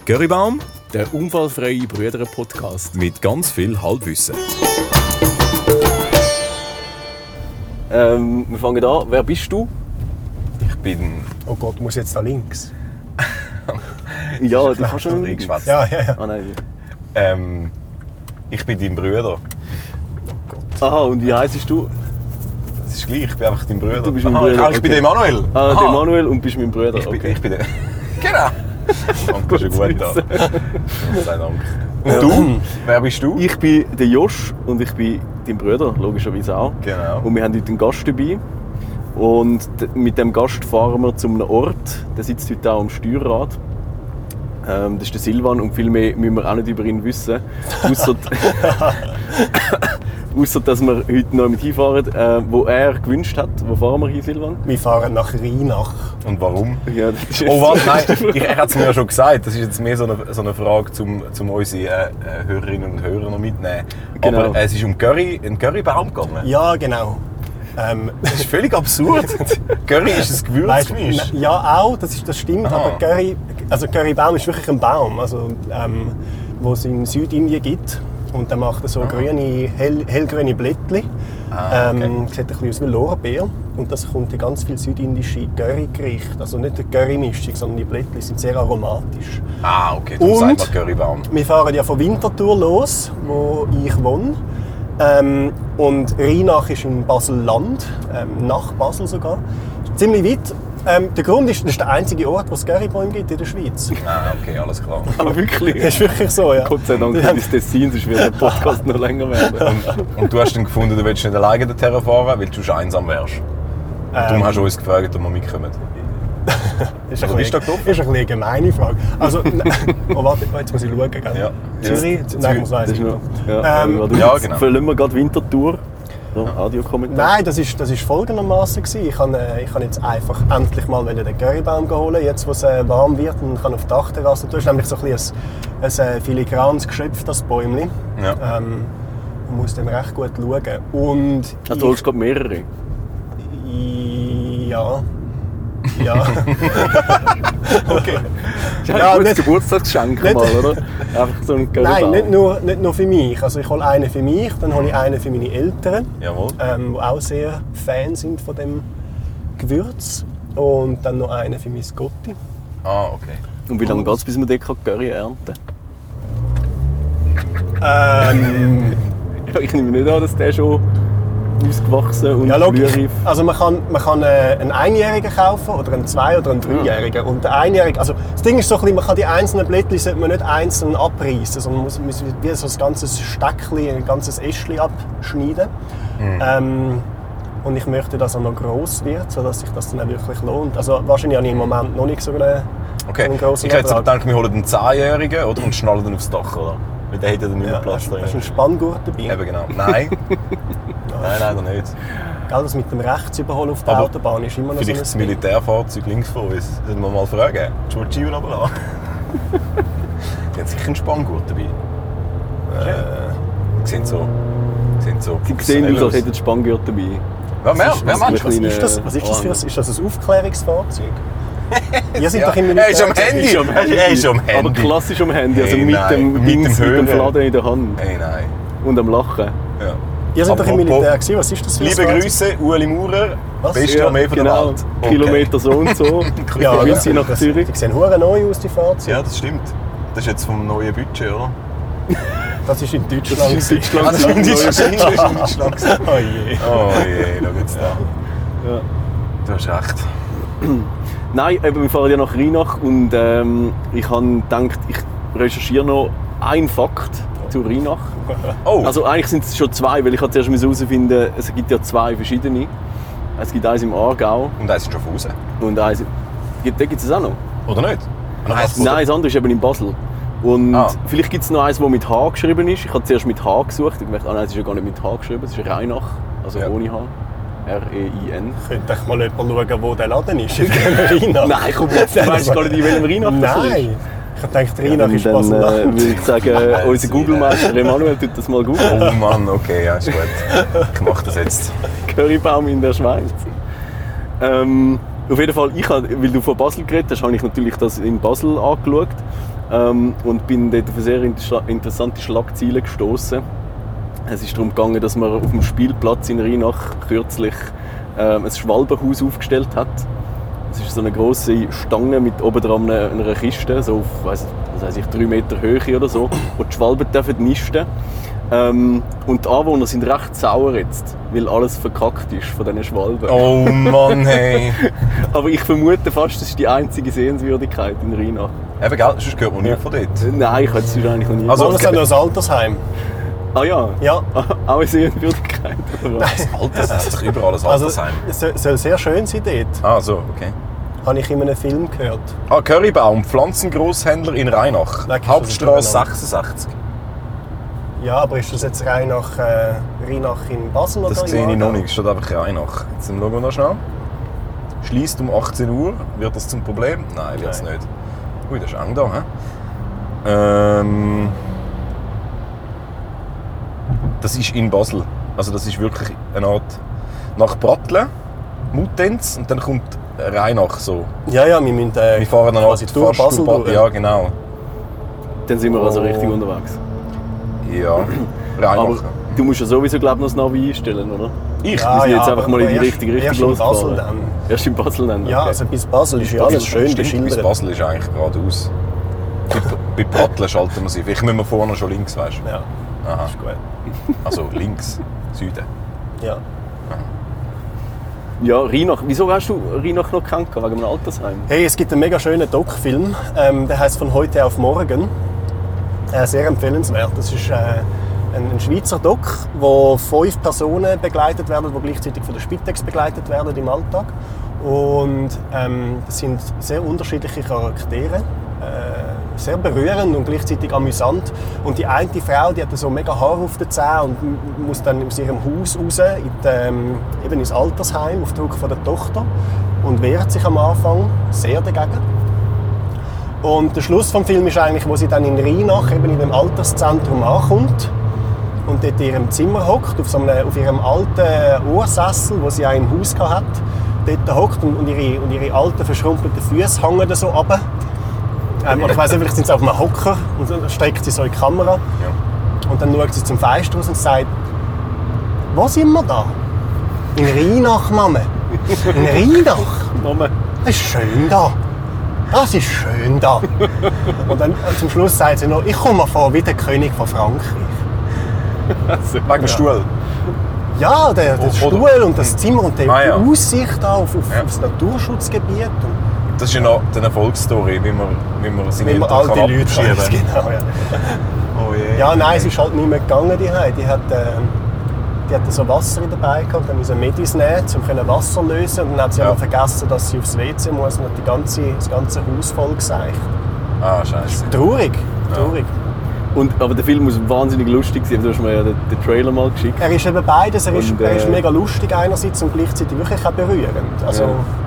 Currybaum, der unfallfreie Brüder-Podcast. mit ganz viel Halbwissen. Wir fangen an. Wer bist du? Ich bin... Oh Gott, muss jetzt da links? Ja, du kannst schon links schwätzen. Ja. Ah, nein. Ich bin dein Bruder. Aha, und wie heisst du? Das ist gleich, ich bin einfach dein Bruder. Du bist mein Bruder, Ich bin okay. der Emanuel. Ah, der Emanuel und bist mein Bruder. Ich bin, okay. ich bin der... Genau. Danke, schon gut da. Sei Dank. Und Ja. du? Wer bist du? Ich bin der Josh und ich bin dein Bruder, logischerweise auch. Genau. Und wir haben heute einen Gast dabei. Und mit dem Gast fahren wir zu einem Ort, der sitzt heute auch am Steuerrad. Das ist der Silvan und viel mehr müssen wir auch nicht über ihn wissen. Ausser dass wir heute noch mit hinfahren, wo er gewünscht hat. Wo fahren wir hin, Silvan? Wir fahren nach Rheinach. Und warum? Ja, das ist Oh was, nein, er hat es mir ja schon gesagt. Das ist jetzt mehr so eine Frage, um unsere Hörerinnen und Hörer noch mitzunehmen. Genau. Aber es ist um einen Currybaum gegangen. Ja, genau. Das ist völlig absurd. Curry ist ein Gewürzgemisch. Ja, auch, das stimmt. Aha. Aber Currybaum ist wirklich ein Baum, also, wo es in Südindien gibt. Und der macht so grüne, hellgrüne Blättchen. Okay. Sieht ein bisschen aus wie Lorbeer. Und das kommt in ganz viele südindische Currygerichte. Also nicht die Currymischung, sondern die Blättchen sind sehr aromatisch. Ah, okay, darum sagt Und man Currybaum. wir fahren ja von Winterthur los, wo ich wohne. Und Rheinach ist in Basel-Land, nach Basel sogar. Ziemlich weit. Der Grund ist, das ist der einzige Ort, wo es Currybäume gibt in der Schweiz. Ah, okay, alles klar. aber wirklich. Das ist wirklich so, ja. Gott sei Dank Ja. ist das Tessin, sonst wird der Podcast noch länger werden. Und du hast dann gefunden, du willst nicht alleine dorthin fahren, weil du schon einsam wärst. Und darum hast du uns gefragt, ob wir mitkommen. Ist Also ein bist du bisschen- da ist eine gemeine Frage. Also, oh, warte, jetzt muss ich schauen. Gell? Ja. Zürich? Nein, ich muss Das ist weiter. noch, ja, ja, genau. Füllen wir gerade Winterthur. So, Audiokommentar. Nein, das ist folgendermaßen gewesen. Ich kann jetzt einfach endlich mal den Currybaum holen, jetzt wo es warm wird und kann auf die Dachterrasse. Du hast nämlich so ein bisschen ein filigranes Geschöpf, das Bäumchen. Ja. Man muss dem recht gut schauen. Und Also, du holst gerade mehrere. Ja. Ja. Okay. Das ist Ja, ein gutes nicht- Geburtstagsgeschenk nicht- mal, oder? Einfach so ein Nein, Currybaum. nicht nur für mich. Also ich hole einen für mich, dann hole ich einen für meine Eltern, Jawohl. die auch sehr Fan sind von dem Gewürz. Und dann noch einen für mein Gotti. Ah, okay. Und wie lange geht es, bis man dort Curry ernten Ähm, kann? Ich nehme nicht an, dass der schon ausgewachsen und ja, logisch. blühreif. Also man kann einen Einjährigen kaufen oder einen Zwei- oder einen Dreijährigen. Und der Einjährige, also das Ding ist so ein bisschen, man kann die einzelnen Blättchen sollte man nicht einzeln abreißen, sondern man muss wie so ein ganzes Steckchen, ein ganzes Ästchen abschneiden. Und ich möchte, dass er noch gross wird, sodass sich das dann auch wirklich lohnt. Also wahrscheinlich habe ich im Moment noch nicht so einen Okay. grossen Ich hätte jetzt Ertrag. gedacht, wir holen einen 10-Jährigen oder, und schnallen ihn aufs Dach, oder? Weil der hat ja dann nicht mehr Ja, Platz hast drin. du einen Spanngurt dabei? Eben genau. Nein. Nein, leider nicht. Gell, das mit dem Rechts überholen auf der Aber Autobahn ist immer noch Vielleicht das so ein Ding. Militärfahrzeug links von uns. Sollten wir mal fragen. Giorgio runterlassen. Die haben sicher einen Spanngurt dabei. Die sind so Sie sehen aus, als professionell hätten Spanngurt dabei. Wer meinst du? Kleine- Was ist das ein Aufklärungsfahrzeug? Ihr seid Ja, doch im er Militär. ist am Handy! Ist am Handy. Er ist am Handy! Aber klassisch am Handy, also Hey, mit nein, dem mit Dings, dem mit dem Hörer. Fladen in der Hand Hey, nein. und am Lachen. Ja. Ihr seid doch im Apropos- Militär gewesen. Was ist das für ein Liebe Fahrzeug? Grüße, Ueli Maurer. Was? Beste Ja, Armee von der genau. Welt. Okay. Kilometer so und so. Ja, Grüße das- nach das- Zürich. Die sehen hure neu aus, die Fahrzeuge. Ja, das stimmt. Das ist jetzt vom neuen Budget, oder? Das ist in Deutschland. Das ist in Deutschland. Ah, das ist in Deutschland. Das ist in Deutschland gewesen. Oh je. Oh je, schau jetzt da. Ja. Du hast recht. Nein, eben, wir fahren ja nach Rheinach und ich habe gedacht, ich recherchiere noch einen Fakt zu Rheinach. Oh, Also eigentlich sind es schon zwei, weil ich zuerst herausfinden, es gibt ja zwei verschiedene. Es gibt eins im Aargau und eins ist schon raus. und eins... Da gibt es auch noch. Oder nicht? Nein, das andere ist eben in Basel. Und Ah. vielleicht gibt es noch eins, das mit H geschrieben ist. Ich habe zuerst mit H gesucht. Ich dachte, nein, es ist ja gar nicht mit H geschrieben, es ist Rheinach, also Ja. ohne H. R-E-I-N. Könnte ich mal jemand schauen, wo der Laden ist? In Rheinach? Nein, komm, jetzt weißt du gar nicht, in welchem Rheinach das ist. Nein. Ich dachte, Rheinach ist Dann Basel-Land. würde ich sagen, unser Google-Meister Emanuel tut das mal googeln. Oh Mann, okay, ja, ist gut. Ich mache das jetzt. Currybaum in der Schweiz. Auf jeden Fall, weil du von Basel geredet hast, habe ich natürlich das in Basel angeschaut. und bin dort auf eine sehr interessante Schlagzeile gestoßen. Es ist darum gegangen, dass man auf dem Spielplatz in Rheinach kürzlich ein Schwalbenhaus aufgestellt hat. Es ist so eine grosse Stange mit oben dran einer Kiste, so auf 3 Meter Höhe oder so, wo die Schwalben nisten dürfen. Und die Anwohner sind recht sauer jetzt, weil alles verkackt ist von diesen Schwalben. Oh Mann, hey. Aber ich vermute fast, das ist die einzige Sehenswürdigkeit in Rheinach. Eben, gell? Sonst gehört man nicht von dort. Nein, ich hätte es wahrscheinlich noch nie Also, Das ist ja noch ein Altersheim. Ah ja? Ja. Auch eine Sehenswürdigkeit, oder was? Altersheim, hat sich überall ein Also, Altersheim. es soll sehr schön sein dort. Ah, so, okay. Habe ich in einem Film gehört. Currybaum, Pflanzengroßhändler in Rheinach. Leck, ist das Hauptstraße durcheinander. 66. Ja, aber ist das jetzt Rheinach in Basel oder Das in sehe ich noch Aargau? nicht, es steht einfach Rheinach. Jetzt schauen wir noch schnell. Schließt um 18 Uhr. Wird das zum Problem? Nein, wird es Nein. nicht. Ui, das ist eng da, hä? Das ist in Basel. Also das ist wirklich eine Art nach Pratteln, Muttenz und dann kommt Rheinach so. Ja, wir müssen Wir fahren dann quasi durch Basel durch. Ja, genau. Dann sind wir also richtig unterwegs. Ja, Aber Rheinach. du musst ja sowieso glaub ich, noch das Navi einstellen, oder? Ich? Ja, Wir sind jetzt ja, einfach aber mal in die erst- richtige Richtung erst in Basel losgefahren. dann. Erst in Basel dann? Ja, okay. also bis Basel ist ja alles schön Stimmt, bis beschildert. Basel ist eigentlich geradeaus. Bei Pratteln schalten wir sie. Vielleicht müssen wir vorne schon links, weißt du? Ja, Aha. ist gut. Also links, Süden. Ja. Ja, Rheinach. Wieso hast du Rheinach noch kennengelernt? Wegen einem Altersheim? Hey, es gibt einen mega schönen Doc-Film, der heißt «Von heute auf morgen». Sehr empfehlenswert. Das ist ein Schweizer Doc, wo 5 Personen begleitet werden, die gleichzeitig von der Spitex begleitet werden im Alltag. Und das sind sehr unterschiedliche Charaktere. Sehr berührend und gleichzeitig amüsant. Und die eine Frau, die hat so mega Haar auf den Zähnen und muss dann aus ihrem Haus raus eben ins Altersheim auf Druck von der Tochter und wehrt sich am Anfang sehr dagegen. Und der Schluss des Films ist eigentlich, wo sie dann in Rheinach eben in dem Alterszentrum ankommt und dort in ihrem Zimmer hockt, auf ihrem alten Ursessel, wo sie auch im Haus hatte. Dort hockt und ihre alten verschrumpelten Füße hängen da so runter. Oder ich weiss nicht, vielleicht sind sie auf einem Hocker und dann streckt sie so in die Kamera. Ja. Und dann schaut sie zum Fenster raus und sagt: «Wo sind wir da?» «In Rheinach, Mama.» «In Rheinach? Mama. Das ist schön da. Das ist schön da.» Und dann zum Schluss sagt sie noch: «Ich komme mir vor wie der König von Frankreich.» Wegen dem Stuhl. Ja, der Stuhl und das Zimmer und die Ja. Aussicht da auf Ja. das Naturschutzgebiet. Und Das ist ja noch eine Erfolgsstory, wie man seine wie man Eltern alte kann Leute abschieben weiß, kann. genau, ja. Oh je. Ja, nein, es ist halt nicht mehr gegangen. Die hat so Wasser dabei gehabt, dann musste Medis nehmen, um Wasser zu lösen. Und dann hat sie Ja. aber vergessen, dass sie aufs WC muss und hat das ganze Haus voll geseicht. Ah, scheiße. Traurig, traurig. Aber der Film muss wahnsinnig lustig sein. Du hast mir ja den Trailer mal geschickt. Er ist eben beides. Er ist mega lustig einerseits und gleichzeitig wirklich auch berührend. Also, Ja.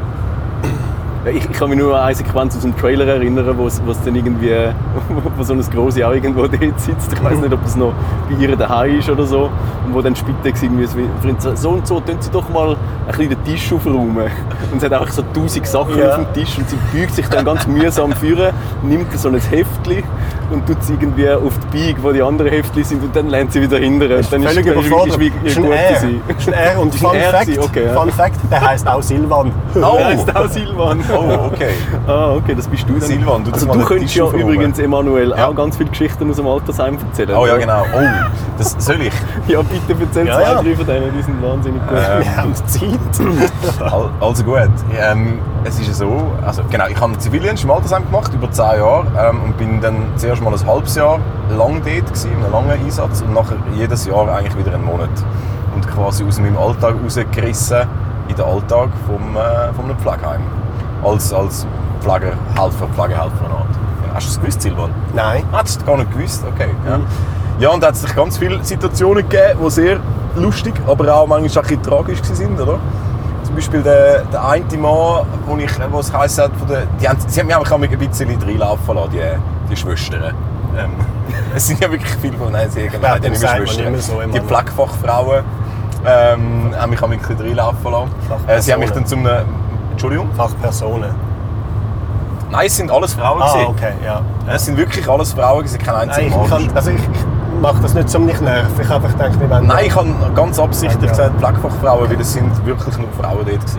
Ich kann mich nur an eine Sequenz aus dem Trailer erinnern, wo es dann irgendwie, wo so ein Grossi auch irgendwo dort sitzt. Ich weiß nicht, ob das noch bei ihr daheim ist oder so. Und wo dann Spitex irgendwie so und so, tun Sie doch mal ein bisschen den Tisch aufräumen. Und sie hat einfach so 1000 Sachen Ja. auf dem Tisch und sie beugt sich dann ganz mühsam führen, nimmt so ein Heftchen und tut es irgendwie auf die Biege, wo die anderen Heftchen sind, und dann lernt sie wieder hinterher. Und dann völlig dann überfordert. wie Ist ein gut R. sie. Ist ein R. Und Ist ein Fun R Fact, gewesen, okay, ja. Fun Fact, der heisst auch Silvan. Oh. Der heisst auch Silvan. Oh, okay. Ah, okay, das bist du dann. Silvan, du Also mal du den könntest Tisch ja aufräumen. übrigens, Emanuel, Ja. auch ganz viele Geschichten aus dem Altersheim erzählen. Oh ja, oder? genau. Oh, das soll ich. Ja, bitte erzähl Ja, 2, ja. 3 von denen, die sind wahnsinnig gut. Wir haben Zeit. Also gut. Es ist ja so, also genau, ich habe einen Zivildienst im Altersheim gemacht, über 10 Jahre, und bin dann zuerst mal ein halbes Jahr lang dort gewesen, in einem langen Einsatz, und nachher jedes Jahr eigentlich wieder einen Monat. Und quasi aus meinem Alltag rausgerissen in den Alltag vom einem Pflegeheim. Als Pflegehelfer, Pflegehelferin. Hast du das gewusst, Silvan? Nein. Hast du gar nicht gewusst? Okay. Ja, ja, und da hat es ganz viele Situationen gegeben, die sehr lustig, aber auch manchmal auch ein bisschen tragisch waren, oder? Zum Beispiel der eine Mann, wo es heisst, sie haben mich auch ein bisschen reinlaufen lassen, die Schwestern. Es sind ja wirklich viele, nein, sie haben Ja, nicht mehr sagt man Schwestern. nicht mehr so, Die Mann. Pflegefachfrauen haben mich auch ein bisschen reinlaufen lassen. Sie haben mich dann zum Entschuldigung? Fachpersonen. Nein, es sind alles Frauen gewesen. okay, ja. Es sind wirklich alles Frauen gewesen, kein einziger Mann. Ich mache das nicht, um mich nerven. Ich habe einfach gedacht, wir wollen... Nein, ich habe ganz absichtlich Ja. gesagt Pflegefachfrauen, weil es sind wirklich nur Frauen dort gewesen.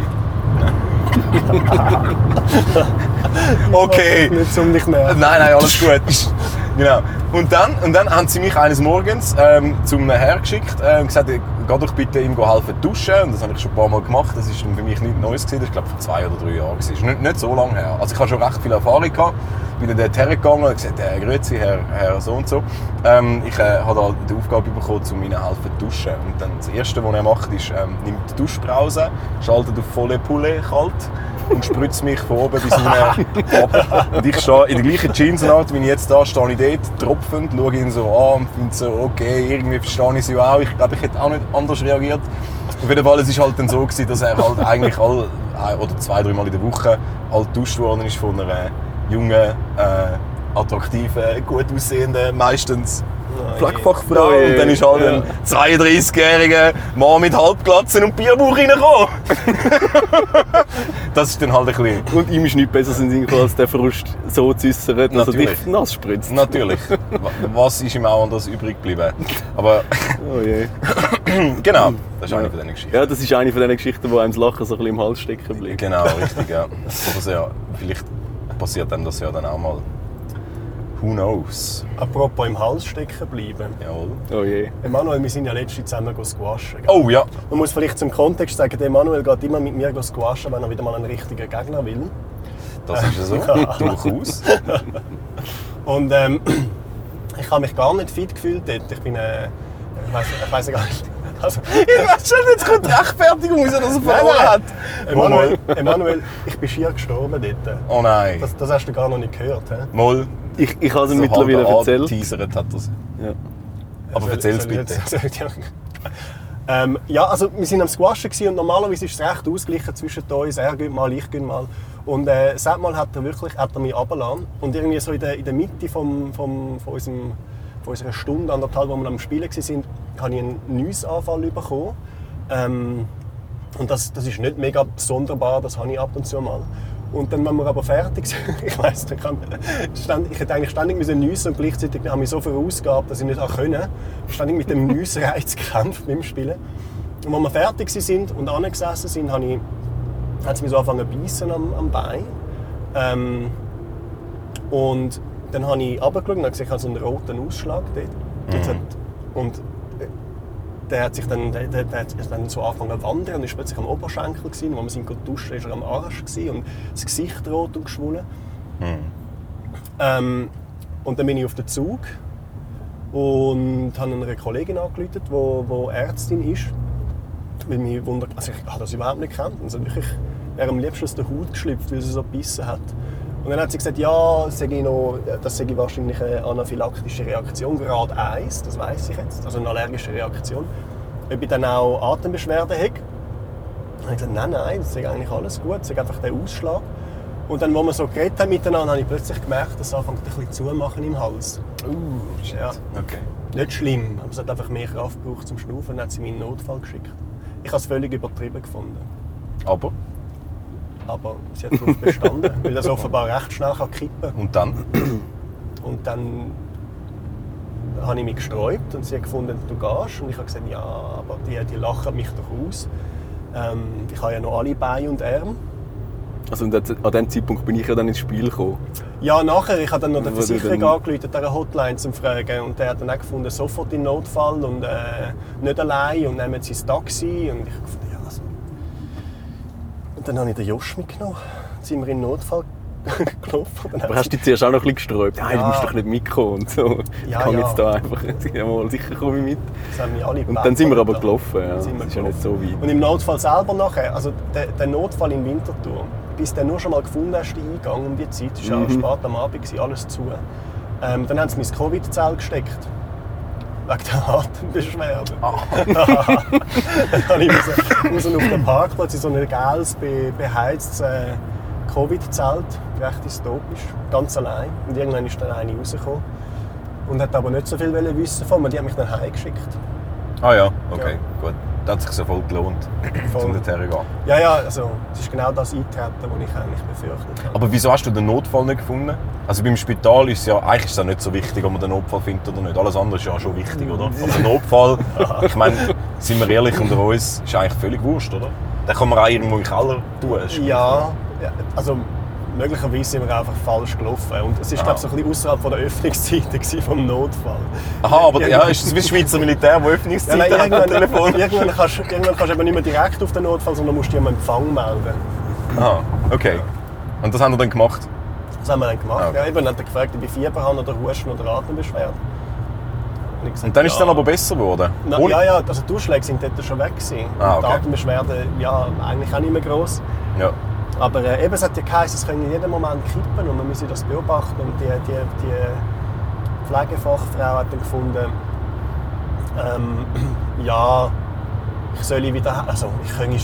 Okay. Nicht, um dich nerven. Nein, alles gut. Genau. Und dann haben sie mich eines Morgens zu einem Herr geschickt und gesagt, geh doch bitte ihm helfen duschen. Und das habe ich schon ein paar Mal gemacht. Das war für mich nichts Neues. Das war, glaube ich, vor 2 oder 3 Jahren. Das ist nicht so lange her. Also ich habe schon recht viel Erfahrung gehabt. Bin dann dort hergegangen und gesagt, grüezi, Herr so und so. Ich habe da die Aufgabe bekommen, um ihnen helfen zu duschen. Und dann das Erste, was er macht, ist, nimmt die Duschbrause, schaltet auf volle Pulle kalt und spritzt mich von oben bis unten ab. Und ich stehe in der gleichen Jeansart, wie ich jetzt da stehe, ich dort tropfend, schaue ihn so an und finde so, okay, irgendwie verstehe ich sie auch. Ich glaube, ich hätte auch nicht anders reagiert. Auf jeden Fall, es war halt dann so, dass er halt eigentlich alle, oder 2-3 Mal in der Woche halt geduscht worden ist von einer jungen, attraktiven, gut aussehenden, meistens Pflegefachfrau. Und dann ist halt ein 32-jähriger Mann mit Halbglatzen und Bierbauch reingekommen. Das ist dann halt ein bisschen... Und ihm ist nichts besser in Sinn gekommen, als den Frust so zu äußern, dass er Natürlich. dich nass spritzt. Natürlich. Was ist ihm auch anders übrig geblieben? Aber Oh je. genau, das ist eine von diesen Geschichten. Ja, das ist eine von diesen Geschichten, wo einem das Lachen so ein bisschen im Hals stecken bleibt. Genau, richtig, ja. Aber ja, vielleicht passiert einem das ja dann auch mal. Who knows? Apropos im Hals stecken bleiben. Jawohl. Oh je. Emanuel, wir sind ja letztens zusammen squashen. gell? Oh ja. Man muss vielleicht zum Kontext sagen, der Emanuel geht immer mit mir squashen, wenn er wieder mal einen richtigen Gegner will. Das ist ja so. Durchaus. Und ich habe mich gar nicht fit gefühlt dort. Ich bin... ich weiss gar nicht. Also, Ich weiß schon, jetzt kommt die Rechtfertigung, wieso das er verloren hat. Emanuel, ich bin schier gestorben dort. Oh nein. Das hast du gar noch nicht gehört. He? Mal. Ich habe es ihm So mittlerweile halb erzählt. angeteasert hat das. Ja. Aber erzähl es bitte. Ja, also wir waren am Squashen und normalerweise ist es recht ausgeglichen zwischen uns. Er geht mal, ich gehe mal. Und seit mal hat er mich runtergelassen. Und irgendwie so in der Mitte von unserer Stunde, 1,5, wo wir am Spielen waren, habe ich einen Nussanfall bekommen. Und das ist nicht mega sonderbar, das habe ich ab und zu mal. Und dann, wenn wir aber fertig sind, ich weiss nicht, ich hätte eigentlich ständig nüssen und gleichzeitig habe ich so verausgabt, dass ich nicht konnte. Ständig mit dem Nussreiz gekämpft beim Spielen. Und als wir fertig sind und angesessen sind, hat es mich so angefangen zu beißen am Bein. Und dann habe ich runtergeschaut und gesehen, ich habe so einen roten Ausschlag dort. Und der hat dann so angefangen zu wandern und ist plötzlich am Oberschenkel gewesen. Als wir sind duschen, war er am Arsch gewesen und das Gesicht rot und geschwollen. Und dann bin ich auf den Zug und habe einer Kollegin angerufen, die Ärztin ist. Weil mich wundert, also ich habe das überhaupt nicht gekannt. Also wirklich, wäre am liebsten aus der Haut geschlüpft, weil sie so gebissen hat. Und dann hat sie gesagt, ja, das sei wahrscheinlich eine anaphylaktische Reaktion, Grad 1, das weiss ich jetzt, also eine allergische Reaktion. Ob ich dann auch Atembeschwerden habe. Dann habe ich gesagt, nein, das ist eigentlich alles gut, das ist einfach der Ausschlag. Und dann, als wir so geredet haben miteinander, habe ich plötzlich gemerkt, dass es anfängt ein bisschen zumachen im Hals. Shit. Ja. Okay. Nicht schlimm, aber es hat einfach mehr Kraft gebraucht zum Schnaufen und dann hat sie mich in den Notfall geschickt. Ich habe es völlig übertrieben gefunden. Aber? Aber sie hat darauf bestanden, weil das offenbar recht schnell kippen kann. Und dann? Und dann habe ich mich gesträubt und sie hat gefunden, du gehst. Und ich habe gesagt, ja, aber die lachen mich doch aus. Ich habe ja noch alle Beine und Arme. Also an diesem Zeitpunkt bin ich ja dann ins Spiel gekommen. Ja, nachher. Ich habe dann noch der Wo du Versicherung dann- angerufen, dieser Hotline zum Fragen. Und der hat dann auch gefunden, sofort in Notfall und nicht allein und nehmen sie das Taxi. Und ich habe gefunden, ja, also. Und dann habe ich den Josh mitgenommen. Dann sind wir in den Notfall gelaufen. Dann Aber hast du dich zuerst auch noch ein bisschen gesträubt? Nein, du Ja. musst doch nicht mitkommen und so. Ja, ich kann ja. jetzt da einfach mal sicher komme ich mit. Das haben wir alle Und dann sind wir aber da. gelaufen. Ja. Dann Das sind wir ist ja nicht so weit. Und im Notfall selber nachher, also der Notfall in Winterthur, bis du den nur schon mal gefunden hast, den Eingang um die Zeit, es war ja spät am Abend, gewesen, alles zu. Dann haben sie mich ins Covid-Zelt gesteckt. Wegen der Atembeschwerden. Dann musste ich auf dem Parkplatz in so ein gelbes, beheiztes Covid-Zelt, recht dystopisch, ganz allein. Und irgendwann ist dann eine rausgekommen und hat aber nicht so viel wissen von mir. Die haben mich dann heimgeschickt. Ah ja, okay, gut. Da hat es sich so voll gelohnt, um dorthin zu gehen. Ja, also es ist genau das eintreten, was ich eigentlich befürchtet habe. Aber wieso hast du den Notfall nicht gefunden? Also beim Spital ist es ja, eigentlich ist es ja nicht so wichtig, ob man den Notfall findet oder nicht. Alles andere ist ja schon wichtig, oder? Aber der Notfall, ich meine, sind wir ehrlich unter uns, ist eigentlich völlig wurscht, oder? Den kann man auch irgendwo im Keller tun. Ja, also möglicherweise sind wir einfach falsch gelaufen. Und es war, glaube ich, so ein bisschen außerhalb von der Öffnungszeiten vom Notfall. Aha, aber ja, ist es wie das Schweizer Militär, das Öffnungszeiten hat am Telefon? Irgendwann kannst du eben nicht mehr direkt auf den Notfall, sondern musst dich am Empfang melden. Aha, okay. Und das haben wir dann gemacht? Das haben wir dann gemacht. Okay. Ja, eben, hat er gefragt, ob ich Fieber habe oder Husten oder Atembeschwerden. Und dann ist es dann aber besser geworden? Ja, also die Ausschläge sind dort schon weg gewesen. Okay. Die Atembeschwerden, ja, eigentlich auch nicht mehr gross. Ja. Aber eben, es hat ja geheißen, es können in jedem Moment kippen und man müsse das beobachten. Und die Pflegefachfrau hat dann gefunden, ja, ich soll wieder, also ich könnte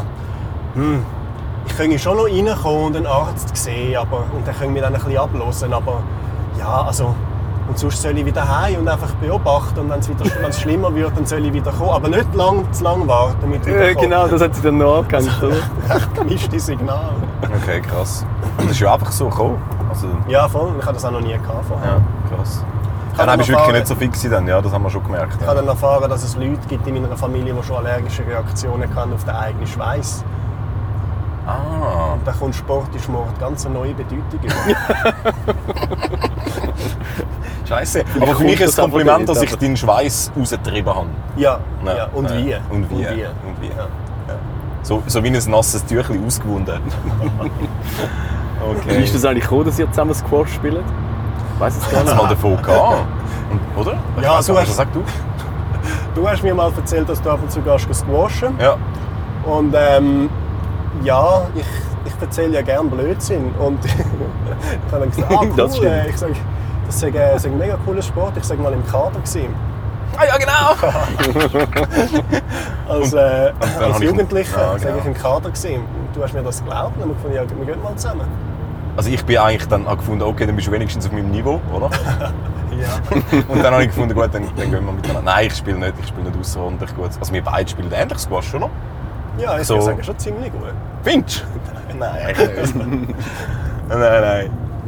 schon noch reinkommen und einen Arzt sehen, und dann können wir dann ein bisschen abhören, aber ja, also, und sonst soll ich wieder heim und einfach beobachten und wenn es schlimmer wird, dann soll ich wieder kommen, aber nicht zu lang warten mit wieder kommen. Genau, das hat sie dann noch angehängt, oder? Recht gemischte Signal. Okay, krass. Und das ist ja einfach so gekommen? Also, Ja, voll, ich hatte das auch noch nie gehabt vorher. ja, krass. habe Dann bist du wirklich erfahren- nicht so fix dann, ja, das haben wir schon gemerkt. Ich habe dann erfahren, dass es Leute gibt in meiner Familie, die schon allergische Reaktionen haben auf den eigenen Schweiß. Ah. Und da kommt Sport ist Mord ganz eine neue Bedeutung über. Scheiße. Aber für mich ist es ein Kompliment, dass ich deinen Schweiß rausgetrieben habe. Ja, Ja. ja. Und wie. Und wie. Ja. So wie ein nasses Tüchlein ausgewunden. Wie Okay. ist das eigentlich gekommen, dass ihr zusammen Squash spielt? Weiss es gar Hat es nicht. mal davon gehabt? Und, oder? Ich Ja, weiss du nicht, hast- sag du. Du hast mir mal erzählt, dass du ab und zu gehst squashen. Ja. Und ja, ich erzähle ja gerne Blödsinn. Und ich habe dann gesagt, cool, Das stimmt. ich sage, das sei ein mega cooler Sport. Ich sage mal im Kader gewesen. Ah ja, genau! Als habe ich- Jugendlicher Ja, sage ich genau. im Kader gewesen. Und du hast mir das geglaubt und dann haben wir gefunden, ja, wir gehen mal zusammen. Also ich bin eigentlich dann auch gefunden, okay, dann bist du wenigstens auf meinem Niveau, oder? Ja. Und dann habe ich gefunden, gut, dann gehen wir miteinander. Nein, ich spiele nicht außerordentlich gut. Also wir beide spielen ähnlich Squash, oder? Ja, ich So. würde sagen, schon ziemlich gut. Findest du? Nein, echt nicht. Nein.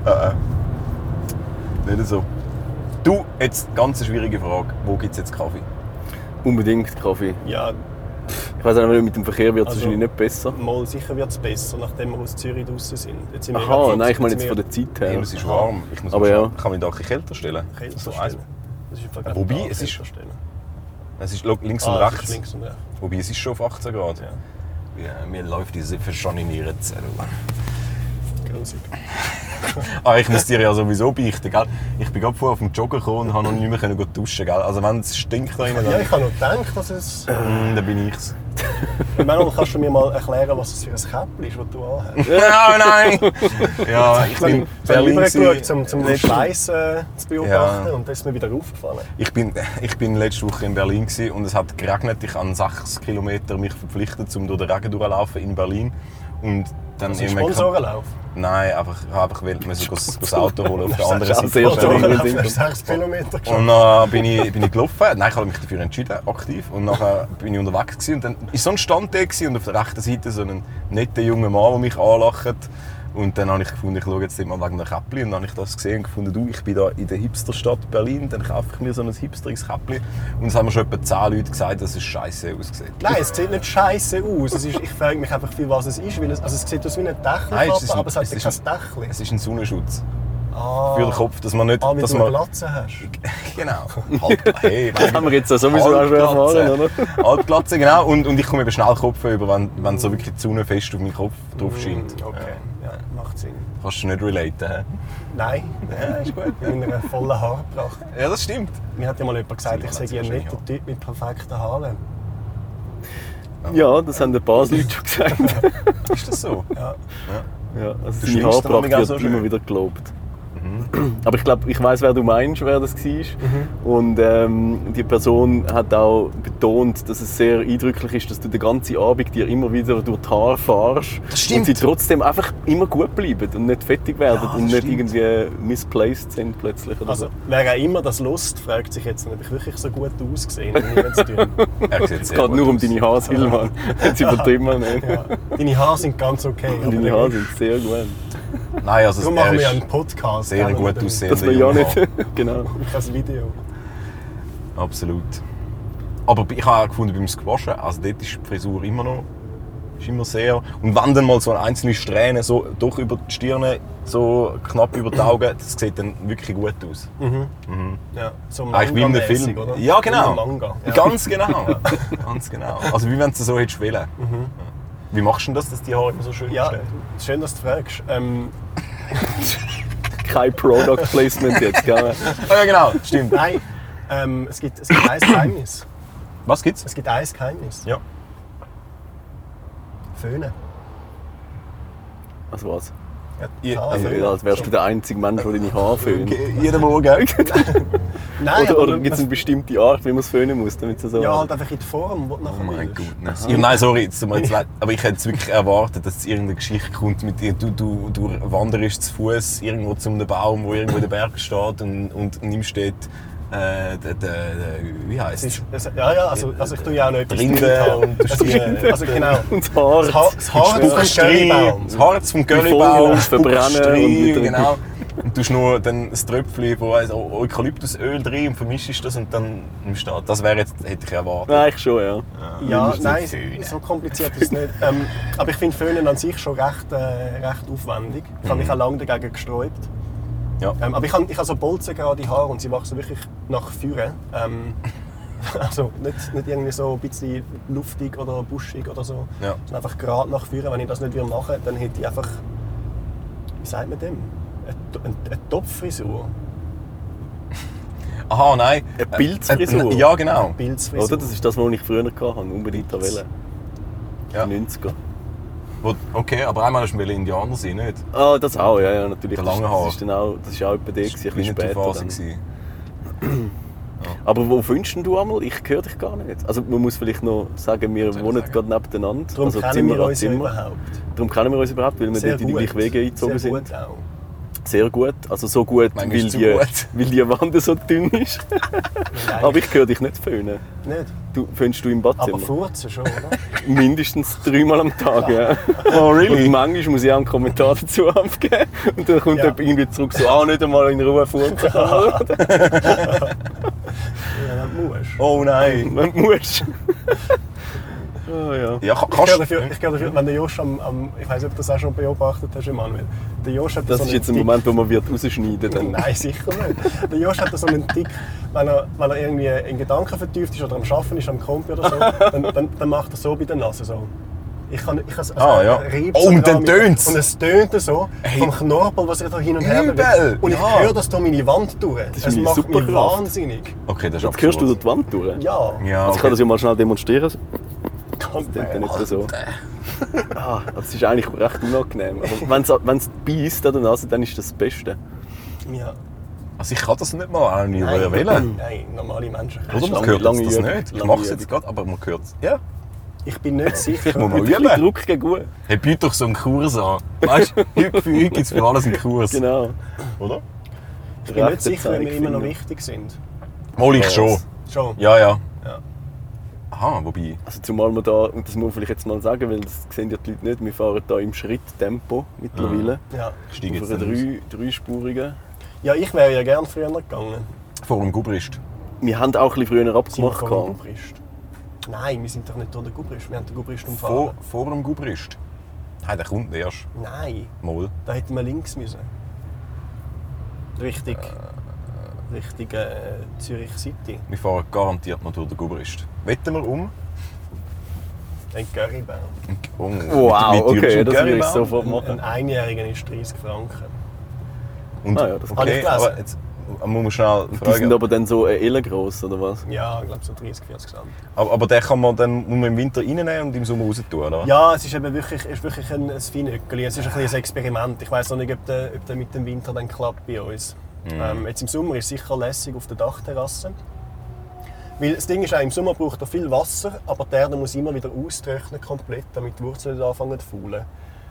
Nicht so. Du, jetzt ganz eine schwierige Frage. Wo gibt es jetzt Kaffee? Unbedingt Kaffee. Ja, Ich weiss auch nicht, mit dem Verkehr wird es Also- wahrscheinlich nicht besser. mal sicher wird es besser, nachdem wir aus Zürich draußen sind. Jetzt sind wir Aha, gerade- nein, ich meine sind jetzt wir von der Zeit her. Ja, es ist warm. Ich muss Aber mal ja. schauen. Kann mich da ein bisschen kälter stellen? Kälter So stellen. eins. Das ist im Vergleich Wobei, da es ist- kälter stellen. Es ist links und Ah, es rechts. ist links und rechts. Wobei, es ist schon auf 18 Grad. Ja. Ja, mir läuft diese schon in ihre Zelle. Grusig. Ah, ich muss dir ja sowieso beichten, gell? Ich bin gerade vorher auf dem Joggen gekommen und habe noch nicht mehr duschen, gell? Also wenn es stinkt da drinnen, Ja, dann, ich habe noch gedacht, dass es... dann bin ich's. Manchmal kannst du mir mal erklären, was es für ein Käppchen ist, das du anhast. Ja, nein! Ja, ich bin in Berlin. rübergeschaut, um den Schweiß zu beobachten Ja. und das ist mir wieder aufgefallen. Ich bin letzte Woche in Berlin gewesen und es hat geregnet. Ich habe 6 Kilometer mich verpflichtet, um durch den Regen durchzulaufen in Berlin. Und dann Das ist irgendwann- Sponsorenlauf. Nein, ich habe das Auto holen auf der anderen Das Seite. ist auch sehr von Berlin. schön. Sponsorenlauf, hast 6 Kilometer geschafft. Und dann bin ich gelaufen. Nein, ich habe mich dafür entschieden, aktiv. Und nachher bin ich unterwegs gewesen. Und dann war so ein Stand da gewesen und auf der rechten Seite so ein netter junger Mann, der mich anlacht. Und dann habe ich gefunden, ich schaue jetzt mal wegen einer Käppli. Und dann habe ich das gesehen und gefunden, du, ich bin da in der Hipsterstadt Berlin, dann kaufe ich mir so ein hipsteriges Käppli. Und es haben mir schon etwa 10 Leute gesagt, dass es scheiße aussieht. Nein, es sieht nicht scheiße aus. Ich frage mich einfach, für was es ist. Weil es sieht aus wie eine Nein, Deckelkappe, aber es hat kein Deckel. Es ist ein Sonnenschutz Ah, für den Kopf, dass man nicht... weil dass du eine man, Glatze hast. genau. Hey, Das haben wir jetzt ja sowieso auch schon erfahren, oder? Halbglatze, genau. Und ich komme eben schnell Kopf über, wenn so wirklich die Sonne fest auf meinen Kopf drauf scheint. Okay, ja, macht Sinn. Kannst du nicht relaten, hä? Nein, ja, ist gut. In einer vollen Haarpracht. Ja, das stimmt. Mir hat ja mal jemand gesagt, Simon ich sei hat ein wahrscheinlich netter Typ mit perfekten Haaren. Ja, das haben ein paar Leute schon gesagt. Ist das so? Ja. Ja, also Du seine schminkst Haarpracht dich auch wird so immer schön. wieder gelobt. Aber ich glaube, ich weiss, wer du meinst, wer das war. Und die Person hat auch betont, dass es sehr eindrücklich ist, dass du den ganzen Abend dir immer wieder durch die Haare fährst. Das stimmt. Und sie trotzdem einfach immer gut bleiben und nicht fettig werden Ja, und nicht stimmt. irgendwie misplaced sind plötzlich. Oder Also, so. wer auch immer das lust, fragt sich jetzt, ob ich wirklich so gut ausgesehen habe. Er sieht Es sehr geht gut nur um aus. deine Haare, Silvan. Jetzt übertrieben wir nicht. Ja. Deine Haare sind ganz okay. aber Deine der Haare Rest- sind sehr gut. Nein, also Darum er machen wir ja ist einen Podcast. sehr gell, gut oder? aussehender Das will ja junger nicht. Mann. Genau. Kein Video. Absolut. Aber ich habe auch gefunden, beim Squashen, also dort ist die Frisur immer noch ist immer sehr... Und wenn dann mal so einzelne Strähnen so durch über die Stirn, so knapp über die Augen, das sieht dann wirklich gut aus. Ja, so Eigentlich wie in einem Manga-mäßig, Film. oder? Ja, genau. Wie ein Manga. Ja. Ganz genau. Ganz genau. Also wie wenn du so hättest wollen. Wie machst du denn das, dass die Haare immer so schön Ja, stehen? schön, dass du fragst. Kein Product Placement jetzt, gell? Ah, ja, genau. Stimmt. Nein, es gibt ein Geheimnis. Was gibt's? Es gibt ein Geheimnis. Ja. Föhnen. Also was? Ja, Also, Föhnen. als wärst du der einzige Mensch, der deine Haare föhnt. Jeden Morgen. Nein, Oder gibt es eine bestimmte Art, wie man es föhnen muss, damit es so... Ja, halt einfach in der Form, wo du nachher Oh mein willst. Gott. Ja, nein, sorry, jetzt tut mir jetzt leid. Aber ich hätte jetzt wirklich erwartet, dass irgendeine Geschichte kommt mit dir. Du wanderst zu Fuß irgendwo zu einem Baum, wo irgendwo in den Bergen steht und nimmst dort wie heisst es? Ja, also ich tue ja auch noch etwas Rinde drin. und du Also, also genau. Und das Haar. Das Harz vom Currybaum. Das Harz vom Folien Currybaum, verbrennen Spuckstreu, und wieder- genau. Und du hast nur dann ein Tröpfchen von Eukalyptusöl drin und vermischst das und dann nimmst du das. Das wäre jetzt, hätte ich erwartet. Nein, ich schon, ja. Ja, Mindestens nein, Föhnen. so kompliziert ist es nicht. Aber ich finde Föhnen an sich schon recht aufwendig. Ich habe mich auch lange dagegen gesträubt. Ja. Aber ich habe so bolzengerade Haare und sie wachsen wirklich nach vorne. Also nicht irgendwie so ein bisschen luftig oder buschig oder so. Ja. Sondern einfach gerade nach vorne. Wenn ich das nicht machen würde, dann hätte ich einfach, wie sagt man dem? Eine Topffrisur. Aha, nein. Eine Pilzfrisur. Ja, genau. Pilzfrisur. Oder? Das ist das, was ich früher hatte, unbedingt wollte. Ja. Die 90er. Okay, aber einmal hast du Indianer sein, nicht? Ah, das auch, ja, natürlich. Der lange Haar. Das ist dann auch, das ist auch etwa der, gewesen, ein bisschen später. Phase Dann. gewesen. Aber wo findest denn du einmal? Ich höre dich gar nicht. Also man muss vielleicht noch sagen, wir Soll ich wohnen sagen? gerade nebeneinander. Darum also kennen Zimmer wir an uns ja Zimmer. überhaupt. Darum kennen wir uns überhaupt, weil wir Sehr dort in die gut. gleichen Wege eingezogen Sehr sind. gut auch. Sehr gut. Also so gut, Manchmal weil zu die, gut. weil die Wand so dünn ist. Aber ich höre dich nicht föhnen. Nicht? Du föhnst du im Aber Badzimmer? furzen schon, oder? Mindestens 3-mal am Tag, ja. Oh, really? Und manchmal muss ich auch einen Kommentar dazu abgeben. Und dann kommt Ja. jemand irgendwie zurück, so, nicht einmal in Ruhe furzen. Ja, das musst. Oh nein. Wenn du musst. Oh, ja. Ja, Ich kannst gehe dafür, wenn der Josh ich weiß nicht, ob du das auch schon beobachtet hast, Emanuel. Der Josh hat Das so ist einen jetzt ein Tick- Moment, wo man wird rausschneiden dann. Nein, sicher nicht. Der Josh hat so einen Tick, wenn er irgendwie in Gedanken vertieft ist oder am Arbeiten ist, am Computer oder so, dann macht er so bei der Nase so. Ich kann also Ja. Reib Oh, und sogar dann mit- tönt's. Und es tönt so, Hey. vom Knorpel, was er da hin und her Übel. bewegt. Und ich Ja. höre das durch meine Wand durch. ist Es meine macht mich Superkraft. wahnsinnig. Okay, das ist Jetzt hörst du durch absurd. die Wand durch? Ja, Ja, Also ich kann das ja mal schnell demonstrieren. Das ganz klingt ja nicht so. Das ist eigentlich recht unangenehm. Aber wenn es beißt an der Nase, dann ist das das Beste. Ja. Also ich kann das nicht mal, auch nicht wählen. Nein, normale Menschen. Oder man lange- hört lange das Übung. nicht. Ich Lange mache es Übung. jetzt gerade, aber man hört es. Ja. Ich bin nicht sicher. Ich muss mal Ein bisschen üben. Druck geht gut. Hey, biete doch so einen Kurs an. Weißt du, heute für heute gibt es für alles einen Kurs. Genau. Oder? Ich bin nicht Rechte sicher, wenn wir immer noch Zeigefinger. wichtig sind. Mal ich schon. Schon. Ja, ja. Ja. Aha, wobei. Also zumal wir da, und das muss man vielleicht jetzt mal sagen, weil das sehen ja die Leute nicht, wir fahren da im Schritttempo mittlerweile. Ja. Ich steige Auf jetzt einer dann aus. dreispurigen. Ja, ich wäre ja gern früher gegangen. Vor dem Gubrist. Wir haben auch ein bisschen früher Sind wir abgemacht. vor dem gehabt. Gubrist? Nein, wir sind doch nicht durch den Gubrist. Wir haben den Gubrist umfahren. Vor dem Gubrist? Hey, der kommt erst. Nein, Mal. da hätten wir links müssen. Richtig Zürich City. Wir fahren garantiert noch durch den Gubrist. Wetten wir um? Ein Currybaum. Oh, Wow, mit okay, türkischem das würde ich Currybaum. sofort Ein machen. Einjähriger ist 30 Franken. Und, Ah ja, das Habe ich okay, gelesen. aber jetzt, Man muss schnell Die fragen. sind aber dann so ellengross, oder was? Ja, ich glaube so 30, 40 Cent. Aber den kann man dann muss man im Winter reinnehmen und im Sommer raus tun, oder? Ja, es ist eben wirklich, ein Feinöckeli. Es ist ein Experiment. Ich weiss noch nicht, ob der mit dem Winter dann klappt bei uns. Jetzt im Sommer ist es sicher lässig auf der Dachterrasse. Weil das Ding ist auch, im Sommer braucht er viel Wasser, aber die Erde muss immer wieder austrocknen komplett, damit die Wurzeln nicht anfangen zu faulen.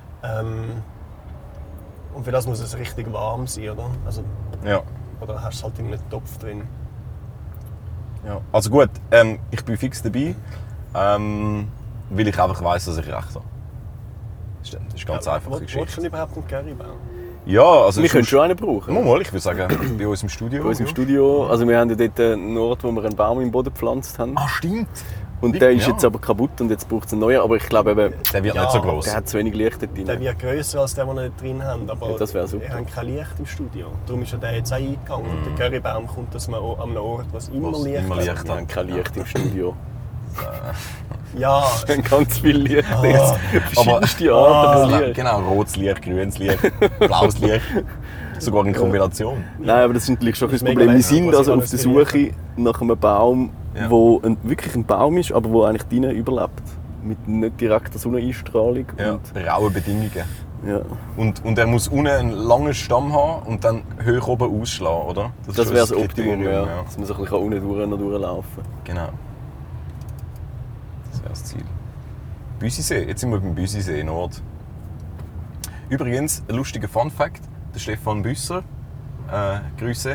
Und für das muss es richtig warm sein, oder? Also, Ja. oder hast du es halt in einem Topf drin. Ja. Also gut, ich bin fix dabei, weil ich einfach weiss, dass ich recht habe. Das ist ganz einfach. Wolltest du schon überhaupt einen Currybaum? Ja, also Wir können schon einen brauchen. Mal, ich würde sagen, bei uns im Studio. Bei uns im Studio, also wir haben ja dort einen Ort, wo wir einen Baum im Boden gepflanzt haben. Ah, stimmt. Und der ist jetzt aber kaputt und jetzt braucht es einen neuen. Aber ich glaube eben, Der wird Ja, nicht so gross. der hat zu wenig Licht dort Der drin. wird grösser als der, den wir nicht drin haben. Aber Ja, das wäre super. wir haben kein Licht im Studio. Darum ist ja der jetzt auch eingegangen. Und der Currybaum kommt aus einem Ort, wo es immer Was Licht immer hat. Licht Wir haben kein Licht im Studio. Ja, Wir haben ganz viel Licht. Aber- Verschiedenste Arten von Licht. Genau, rotes Licht, grünes Licht, blaues Licht. Sogar in Kombination. Nein, aber das ist natürlich schon ein Das ist Problem. Wir mega sind lässig, also was auf der ich alles Suche nach einem Baum, Ja. wo wirklich ein Baum ist, aber der eigentlich drinnen überlebt. Mit nicht direkter Sonneneinstrahlung. Ja, raue Bedingungen. Ja. Und er muss unten einen langen Stamm haben und dann hoch oben ausschlagen, oder? ist Das schon wäre das Optimum, Kriterium, ja. Dass man so ein bisschen unten durchlaufen Genau. Das wäre das Ziel. Büsisee, jetzt sind wir beim Büsisee Nord. Übrigens, ein lustiger Fun-Fact: der Stefan Büsser, Grüße.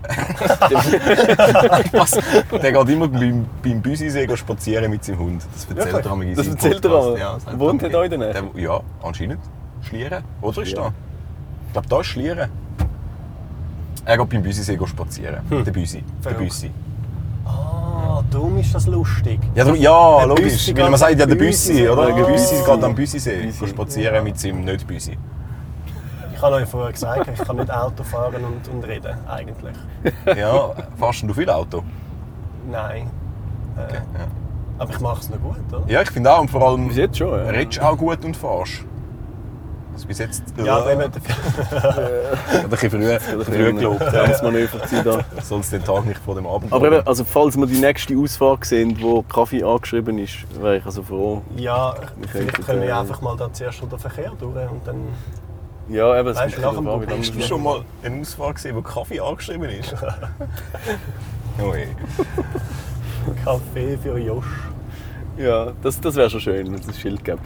Was? Der geht immer beim Büsisee spazieren mit seinem Hund. Das erzählt Wirklich? er einmal in Das seinem erzählt er Podcast. einmal? Ja, das hat Wohnt er er da in der Nähe? Ja, anscheinend. Schlieren. Oder ist da? Schlieren. Ich glaube, da ist Schlieren. Er geht beim Büsisee spazieren. Der Büsi. Der Verrückt. Büsi. ah, darum ist das lustig. Ja, Der logisch. Büssi Weil man geht sagt ja am der Büssi, Büsisee. oder? Der Ah. Büssi geht am Büsisee Büssi. spazieren mit seinem Nicht-Büsi. Ich habe euch vorher gesagt, ich kann nicht Auto fahren und reden, eigentlich. Ja, fährst du viel Auto? Nein. Okay, ja. Aber ich mache es noch gut, oder? Ja, ich finde auch. Und vor allem Bis jetzt schon, ja. redest du auch gut und fährst. Also bis jetzt... Ja, aber eben, ein bisschen früh gelobt. Ja, das Manöver ziehen da. Soll es den Tag nicht vor dem Abend Aber haben. eben, also falls wir die nächste Ausfahrt sehen, wo Kaffee angeschrieben ist, wäre ich also froh. ja, vielleicht könnten, können wir einfach mal da zuerst den Verkehr durch und dann... Ja, eben, es Weißt du, nach dem davon, wie lange Hast du das schon mal eine Ausfahrt gesehen, wo Kaffee angeschrieben ist? Oh je. Kaffee für Josch. Ja, das wäre schon schön, wenn es ein Schild gibt.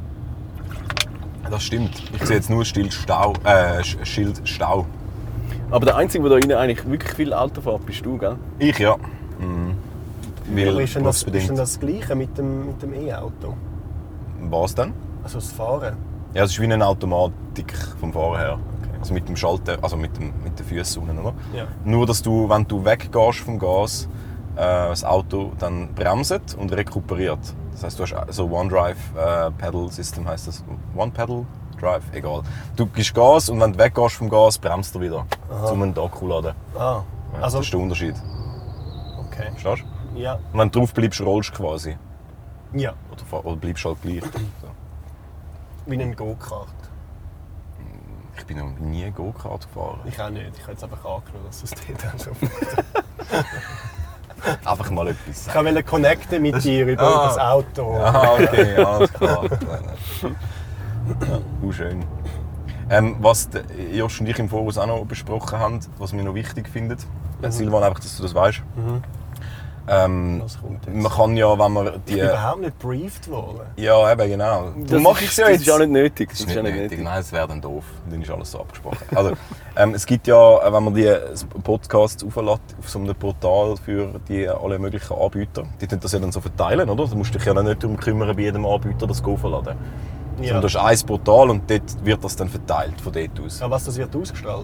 Das stimmt. Ich sehe jetzt nur Schild Stau. Aber der Einzige, der da rein eigentlich wirklich viel Auto fährt, bist du, gell? Ich ja. Mhm. Weil, Aber ist denn berufsbedingt. das Gleiche mit dem E-Auto? Was denn? Also das Fahren? Ja, es ist wie eine Automatik vom Fahren her. Okay. Also mit dem Schalten, also mit den Füßen unten, oder? Ja. Nur, dass du, wenn du weggehst vom Gas, das Auto dann bremset und rekuperiert. Das heisst, du hast so One-Drive-Pedal-System, heisst das. One-Pedal-Drive, egal. Du gibst Gas und wenn du weggehst vom Gas, bremst er wieder, um den Akku zu laden. Ah, Ja, also... das ist der Unterschied. Okay. Verstehst du? Ja. Und wenn du drauf bleibst, rollst du quasi. Ja, Oder bleibst halt gleich. So. wie ein Go-Kart. Ich bin noch nie Go-Kart gefahren. Ich auch nicht. Ich habe jetzt einfach angenommen, dass es dort auch so Einfach mal etwas Ich wollte connecten mit dir über das Auto. Ah, okay, alles klar. Schön. Was Josh und ich im Voraus auch noch besprochen haben, was wir noch wichtig finden, Silvan, einfach, dass du das weißt. Was kommt jetzt? Man kann ja, wenn man Ich die... bin überhaupt nicht briefed worden. Ja, eben, genau. Du Das machst ist- es ja das jetzt. ist auch nicht nötig. Das ist nicht nötig. Nein, es wäre dann doof. Dann ist alles so abgesprochen. Also, es gibt ja, wenn man die Podcasts auflädt auf so einem Portal für die alle möglichen Anbieter, die tun das ja dann so verteilen, oder? Du musst dich ja dann nicht darum kümmern, bei jedem Anbieter das aufzuladen. Ja. Sondern du hast ein Portal und dort wird das dann verteilt, von dort aus. Ja, was, das wird ausgestrahlt?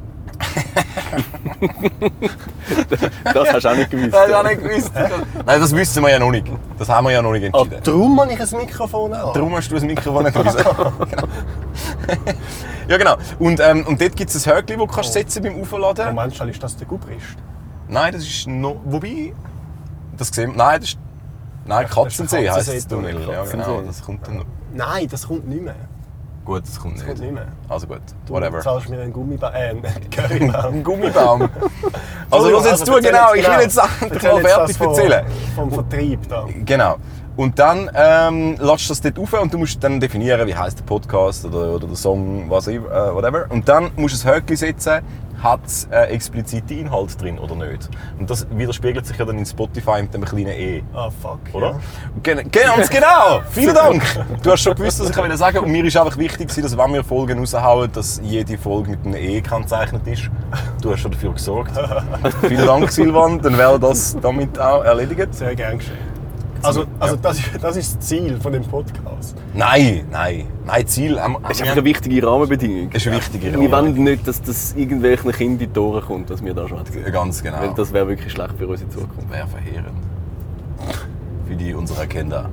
Das hast du auch nicht gewusst. Das habe ich auch nicht gewusst. Nein, das wissen wir ja noch nicht. Das haben wir ja noch nicht Ah, entschieden. darum habe ich ein Mikrofon an. Darum hast du das Mikrofon nicht raus. Genau. Ja, genau. Und dort gibt es ein Häkchen, das du kannst setzen beim Aufladen. Moment, ist das der Gubrist? Nein, das ist noch... Wobei... Das gesehen... Nein, das ist... Nein, Das ist Katzensee der heisst das Tunnel. Katzensee-Tunnel. Ja, genau. Katzensee. Das kommt dann noch. Nein, das kommt nicht mehr. Gut, das kommt Das nicht. kommt nicht mehr. Also gut, Du whatever. zahlst mir einen Gummibaum, einen Currybaum. Ein Gummibaum. Also was jetzt tun, genau, ich will jetzt endlich mal fertig erzählen. Vom Vertrieb da. Genau. Und dann lässt du das dort rauf und du musst dann definieren, wie heisst der Podcast oder der Song, whatever. Und dann musst du ein Häkchen setzen, hat es explizite Inhalte drin oder nicht. Und das widerspiegelt sich ja dann in Spotify mit dem kleinen E. Ah, fuck. Oder? Ganz genau! Vielen Dank! Du hast schon gewusst, was ich sagen wollte. Und mir ist einfach wichtig, dass wenn wir Folgen raushauen, dass jede Folge mit einem E gekennzeichnet ist. Du hast schon dafür gesorgt. Vielen Dank, Silvan. Dann wäre das damit auch erledigt. Sehr gern geschehen. Also das ist das Ziel von dem Podcast. Nein, Ziel. Das ist einfach eine wichtige Rahmenbedingung. Das ist eine wichtige Wir wollen nicht, dass das irgendwelchen Kindern in die Tore kommt, was wir da schon sehen. Ganz genau. Weil das wäre wirklich schlecht für unsere Zukunft. Wäre verheerend. Für die unserer Kinder.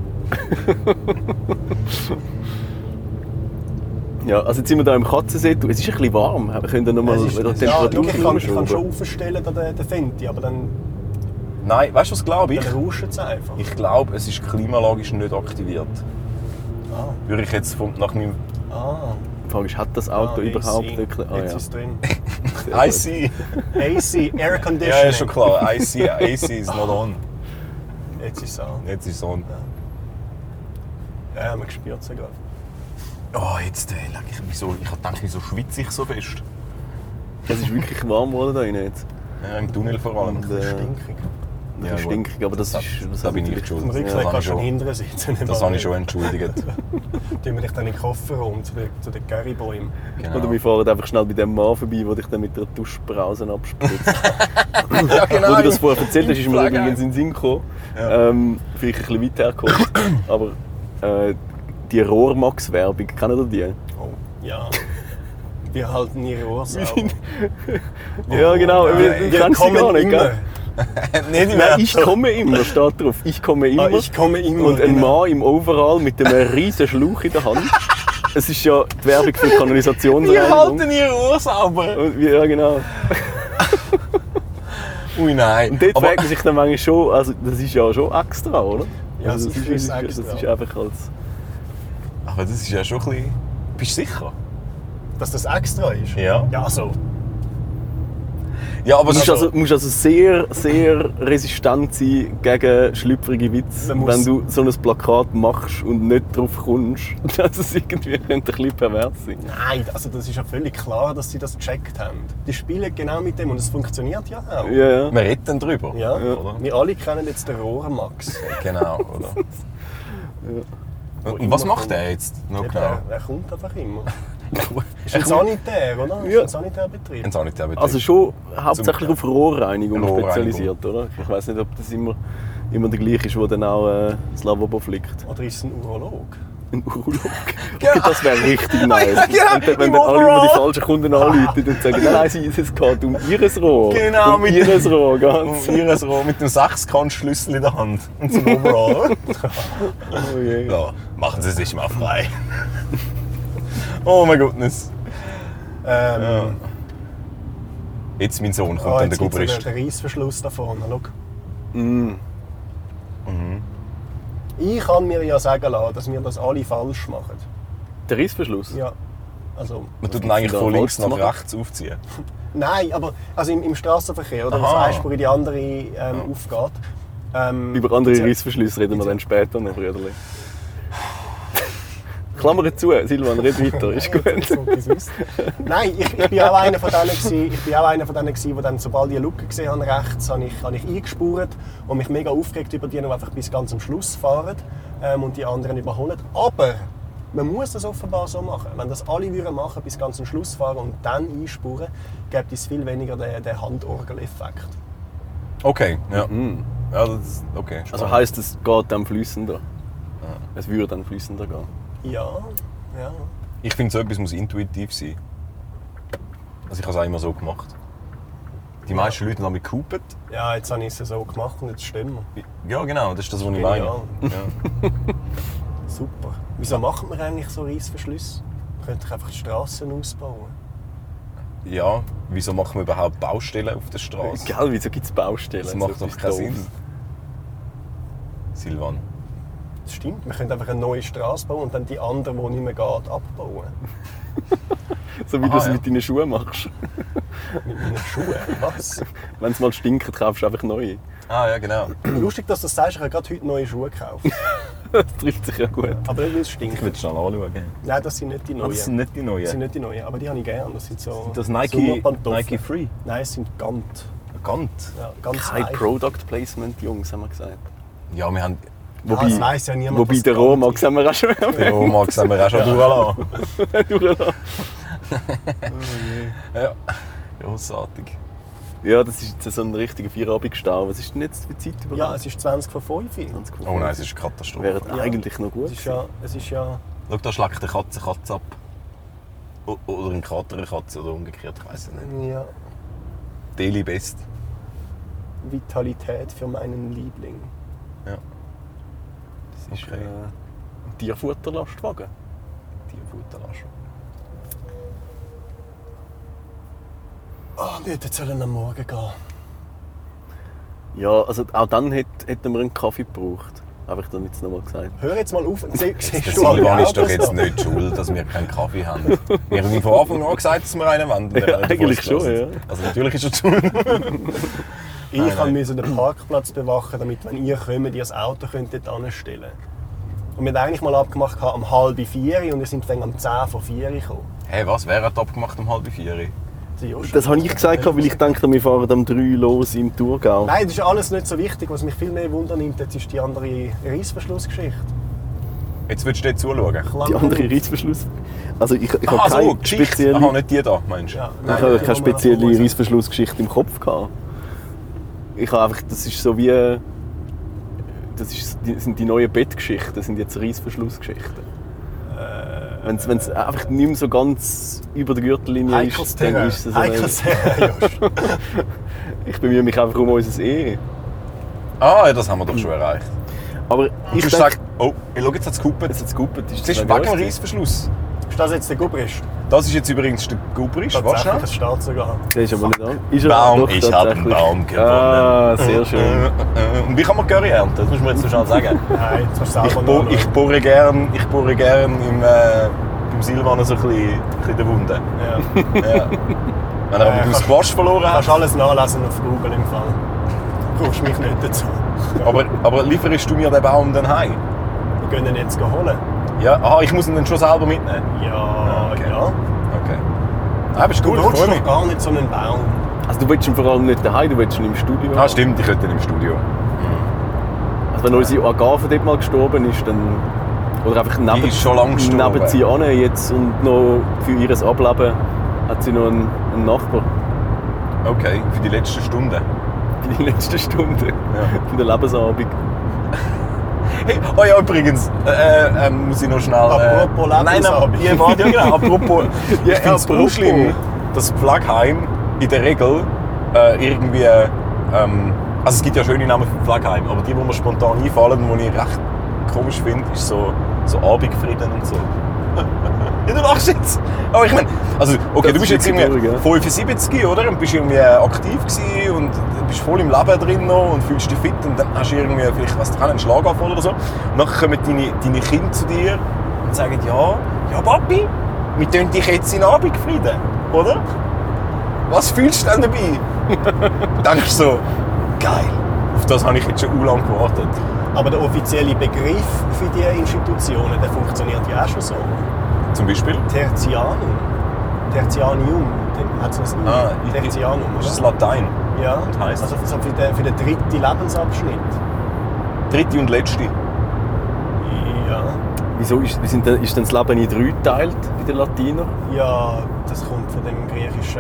Ja, also jetzt sind wir hier im Katzensee. Es ist ein bisschen warm. Wir können dann nochmal die Temperatur ich kann schon aufstellen, den Fenty, aber dann Nein, weißt du, was glaube ich? rauscht es einfach. Ich glaube, es ist klimalogisch nicht aktiviert. Ah. Würde ich jetzt nach meinem... Die Frage ist, hat das Auto überhaupt AC. wirklich... Jetzt ist es drin. I see. AC, Air Conditioning. Ja, ist schon klar. I see. AC is not on. Jetzt ist es an. Jetzt ist es on. Ja, man spürt es ja gerade. Oh, jetzt ich habe gedacht, wieso schwitze ich so fest? Es ist wirklich warm geworden da rein jetzt. Ja, im Tunnel vor allem. Und, Stinkig. Das Ja, ist gut. stinkig, aber das ist... Da bin ich schuld. Am Rückweg das habe kannst ich du schon- hinten sitzen. Das habe ich schon entschuldigt. Tun wir dich dann in den Kofferraum zu den Currybäumen. Genau. Oder wir fahren einfach schnell bei dem Mann vorbei, der dich dann mit der Duschbrause abspritzt. Ja, genau. Wo du das vorher erzählt hast, ist mir Flagge. übrigens in den Sinn gekommen. Ja. Vielleicht ein bisschen weiter hergekommen. Aber die Rohrmax-Werbung, kennt ihr die? Oh, ja. Wir halten ihre Ohren sauber. Ja, genau. Wir kennen sie gar nicht, immer. gell? Nicht Nein, mehr. ich komme immer, steht drauf. Ich komme immer. Ich komme immer. Und ein genau. Mann im Overall mit einem riesen Schlauch in der Hand. Es ist ja die Werbung für die Die Kanalisationsreinigung. halten ihre Ohren sauber. Ja, genau. Ui, nein. Und dort Aber- fragt man sich dann manchmal schon, also das ist ja schon extra, oder? Ja, Also sicher ist es das extra. ist einfach als... Aber das ist ja schon ein bisschen... Bist du sicher? Dass das extra ist? Ja. Ja, also. Ja, aber Du musst also sehr, sehr resistent sein gegen schlüpfrige Witze, Man muss- wenn du so ein Plakat machst und nicht drauf kommst, dass es irgendwie ein bisschen pervers sein könnte. Nein, also das ist ja völlig klar, dass sie das gecheckt haben. Die spielen genau mit dem und es funktioniert ja auch. Ja, ja. wir reden dann drüber. Ja, Oder? wir alle kennen jetzt den Rohrmax. Genau, oder? Und was macht er jetzt? Noch Eben, genau. er kommt einfach immer. Ist ein Sanitär, oder? Ist Ja. ein Sanitärbetrieb. Ein Sanitärsbetrieb. Also schon hauptsächlich auf Rohrreinigung Rohrreinigung. spezialisiert, oder? Ich weiß nicht, ob das immer der gleiche ist, der dann auch das Lavabo flickt. Oder ist es ein Urolog? Ein Urolog. Okay, das wäre richtig nice. Ja, Und dann, wenn im dann alle immer Overall. die falschen Kunden anrufen und sagen, nein, es geht um ihres Rohr. Genau, um mit ihres Rohr, ganz. Und ihr so mit dem 6-Kant-Schlüssel in der Hand. Und zum Overall. Oh je. Ja, machen Sie sich mal frei. Oh mein Goodness. Ja. Jetzt mein Sohn kommt, dann der jetzt gibt Guber es ist. den Reissverschluss da vorne. Schau. Mm. Ich kann mir ja sagen lassen, dass wir das alle falsch machen. Der Reissverschluss? Ja. Also, Man tut ihn gibt's eigentlich denn da von links falsch nach zu machen? rechts aufziehen. nein, aber also im Straßenverkehr, oder? Aha. Auf eine Spur in die andere aufgeht. Über andere jetzt- Reissverschlüsse reden wir dann später noch, Brüderli. Klammer zu, Silvan, red weiter, ist gut. Nein, ich bin auch einer von denen gewesen, der dann, sobald ich eine Lücke gesehen habe, rechts, habe ich eingespurt und mich mega aufgeregt über die, die einfach bis ganz am Schluss fahren und die anderen überholen. Aber man muss das offenbar so machen. Wenn das alle würden machen, bis ganz am Schluss fahren und dann einspuren, gäbe es viel weniger den Handorgel-Effekt. Okay, ja. Ja, das ist okay. Also heisst, es geht dann fließender. Es würde dann fließender gehen. Ja, ja. Ich finde, so etwas muss intuitiv sein. Also ich habe es auch immer so gemacht. Die meisten Leute haben mit gehupet. Ja, jetzt habe ich es so gemacht und jetzt stimmen wir. Ja, genau, das ist das, was ich Genial. meine. Ja. Super. Wieso macht man eigentlich so Reissverschlüsse? Man könnte doch einfach die Strassen ausbauen. Ja, wieso machen wir überhaupt Baustellen auf der Straße? Gell, wieso gibt es Baustellen? Das macht So doch etwas keinen Doofes. Sinn. Silvan. Das stimmt, wir können einfach eine neue Straße bauen und dann die andere, die nicht mehr geht, abbauen. So wie du es mit deinen Schuhen machst. Mit meinen Schuhen? Was? Wenn es mal stinkt, kaufst du einfach neue. Ah ja, genau. Lustig, dass du das sagst, ich habe gerade heute neue Schuhe gekauft. Das trifft sich ja gut. Aber nicht, weil es stinkt. Ich will es schnell anschauen. Nein, das sind nicht die neuen. Das sind nicht die neuen? Das sind nicht die neuen, aber die habe ich gerne. Das sind so Das Nike Sommerpantoffeln. Free? Nein, es sind Gant. Gant? Ja, ganz Kein weich. Product Placement, Jungs, haben wir gesagt. Ja, wir haben... Das weiss ja niemand. Wobei was der Gant Romax ist. haben wir auch schon Den Romax haben wir auch schon durchgelassen. Ja, grossartig. Ja, das ist jetzt so ein richtiger Feierabendstau. Was ist denn jetzt für Zeit überhaupt? Ja, es ist 20 vor 5. 20 Oh nein, es ist eine Katastrophe. Wäre Ja. eigentlich noch gut. Es ist ja Schau, da schlägt eine Katze ab. Oder ein Kater eine Katze, oder umgekehrt, ich weiss es nicht. ja, Deli best. Vitalität für meinen Liebling. Ja. Das ist Okay. Tierfutterlastwagen. Tierfutterlast. Oh, wir sollen am Morgen gehen. Ja, also auch dann hätten wir einen Kaffee gebraucht. Habe ich damit nochmal gesagt. Hör jetzt mal auf und siehst Der du alle Silvan ist doch Autos jetzt da? nicht schuld, dass wir keinen Kaffee haben. Wir haben ihm von Anfang an gesagt, dass wir einen wollen. Ja, eigentlich schon, ja. Also natürlich ist er schuld. Ich musste den Parkplatz bewachen, damit, wenn ihr kommt, ihr das Auto könnt dort anstellen. Und wir haben eigentlich mal abgemacht, um 3:30 und wir sind dann um 10 vor 4 gekommen. Hey, was? Wer hat abgemacht um 3:30? Der Josch. Das habe ich gesagt, weil ich dachte, wir fahren am 3 los im Thurgau. Nein, das ist alles nicht so wichtig. Was mich viel mehr wundernimmt, jetzt ist die andere Reissverschlussgeschichte. Jetzt willst du dir zuschauen? Die andere Reissverschluss. Also ich habe Ah, so, keine Geschichte. spezielle, Aha, nicht die da, meinst du? Ja, ich habe keine spezielle Reissverschlussgeschichte im Kopf gehabt. Ich habe einfach, das ist so wie, das sind die neuen Bettgeschichten, das sind jetzt Reissverschlussgeschichten. Wenn es einfach nicht mehr so ganz über der Gürtellinie ist, dann ist es so. Heikles Terrain, Josch. Ich bemühe mich einfach um unser E. Ah, ja, das haben wir doch schon erreicht. Aber ich Du sagst, oh, schau, jetzt hat es gekuppelt. jetzt hat es gekuppelt. Das ist wegen dem Reissverschluss. Ist das jetzt der Gubrisch? Das ist jetzt übrigens der Gubrisch. Warte schnell. Das steht sogar. Der ist aber nicht an. Ist er? Baum, Doch, ich habe einen tatsächlich. Baum gewonnen. Ah, sehr schön. Und wie kann man Curry ernten? Das muss man jetzt so schnell sagen. Nein, das hast du Ich, selber ich bohre gern beim Silvan so ein bisschen die Wunde. Ja. Ja. Wenn er aber beim Squash verloren Du kannst hat. alles nachlesen auf Google im Fall. Du brauchst mich nicht dazu. Aber lieferst du mir den Baum dann heim? Wir gehen ihn jetzt holen. Ja, aha, ich muss ihn dann schon selber mitnehmen. Ja, Okay. ja. Okay. Ah, bist Du gut, ich willst freue doch mich. gar nicht so einen Baum. Also du willst ihn vor allem nicht daheim, du willst ihn im Studio. Ah, stimmt, ich könnte ihn im Studio. Also wenn unsere Agave dort mal gestorben ist, dann... Oder einfach Die ist schon lange gestorben. neben sie an jetzt und noch für ihr Ableben hat sie noch einen Nachbar. Okay, für die letzte Stunde. Für die letzten Stunden von der Lebensabend. Hey, oh ja, übrigens, muss ich noch schnell... Apropos Lebensabend. Nein, ja, warte, ja genau, apropos... Ja, Ich finde es apropos. schlimm, dass Pflegeheim in der Regel irgendwie... also es gibt ja schöne Namen für Pflegeheim, aber die mir spontan einfallen, die ich recht komisch finde, ist so Abendfrieden und so. Ja, du lachst jetzt. Aber ich meine, also, okay, Das du bist ist jetzt irgendwie wirklich traurig, 75, oder? Und bist irgendwie aktiv gewesen und bist voll im Leben drin noch und fühlst dich fit und dann hast du irgendwie vielleicht, was einen Schlaganfall oder so. Und dann kommen deine Kinder zu dir und sagen, ja Papi, wir tun dich jetzt in Abendfrieden, oder? Was fühlst du denn dabei? Du denkst so, geil, auf das habe ich jetzt schon lange gewartet. Aber der offizielle Begriff für diese Institutionen, der funktioniert ja auch schon so. Zum Beispiel? Tertianum. Tertianium. Dann hat es das Tertianum, Das ist oder? Latein. Ja, und heisst? also so für den dritten Lebensabschnitt. Dritte und letzte. Ja. Wieso ist denn das Leben in 3 geteilt bei den Latinern? Ja, das kommt von dem griechischen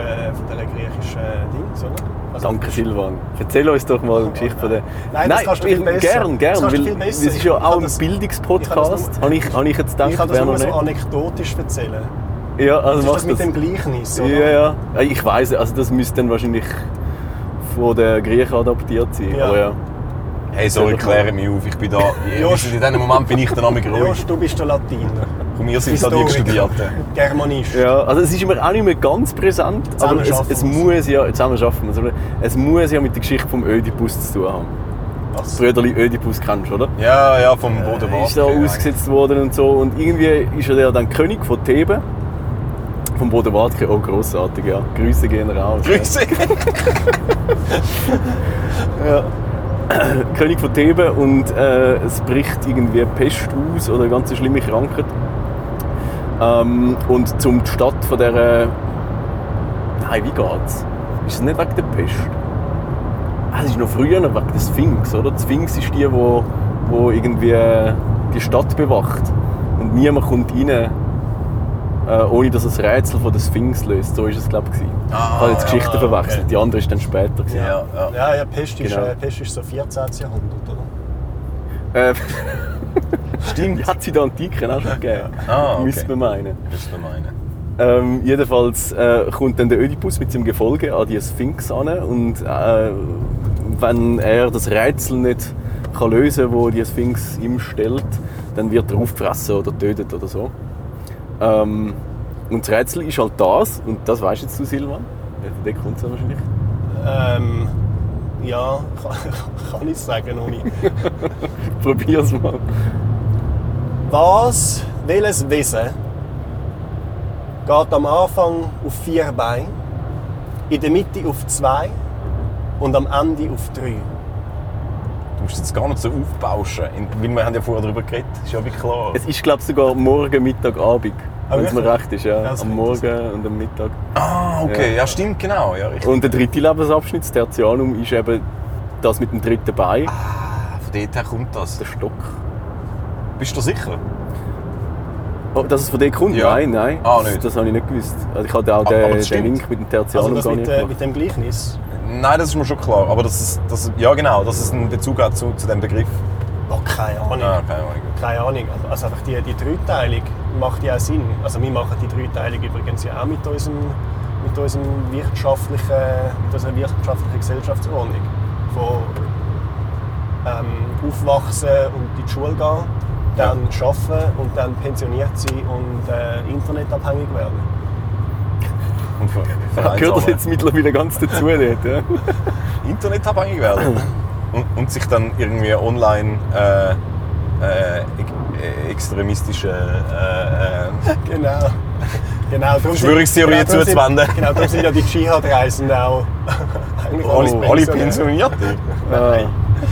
Dings, oder? Also, Danke Silvan. Erzähl uns doch mal eine Geschichte von der... Nein, das kannst du viel besser. Gern, Das kannst du weil viel das besser. ist ja Ich kann auch ein das- Bildungspodcast. Habe ich jetzt gedacht, Ich kann das wäre nur noch so nicht. anekdotisch erzählen. Ja, also Das ist mach das mit dem Gleichnis, oder? Ja. Ich weiss, also das müsste dann wahrscheinlich von den Griechen adaptiert sein. Ja. Aber ja. Hey, sorry, kläre mich auf, ich bin da. Josh. In diesem Moment bin ich der Name ruhig. Josh, du bist der Latiner. Und wir sind da die Historiker. Studierten. Germanist. Ja, also es ist mir auch nicht mehr ganz präsent, aber es schaffen muss wir's. ja, zusammen schaffen wir es, aber es muss ja mit der Geschichte vom Ödipus zu tun haben. Was? Brüderli Ödipus kennst du, oder? Ja, vom Bodenwart. Ist da ausgesetzt worden und so. Und irgendwie ist er dann König von Theben. Vom Bodenwart, auch grossartig, ja. Grüße gehen raus. Grüße! Ja. König von Theben und es bricht irgendwie Pest aus oder eine ganz schlimme Krankheit. Und zum die Stadt von dieser... Nein, wie geht's? Ist es nicht wegen der Pest? Es ist noch früher wegen der Sphinx, oder? Die Sphinx ist die, wo irgendwie die Stadt bewacht. Und niemand kommt rein, ohne dass es das Rätsel von der Sphinx löst. So war es, glaube ich. Ich habe jetzt die Geschichte verwechselt. Okay. Die andere ist dann später. Ja, Pest ist, Genau. Pest ist so 14. Jahrhundert, oder? Stimmt. Hat sie in der Antike auch schon gegeben. Okay. Müsste man meinen. Müsste man meinen. Jedenfalls kommt dann der Ödipus mit seinem Gefolge an die Sphinx an und wenn er das Rätsel nicht kann lösen kann, das die Sphinx ihm stellt, dann wird er auffressen oder tötet oder so. Und das Rätsel ist halt das, und das weisst jetzt du, Silvan? Von dem kommt es ja wahrscheinlich. Ja, kann ich sagen, ohne. Probier's mal. Welches Wesen geht am Anfang auf 4 Beine, in der Mitte auf 2 und am Ende auf 3? Du musst jetzt gar nicht so aufbauschen, weil wir haben ja vorher darüber geredet, ist ja wie klar. Es ist, glaube ich, sogar morgen, Mittag, Abend. Wenn es mir wirklich? recht ist, ja. Ja, das Am kann Morgen und am Mittag. Okay, ja stimmt, genau. Ja, richtig. Und der dritte Lebensabschnitt, das Tertianum, ist eben das mit dem dritten Bein, Von dort her kommt das. der Stock. Bist du sicher? Oh, dass es von dort kommt? Ja. Nein. Ah, nicht. Das habe ich nicht gewusst. Also ich hatte auch Aber den das stimmt. Link mit dem Also Tertianum das gar nicht mit gemacht. dem Gleichnis? Nein, das ist mir schon klar. Aber ja genau, dass es einen Bezug hat zu diesem Begriff. Oh, keine Ahnung. Ah, keine Ahnung. Keine Ahnung. Also einfach die Dreiteilung macht ja auch Sinn. Also wir machen die Dreiteilung übrigens ja auch mit unserer wirtschaftlichen Gesellschaftsordnung. Von aufwachsen und in die Schule gehen, dann arbeiten und dann pensioniert sein und internetabhängig werden. Und Gehört das jetzt mittlerweile ganz dazu? Dort, ja? internetabhängig werden. Und sich dann irgendwie online extremistische Genau. Verschwörungstheorien zuzuwenden. Genau, darum sind ja die Dschihad-Reisen auch eigentlich alle pensioniert. Nein.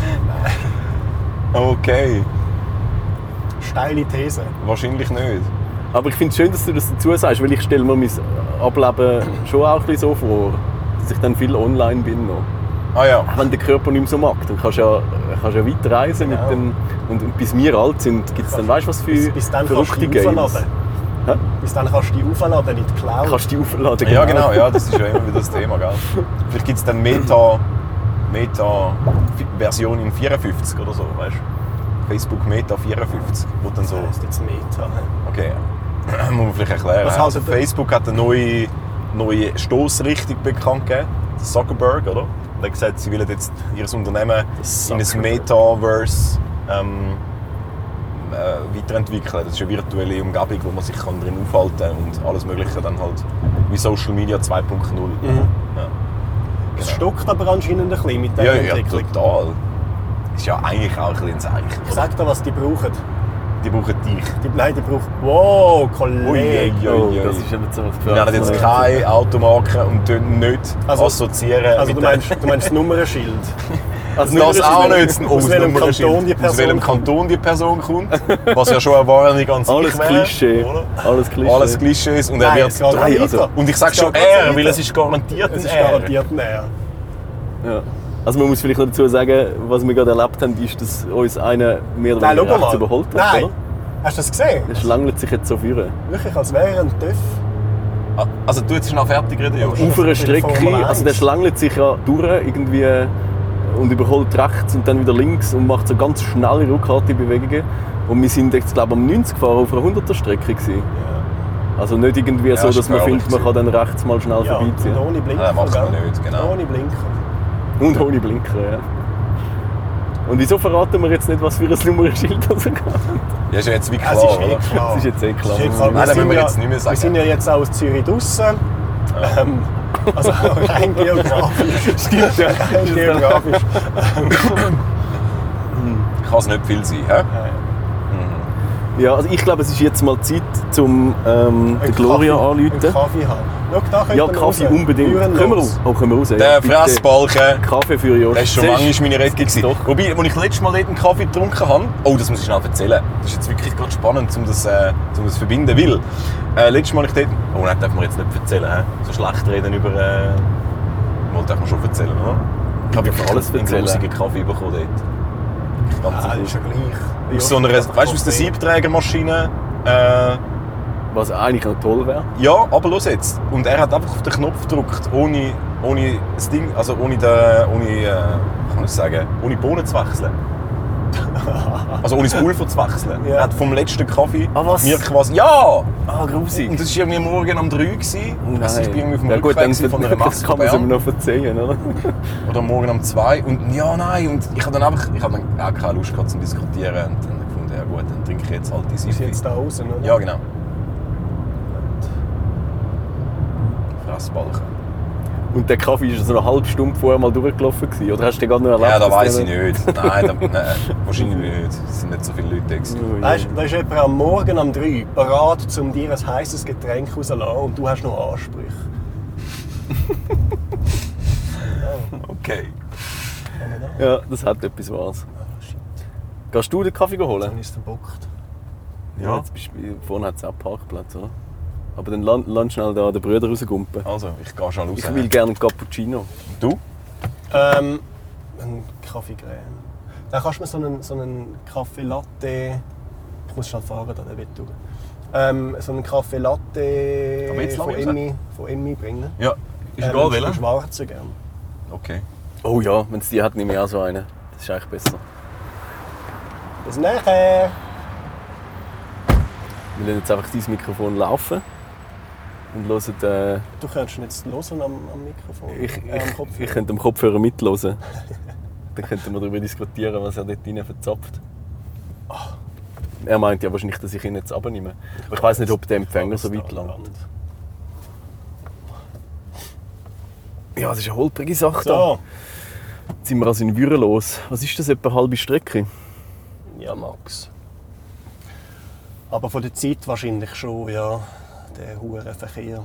Okay, Steile These. wahrscheinlich nicht. Aber ich finde es schön, dass du das dazu sagst, weil ich stelle mir mein Ableben schon auch ein bisschen so vor, dass ich dann viel online bin noch. Ah ja. Wenn der Körper nicht mehr so mag, dann kannst du ja weiter reisen Genau. mit dem, und bis wir alt sind, gibt es dann, weißt du, was für Bis dann kannst verrückte du die Games. aufladen. Hä? Bis dann kannst du die aufladen in die Cloud. Kannst du die aufladen? Ja genau, ja, das ist ja immer wieder das Thema, gell? Vielleicht gibt es dann Meta-Version in 54 oder so, weißt du? Facebook Meta 54, wo dann so... Das heisst jetzt Meta. Okay, muss man vielleicht erklären. Was Also haltet ihr? Facebook hat eine neue Stoßrichtung bekannt gegeben, der Zuckerberg, oder? Er hat gesagt, sie wollen jetzt ihr Unternehmen in ein Metaverse weiterentwickeln. Das ist eine virtuelle Umgebung, wo man sich drin aufhalten kann und alles Mögliche dann halt wie Social Media 2.0. Ja. Es stockt aber anscheinend ein bisschen mit dieser Ja, Entwicklung. total. Ist ja eigentlich auch ein bisschen ein Zeichen. Ich sag dir, was die brauchen. Die brauchen dich. Die brauchen... Wow, Kollege! Ui. Oh, das ist eben so Wir nennen jetzt keine Automarke und nicht assoziieren Also mit du meinst das Nummernschild? Also das auch nicht. Aus welchem Kanton die Person Aus welchem Kanton die Person kommt. Was ja schon eine Warnung an sich Alles wäre, Klischee. oder? Alles Klischee. Alles Klischees. Und er Nein, wird... es geht noch weiter. Und ich sage Es schon geht noch er, weiter. weil es ist garantiert Es ein ist er. garantiert ein R. Ja. Also man muss vielleicht noch dazu sagen, was wir gerade erlebt haben, ist, dass uns einer mehr oder Nein, weniger schau rechts mal. überholt hat. Nein. Oder? Hast du das gesehen? Er schlängelt sich jetzt so führen. Wirklich, als wäre er ein TÜV. Also du jetzt schnell fertig reden, Josh. Auf einer Formel Strecke, 1. also der schlängelt sich ja durch irgendwie und überholt rechts und dann wieder links und macht so ganz schnelle, ruckartige Bewegungen. Und wir sind jetzt, glaube ich, am 90 gefahren auf einer 100er Strecke gewesen. Also nicht irgendwie Ja, so, ist dass man gefährlich findet, man kann dann rechts mal schnell Ja, vorbeiziehen. und ohne Blinker. Nein, macht man gell? nicht, genau. Ohne Blinker. Und ohne Blinker, ja. Und wieso verraten wir jetzt nicht, was für ein Nummernschild das geht? Ja, ist ja jetzt wie klar, Es ist eh oder? klar. Das ist jetzt eh klar. Das ist eh klar. Nein, das müssen wir jetzt nicht mehr Wir sagen. sind ja jetzt auch aus Zürich draussen. Also rein geografisch. Stimmt, ja. Rein geografisch. kann es nicht viel sein. He? Ja, also ich glaube, es ist jetzt mal Zeit, um den Gloria anzurufen. Einen Kaffee haben. Schau, da könnte Ja, man Kaffee raus. unbedingt. Türen Können wir los. raus? Oh, können wir raus? Der Ja, bitte. Fressbalken. Kaffee für Jost. Das war schon manchmal meine Rettung. Wobei, als ich letztes Mal dort einen Kaffee getrunken habe, oh, das muss ich schnell erzählen. Das ist jetzt wirklich gerade spannend, um das zu verbinden. Weil, letztes Mal ich dort... Oh nein, darf man jetzt nicht erzählen. He? So schlecht reden über... Mal darf man schon erzählen, oder? Ich habe wirklich alles einen erzählen. grusigen Kaffee bekommen dort. Ganz Das ist ja gleich. aus so einer, weißt du, aus der Siebträgermaschine. Was eigentlich noch toll wäre. Ja, aber los jetzt. Und er hat einfach auf den Knopf gedrückt, ohne das Ding, also ohne kann ich sagen, ohne Bohnen zu wechseln. Also ohne das Pulver zu wechseln. Ja. Er hat vom letzten Kaffee was? mir quasi... Ja! Ah, grusig. Und das war irgendwie morgen um 3 Uhr. Also ich bin irgendwie auf dem Ja gut, Rückweg dann von einer das Messe kann man es Bern. immer noch verzeihen, oder? Oder morgen um 2 und ja, nein, und ich habe dann auch keine Lust gehabt zu diskutieren und dann gefunden, ja gut, dann trinke ich jetzt halt die Ist Siffi. jetzt da raus, oder? Ja, genau. Fressbalken. Und der Kaffee ist also eine halbe Stunde vorher mal durchgelaufen gewesen, oder hast du den gerade noch erlebt? Ja, da dass weiss der- ich nicht. Nein, wahrscheinlich nicht. Es sind nicht so viele Leute da gewesen. Oh, ja. Weißt du, da ist jemand am Morgen um 3 bereit, um dir ein heißes Getränk rauszulassen und du hast noch Ansprüche. Okay. Ja, das hat etwas Wahres. Gehst du den Kaffee holen? Dann ist der bockt. Ja. Jetzt bist du, vorne hat es auch einen Parkplatz, oder? Aber dann land schnell da den Brüder rausgumpen. Also, ich gehe schon raus. Ich will gerne einen Cappuccino. Du? Ein Kaffee Crème. Dann kannst du mir so einen Kaffee Latte... Ich muss schnell fahren, da der wird durch. So einen Kaffee Latte Aber jetzt von lass ich Emmy bringen. Ja. Ist egal, Einen welcher? schwarzen gern. Okay. Oh ja, wenn es die hat, nehme ich auch so einen. Das ist eigentlich besser. Bis nachher! Wir lassen jetzt einfach dein Mikrofon laufen und hören Du könntest ihn jetzt hören am Mikrofon. Am Kopfhörer. ich könnte am Kopfhörer mithören. Dann könnten wir darüber diskutieren, was er dort rein verzapft. Er meint ja wahrscheinlich, dass ich ihn jetzt abnehme. Aber ich weiss nicht, ob der Empfänger so weit langt. Ja, das ist eine holprige Sache da. So. Jetzt sind wir also in Würen los. Was ist das, etwa eine halbe Strecke? Ja, Max. Aber von der Zeit wahrscheinlich schon, ja. Der hohe Verkehr.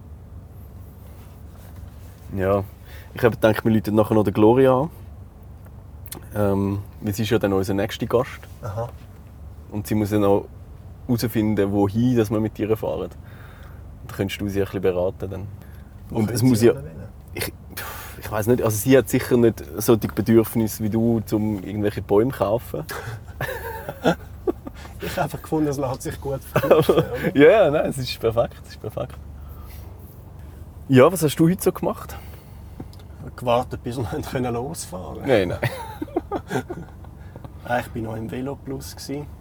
Ja, ich habe gedacht, wir rufen nachher noch den Gloria an. Weil sie ist ja dann unser nächster Gast. Aha. Und sie muss ja noch herausfinden, wohin dass wir mit ihr fahren. Da könntest du sie ein bisschen beraten. Dann. Und es muss ja... Ich weiß nicht, also sie hat sicher nicht solche Bedürfnisse wie du, um irgendwelche Bäume zu kaufen. Ich habe einfach gefunden, es lässt sich gut verknüpfen, oder? Ja, nein, es ist perfekt. Es ist perfekt. Ja, was hast du heute so gemacht? Ich habe gewartet, bis wir losfahren Nein, können. nein. Ich war noch im Velo Plus.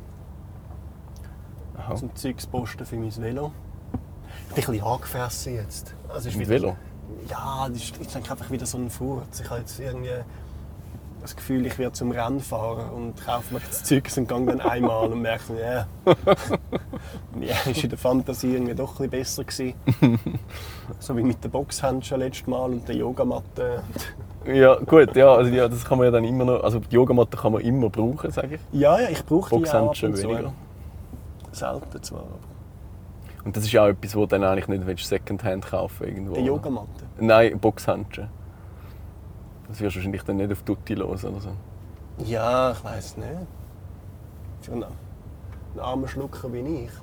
Aha. Zum Zeugsposten für mein Velo. Ich bin ein bisschen angefressen jetzt. Also ist Mit wieder- Velo? Ja, das ist einfach wieder so ein Furz. Ich habe jetzt irgendwie das Gefühl, ich werde zum Rennfahrer und kaufe mir das Zeugs und gehe dann einmal und merke, ja, ist in der Fantasie irgendwie doch ein bisschen besser gewesen. So wie mit den Boxhandschuhen letztes Mal und der Yogamatte. Ja, gut, ja, also ja, das kann man ja dann immer noch, also die Yogamatte kann man immer brauchen, sage ich. Ja, ich brauche die auch ab Boxhandschuhe und zu. weniger. Selten zwar, aber Und das ist auch etwas, wo du dann eigentlich nicht Secondhand kaufen irgendwo. die Yogamatte. Nein, Boxhandschuhe. Das wirst du wahrscheinlich dann nicht auf Tutti los oder so. Ja, ich weiß nicht. Für einen armen Schlucker wie ich.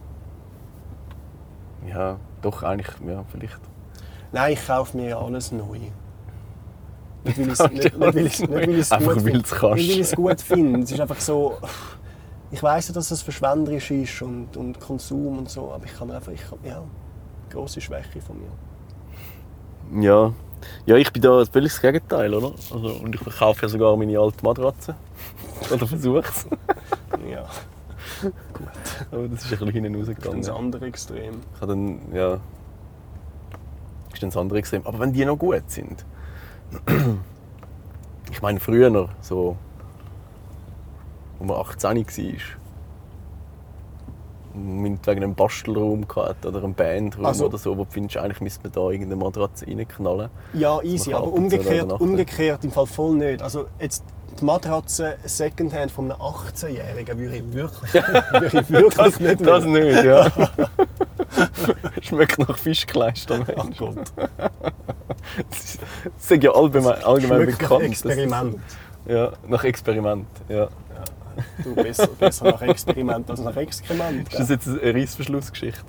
Ja, doch, eigentlich, ja, vielleicht. Nein, ich kaufe mir ja alles neu. Nicht weil ich es Einfach gut weil finde. du's kannst. Nicht weil ich es gut finde. Es ist einfach so... Ich weiss ja, dass es verschwenderisch ist und Konsum und so, aber ich kann einfach... Ja, grosse Schwäche von mir. Ja. Ja, ich bin da völlig das Gegenteil, oder? Also, und ich verkaufe ja sogar meine alte Matratze. Oder versuche es. Ja, Aber das ist ein bisschen hinten das rausgegangen. ist ein anderes Extrem. Ich habe dann, ja... Das ist dann das andere Extrem. Aber wenn die noch gut sind... Ich meine, früher noch, so... Als man 18 war... Wegen einem Bastelraum hatte oder einem Bandraum Also- oder so, wo du findest, eigentlich müsste man da irgendeine Matratze reinknallen. Ja, easy, Man kann aber ab und zu übernachten. umgekehrt im Fall voll nicht. Also jetzt die Matratze Secondhand von einem 18-Jährigen würde ich wirklich nicht Das wollen. nicht, ja. Schmeckt nach Fischkleister. Oh Gott. Das ist ja allgemein Schmeckt nach bekannt. Experiment. Ja, nach Experiment. Ja. Du, besser nach Experiment als nach Exkrement. Ist das jetzt eine Reissverschlussgeschichte?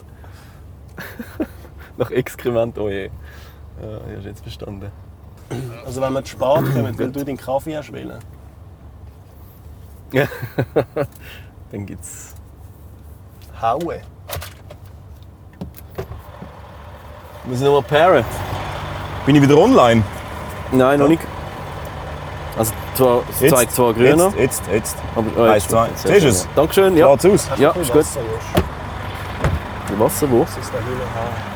Nach Exkrement, oh je. Ja, ich habe jetzt verstanden. Also wenn wir zu spät kommen, weil du deinen Kaffee hast wollen. Dann gibt's. Hauen. Wir müssen nochmal pairen. Bin ich wieder online? Nein, noch nicht. Also es zeigt zwar grüner. Jetzt. Aber, Eins, zwei. sehr Siehst du schön, es? ja. Dankeschön. Ja. Geht's aus? Ja, Ein ist bisschen gut. Wasser, Josh. Die Wasser wo? Das ist der Hühner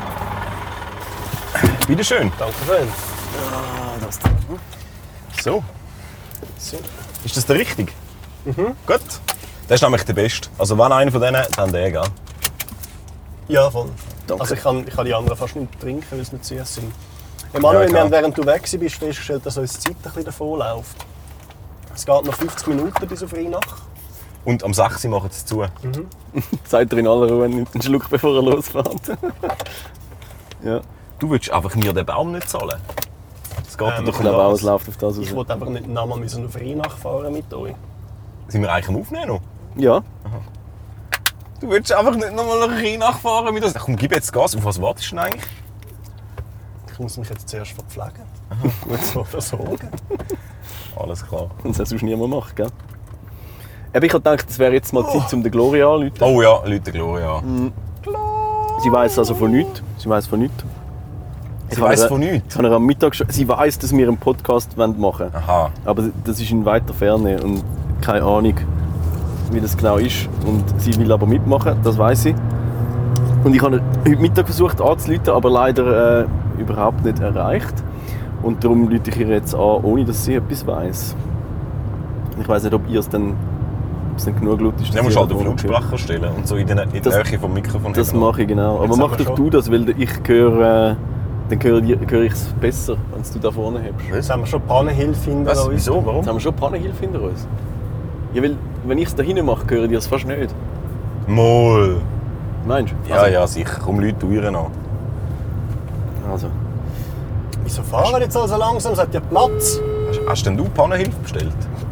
Haar. Bitteschön. Dankeschön. Das So. So. Ist das der richtige? Gut. Das ist nämlich der Beste. Also wenn einer von denen, dann der, gell? Ja, voll. Danke. Also ich kann die anderen fast nicht trinken, weil sie nicht süß sind. Emanuel, wir haben, während du weg bist, festgestellt, dass uns die Zeit ein bisschen davonläuft. Es geht noch 50 Minuten bis auf Rheinach. Und am 6. machen sie es zu. Sagt er in aller Ruhe, nimmt einen Schluck, bevor er losfährt. Ja. Du willst einfach mir den Baum nicht zahlen. Es geht dir Ich doch Ich um glaube auch, es was. läuft auf das raus. Ich wollte aber nicht nochmal auf Rheinach fahren mit euch. Sind wir eigentlich am Aufnehmen noch? Ja. Du willst einfach nicht nochmal nach Rheinach fahren mit uns? Komm, gib jetzt Gas. Auf was wartest du denn eigentlich? Ich muss mich jetzt zuerst verpflegen. Gut so versorgen. Alles klar. Und das sonst niemand macht, gell? Aber ich habe gedacht, es wäre jetzt mal Zeit, um den Gloria anzurufen. Oh ja, Leute, Gloria. Sie weiss also von nichts. Sie weiss von nichts. Sie weiss von nichts? Ich habe ihr am Mittag schon... Sie weiss, dass wir einen Podcast machen wollen. Aha. Aber das ist in weiter Ferne und keine Ahnung, wie das genau ist. Und sie will aber mitmachen, das weiss ich. Und ich habe heute Mittag versucht anzurufen, aber leider überhaupt nicht erreicht. Und darum rufe ich ihr jetzt an, ohne dass sie etwas weiss. Ich weiss nicht, ob ihr es dann genug laut ist. Dann musst du halt auf ihr Lautsprecher stellen und so in der Nähe vom Mikrofon. Das eben. mache ich, genau. Aber Jetzt mach haben wir doch schon- du das, weil ich höre... Dann höre ich es besser, wenn du da vorne hast. Jetzt haben wir schon Pannenhilfe hinter Was? uns. Wieso? Warum? Jetzt haben wir schon Pannenhilfe hinter uns. Ja, weil wenn ich es da hinten mache, hören die es fast nicht. Moll. Meinst du? Ja, ja, sicher. Komm, Leute, du an. Also. Wieso fahren wir jetzt also langsam? Es hat ja Platz. Hast denn du Pannenhilfe bestellt?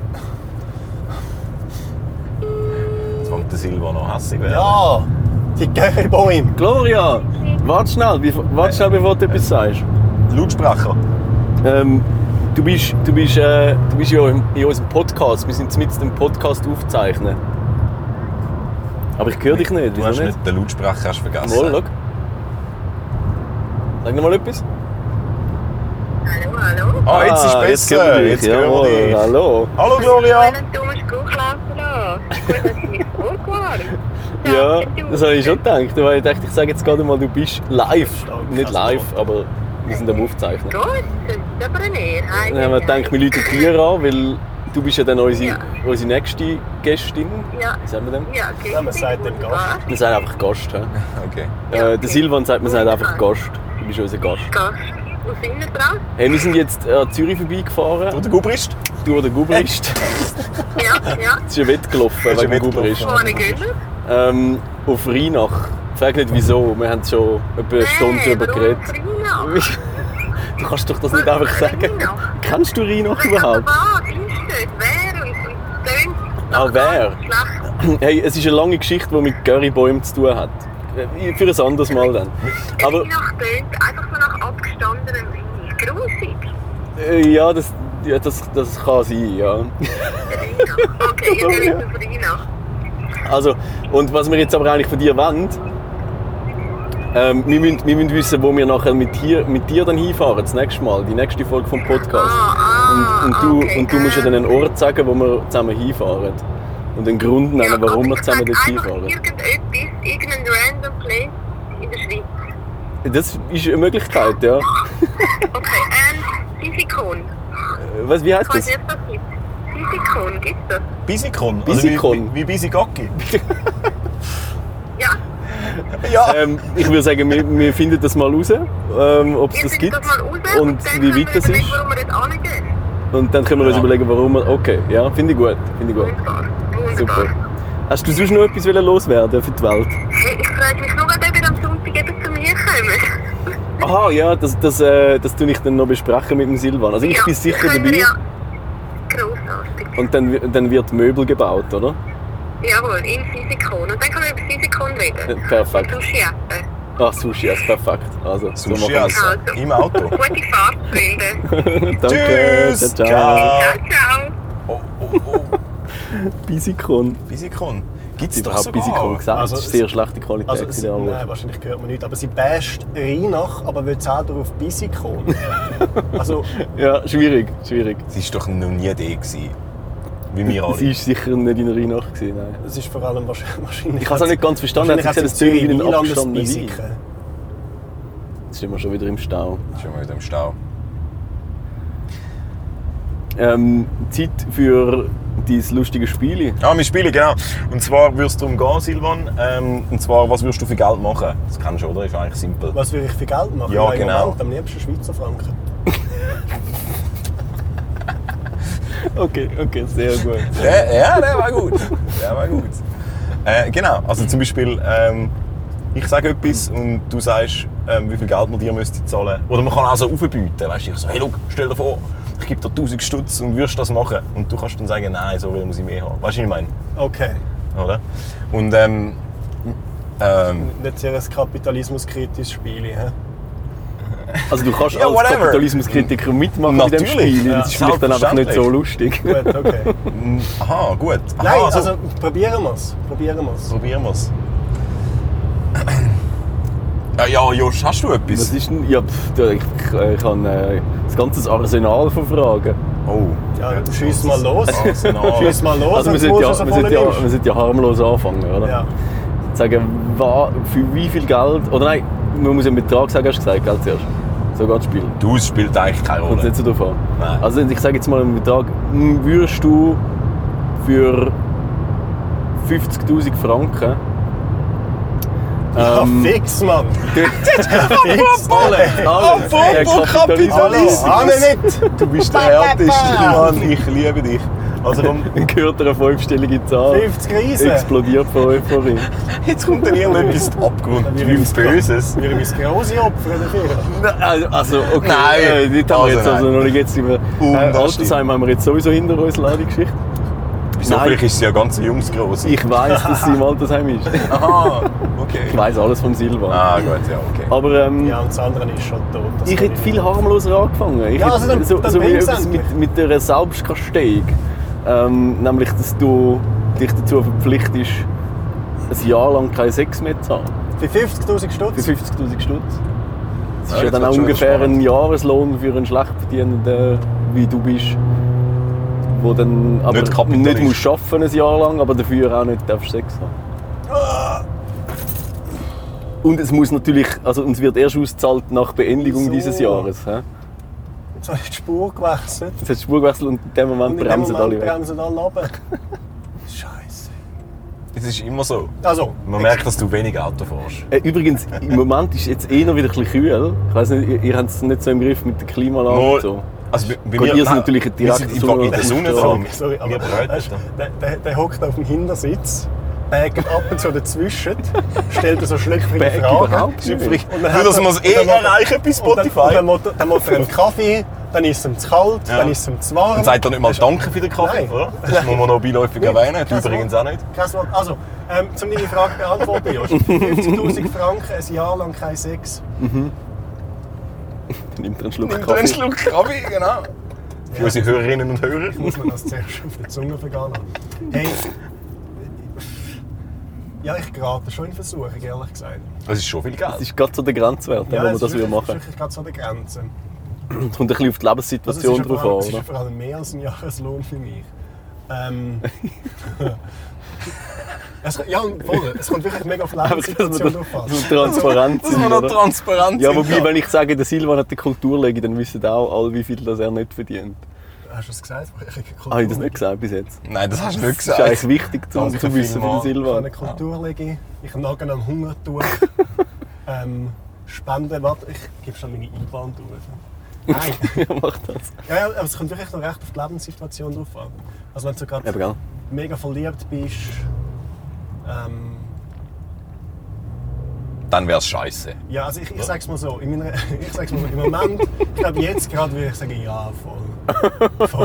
Jetzt fängt der Silva noch hässig werden. Ja, die Gäribäume. Gloria! Warte schnell, bevor du etwas sagst. Lautsprecher. Du bist ja in unserem Podcast. Wir sind mit dem Podcast aufzeichnen. Aber ich höre dich nicht. Du Wieso hast nicht? nicht den Lautsprecher hast vergessen. Mal, schau. Sag noch mal etwas. Hallo? Ah, jetzt ist es besser. hören wir dich. Jetzt hören Jawohl, wir dich. hallo. Hallo, Ich Gloria. habe einen dummen Spruch laufen lassen. Ist gut, dass Sie mich vorgewarnt. Ja, das habe ich schon gedacht. Weil ich dachte, ich sage jetzt gerade mal, du bist live. Nicht Kein live, aber wir sind am Aufzeichnen. Gut, das ist aber eine Ehre. Dann haben wir gedacht, wir rufen dir an, weil du bist ja dann unsere nächste Gästin. Ja. Wie sagen wir denn? Ja, okay. Ja, man sagt dem Gast. Wir sagen einfach Gast. Ja. Okay. Ja, okay. Der Silvan sagt, wir sagen einfach Gast. Du bist unser Gast. Gast. Wo sind wir dran? Hey, wir sind jetzt an Zürich vorbeigefahren. Du, der Gubrist? Du oder Gubrist. Ja, ja. Es ist ein Wett gelaufen ist ein wegen Wett Gubrist. Wo eine Gönner? Auf Rheinach. Frag nicht wieso. Wir haben schon etwa eine Stunde darüber geredet. Du kannst doch das nicht einfach sagen. Kennst du Rheinach überhaupt? Was ist das? Wer und tönt? Ah, wer? Schlecht. Hey, es ist eine lange Geschichte, die mit Currybäumen zu tun hat. Für ein anderes Mal dann. Aber Rheinach tönt einfach so nach abgestandenem Wein. Grusig. ja, das kann sein, ja. Rheinach. Okay, ich will jetzt auf Rheinach. Also, und was wir jetzt aber eigentlich von dir wollen, wir müssen wissen, wo wir nachher mit dir dann hinfahren, das nächste Mal, die nächste Folge vom Podcast. Und du musst ja dann einen Ort sagen, wo wir zusammen hinfahren. Und einen Grund nennen, warum wir zusammen dort hinfahren. Irgendein random place in der Schweiz. Das ist eine Möglichkeit, ja. Okay, Sisikon. Wie heißt Ich weiß das? nicht, was das gibt. Sisikon, gibt es das? Bisikon. Bisikon. Also wie Bisigacki. Ja. Ja. Ich würde sagen, wir finden das mal raus, ob es Wir das finden gibt das mal raus und dann wie können weit wir das überlegen, ist. wo wir jetzt hingehen. Und dann können wir uns überlegen, warum wir... Okay, ja, finde ich gut. Wunderbar. Super. Hast du sonst noch etwas loswerden für die Welt? Hey, ich frage mich nur, ob ihr am Sonntag eben zu mir kommt. Aha, ja, das tue ich dann noch besprechen mit dem Silvan. Also ich bin sicher dabei. Ja, grossartig. Und dann wird Möbel gebaut, oder? Jawohl, in Physikon. Und dann kann man über Physikon reden. Perfekt. Und Sushi essen. Sushi, ja, perfekt. Also, Sushi so machen essen. Also. Im Auto. Gute Fahrt, Freunde. Danke. Tschüss. Ciao. Ciao, ciao. Oh. Physikon. Physikon. Gibt es Sie doch hat sogar. Physikon gesagt. Also, das ist sehr schlechte Qualität. Also, nein, wahrscheinlich gehört man nicht. Aber sie basht Rheinach, aber will selber auf Physikon. Also, Ja, schwierig. Sie war doch noch nie die gewesen. Wie wir alle. Sie war sicher nicht in der Rheinach, nein. es ist vor allem wahrscheinlich... Ich habe es auch nicht ganz verstanden. Hat sie gesagt, es tönt wie ein abgestandener Wein. Physiker. Jetzt sind wir schon wieder im Stau. Schon mal wieder im Stau. Zeit für dein lustige Spiel. Ah, wir spielen, genau. Und zwar würde es darum gehen, Silvan. Und zwar, was würdest du für Geld machen? Das kennst du, oder? Ist eigentlich simpel. Was würde ich für Geld machen? Ja, Im genau. Moment am liebsten Schweizer Franken. Okay, sehr gut. Der war gut. Genau, also zum Beispiel, ich sage etwas und du sagst, wie viel Geld man dir müsste zahlen. Oder man kann auch so aufbieten. Weißt du, ich so, hey, look, stell dir vor, ich gebe dir 1000 Stutz und würdest das machen. Und du kannst dann sagen, nein, so will muss ich mehr haben. Weißt du, was ich meine? Okay. Oder? Und Nicht sehr ein kapitalismuskritisches Spiel. He? Also du kannst Ja, als whatever. Kapitalismuskritiker mitmachen bei dem Natürlich. Spiel. Ja, Das ist vielleicht dann einfach nicht so lustig. Gut, okay. aha, gut. Aha, Nein, so. also probieren wir es. Probieren wir es. Ja, Josh, hast du Was etwas? ist denn? Ja, ich habe das ganze Arsenal von Fragen. Oh. Ja, schieß mal los. Arsenal. Schieß mal los, Also wir wenn du so voll nimmst. sollten ja harmlos anfangen, oder? Ja. Sagen, für wie viel Geld... Oder nein, man muss einen Betrag sagen, hast du gesagt, Geld zuerst. So geht das Spiel. Du, es spielt eigentlich keine Kommt Rolle. nicht so drauf an. Nein. Also ich sage jetzt mal einen Betrag. Würdest du für 50'000 Franken... Ja, fix, Mann. Fix. Alles. Der Kapitalismus. Hallo, nicht. Du bist der Härteste, Mann. Ich liebe dich. Also komm, Dann gehört eine 5-stellige Zahl. 50 Riesen. Explodiert vor Euphorie. jetzt kommt dann irgendetwas Abgrund. Wie Böses. Wir müssen grosse Opfer dafür. Also, okay. Nein. Nicht haben wir jetzt, Also, also noch nicht jetzt über Altersheim haben wir jetzt sowieso hinter uns, die Geschichte. Wieso? Nein. Vielleicht ist sie ja ganz jungs groß. Ich weiss, dass sie im Altersheim ist. Aha, okay. Ich weiss alles vom Silvan. Ah, gut, ja, okay. Aber Ja, und das andere ist schon tot. Das ich kann hätte viel harmloser angefangen. Ich Ja, also hätte dann- so, dann so wie bring's etwas endlich. mit einer Selbstkasteiung. Nämlich, dass du dich dazu verpflichtest, ein Jahr lang keinen Sex mehr zu haben. Für 50'000 Für Stutz? 50'000 Stutz. Das ist ja jetzt dann wird's auch schon ungefähr spannend. ein Jahreslohn für einen Schlechtverdienenden, wie du bist. Wo dann aber Nicht Kapitalist. nicht musst arbeiten ein Jahr lang, aber dafür auch nicht darfst Sex haben. Und es muss natürlich, also uns wird erst ausgezahlt nach Beendigung So. dieses Jahres. He? Jetzt habe ich die Spur gewechselt. Jetzt hat die Spur gewechselt und in dem Moment Und in dem bremsen alle Moment weg. bremsen alle runter. Scheiße. Es ist immer so. Also, Man merkt, dass du wenig Auto fährst. Übrigens, im Moment ist es jetzt eh noch wieder ein bisschen kühl. Ich weiss nicht, ihr habt es nicht so im Griff mit der Klimaanlage und so. Also bei Gut, ihr seid nein, natürlich wir direkt sind in der Sonne dran. sorry, aber Wir bräuten weißt, da. der hockt auf dem Hintersitz, bägt ab und zu dazwischen, stellt so schlüpfrige Bägt Fragen. überhaupt nicht. Und dann Nur, dass wir es eh erreichen bei Spotify. Und dann macht er einen Kaffee, dann ist es ihm zu kalt, Ja. dann ist es ihm zu warm. Und sagt doch nicht mal Danke für den Kaffee, Nein. oder? Das muss man noch beiläufig erwähnen. Du Kein übrigens Wort. auch nicht. Kein Wort. Also, um deine Frage zu beantworten, Josh. 50'000 Franken, ein Jahr lang kein Sex. Dann nimmt er einen Schluck Nimm dir einen Kaffee. Schluck Kaffee, genau. Für unsere Hörerinnen und Hörer. Muss man das zuerst auf der Zunge vergehen lassen. Hey, ja, ich gerate schon in Versuchung, ehrlich gesagt. Das ist schon viel Das Geld. ist gerade so der Grenzwert, wenn man es das ist machen würde. wirklich gerade so die Grenze. Es kommt ein bisschen auf die Also Lebenssituation es drauf an, ist oder? vor allem mehr als ein Jahreslohn für mich. Ja, und voll. Es kommt wirklich mega auf die Einfach, dass Lebenssituation wir drauf an. so transparent Dass sind, wir noch oder? transparent Ja, sind. wobei, wenn ich sage, der Silvan hat eine Kulturlege, dann wissen auch alle, wie viel das er nicht verdient. Hast du es gesagt? Habe ich das nicht gesagt bis jetzt? Nein, das hast du nicht Das ist gesagt. eigentlich wichtig Danke zu wissen für den vielmals. Ich habe eine Silvan. Kulturlege, ich nage am Hungertuch. Spenden, warte, ich gebe schon meine IBAN durch. Nein. Ja, mach das. Ja, aber es kommt wirklich noch recht auf die Lebenssituation drauf an. Also wenn du so gerade Eben, gell? mega verliebt bist, Dann wär's scheiße. ja, also ich sag's mal so, im Moment, ich glaube jetzt gerade würde ich sagen, ja, voll. Voll.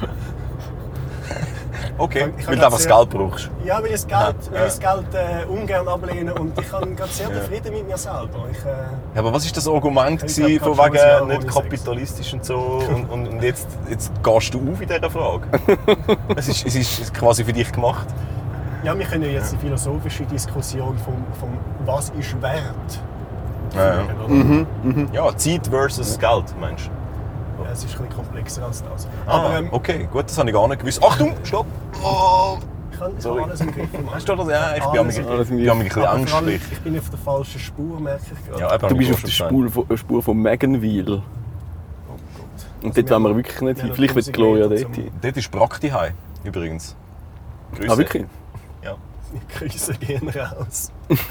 Okay, Ich weil kann du einfach das sehr- Geld brauchst. Ja, weil ich das Geld ungern ablehne und ich bin gerade sehr zufrieden mit mir selber. Ja, aber was war das Argument Ich gewesen, glaub, von gerade schon ein Jahr wegen nicht ohne kapitalistisch und so und jetzt gehst du auf in dieser Frage? Es ist quasi für dich gemacht. Ja, wir können ja jetzt die philosophische Diskussion vom was ist wert Ja, führen, oder? Ja, Zeit versus Geld, meinst du? Ja, es ist ein bisschen komplexer als das. Aber Aber okay, gut, das habe ich gar nicht gewusst. Achtung, stopp! Oh. ich kann Sorry. alles im Griff machen. Hast du das? Ja, ich bin Alles im Alles im ein Griff. bisschen Aber vor allem, ängstlich. ich bin auf der falschen Spur, merke ich gerade. Ja, eben, Du habe ich bist auf auch der schon Spur von Meganville. Oh Gott. Und dort wollen wir wirklich nicht hin. Vielleicht wird Gloria dort hin. gesagt. Dort ist Praktihei, übrigens. Grüße. Ah, wirklich? Ja. Die Grüße gehen raus.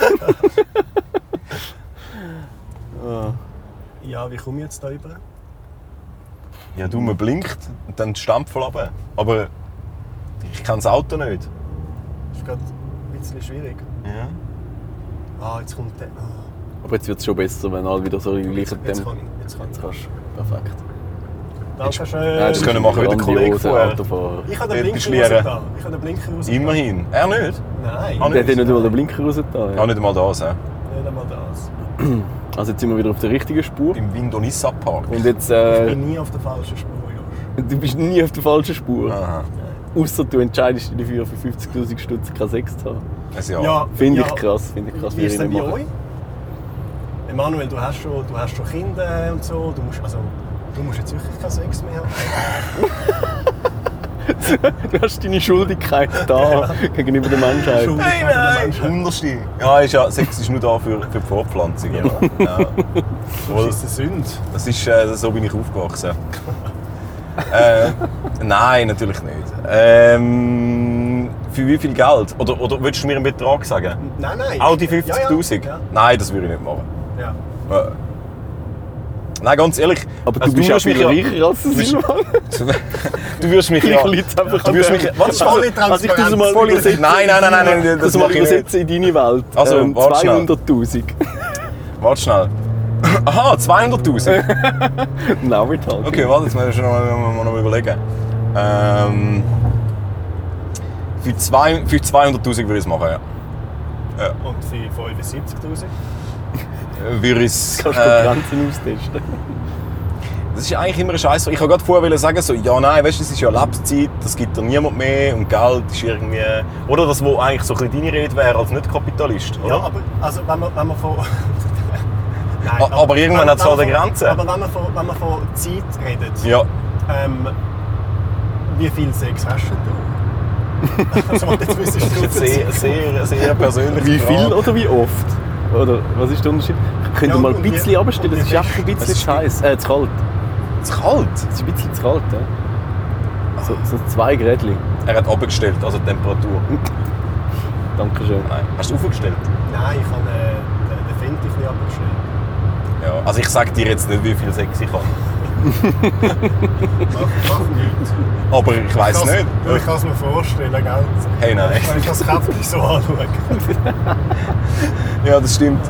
Ah. Ja, wie komme ich jetzt da über? Ja, du, man blinkt und dann die Stempel runter. Aber ich kenne das Auto nicht. Das ist gerade ein bisschen schwierig. Ja. Ah, jetzt kommt der. Ah, Aber jetzt wird es schon besser, wenn alle wieder so im gleichen jetzt Tempo. kann ich. Jetzt kann ich. Kannst du. Perfekt. Dankeschön. das können wir machen wie der Kollege Grandioser vorher. Autofahrer. Ich habe Dort den bist Blinker du raus leer. da. Ich habe den Blinker raus. Immerhin. Er nicht? Nein, Ah, Der nicht? hat ja nicht einmal den Blinker rausgetan. Auch Ja. nicht einmal das, ja. nicht einmal das. Also jetzt sind wir wieder auf der richtigen Spur. Im Windonissa Park. Und jetzt, Ich bin nie auf der falschen Spur, Josh. du bist nie auf der falschen Spur. Aha. Ausser du entscheidest dich dafür, für 50'000 Stutz kein Sex zu haben. Ein Jahr. Finde ja. ich krass, Wie ist es denn bei euch? Emanuel, du hast schon Kinder und so. Du musst jetzt wirklich keinen Sex mehr haben. Du hast deine Schuldigkeit da gegenüber der Menschheit. Schuld. Unterste. Ja, Sex ist nur da für die Fortpflanzung. Ja. Ja. Das ist eine Sünde. Das ist, so bin ich aufgewachsen. Nein, natürlich nicht. Für wie viel Geld? Oder willst du mir einen Betrag sagen? Nein. Auch die 50'000? Ja, Nein, das würde ich nicht machen. ja. Nein, ganz ehrlich. Aber also du bist ja wirst mich viel reicher als der Silvan. Du wirst mich ja... Vielleicht liegt's einfach Du wirst mich... Was ist Voll Also ich tue es mal Voll übersetzen. Nein, Das das mal mache ich nicht. übersetzen in deine Welt. Also, warte schnell. 200'000. Warte schnell. Aha, 200'000. Now we're talking. Okay, warte, jetzt müssen wir noch mal überlegen. Für 200'000 würde ich es machen, ja. Und für 75'000? Würde ich es... Kannst du die Grenzen austesten. Das ist eigentlich immer ein Scheiß. Ich wollte gerade vorher sagen, so, ja, nein, weißt du, das ist ja Lebenszeit, das gibt dir niemand mehr und Geld ist irgendwie... Oder das, wo eigentlich so ein bisschen deine Rede wäre als Nicht-Kapitalist, oder? Ja, aber also, wenn man von... Nein, Aber irgendwann hat es halt eine Grenze. Aber wenn man von Zeit redet, Ja. wie viel Sex hast du? Also, jetzt müsstest Das du ist jetzt sehr persönlich. Wie viel oder wie oft? Oder was ist der Unterschied? Könnt ihr Ja, mal ein und bisschen wie- abstellen? und Das ist wie einfach ein Das bisschen ist- zu heiß. Zu kalt. Zu kalt? Das ist ein bisschen zu kalt, ja. So 2 Grädchen. Er hat abgestellt, also die Temperatur. Dankeschön. Nein. Hast du aufgestellt? Nein, ich habe den Fenty ein bisschen abgestellt. Ja. Also ich sage dir jetzt nicht, wie viel Sex ich habe. Mach nichts. Aber ich weiß nicht. Ich kann es mir vorstellen, gell? Hey, nein. Wenn ich das Käppchen so anschaue. Ja, das stimmt.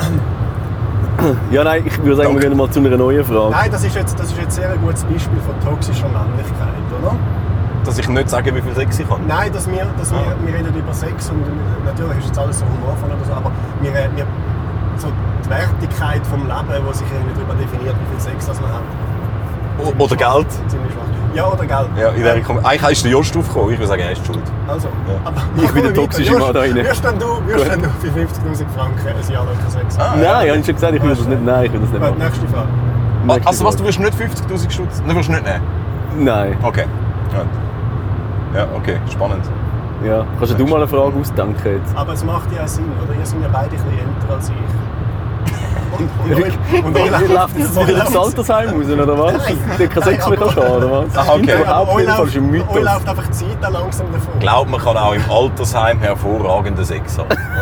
Ja, nein, ich würde sagen, wir gehen mal zu einer neuen Frage. Nein, das ist jetzt sehr ein gutes Beispiel von toxischer Männlichkeit, oder? Dass ich nicht sage, wie viel Sex ich habe. Nein, wir reden über Sex und natürlich ist jetzt alles so humorvoll oder so, aber wir so die Wertigkeit vom Leben, die sich irgendwie darüber definiert, wie viel Sex das man hat. Oder Geld. Ziemlich schwach. Ja, oder Geld. Ja, eigentlich ist der Jost draufgekommen. Ich würde sagen, er ist schuld. Also, Ja. aber Ich bin der toxische Mann da rein. Wirst denn du für 50'000 Franken ein Jahr lang keinen Sex Ah, haben? Nein, ich habe schon gesagt, ich will das nicht. Nein, ich will das nicht Gut, machen. nächste Frage. Nächste Also was, du Frage. willst nicht 50'000 Stutz? Du willst nicht nehmen? Nein. Okay. Ja, okay. Spannend. Ja. Kannst du mal eine Frage ausdenken jetzt? Aber es macht ja Sinn, oder? Ihr seid ja beide ein bisschen älter als ich. Und Wie läuft das jetzt wieder aufs Altersheim raus, oder was? Nein. Du kein Sex mehr kannst haben, oder was? Ah, okay. Überhaupt nicht, das ist ein euch Mythos. läuft einfach die Zeit dann langsam davon. Glaubt, man kann auch im Altersheim hervorragenden Sex haben. Oder?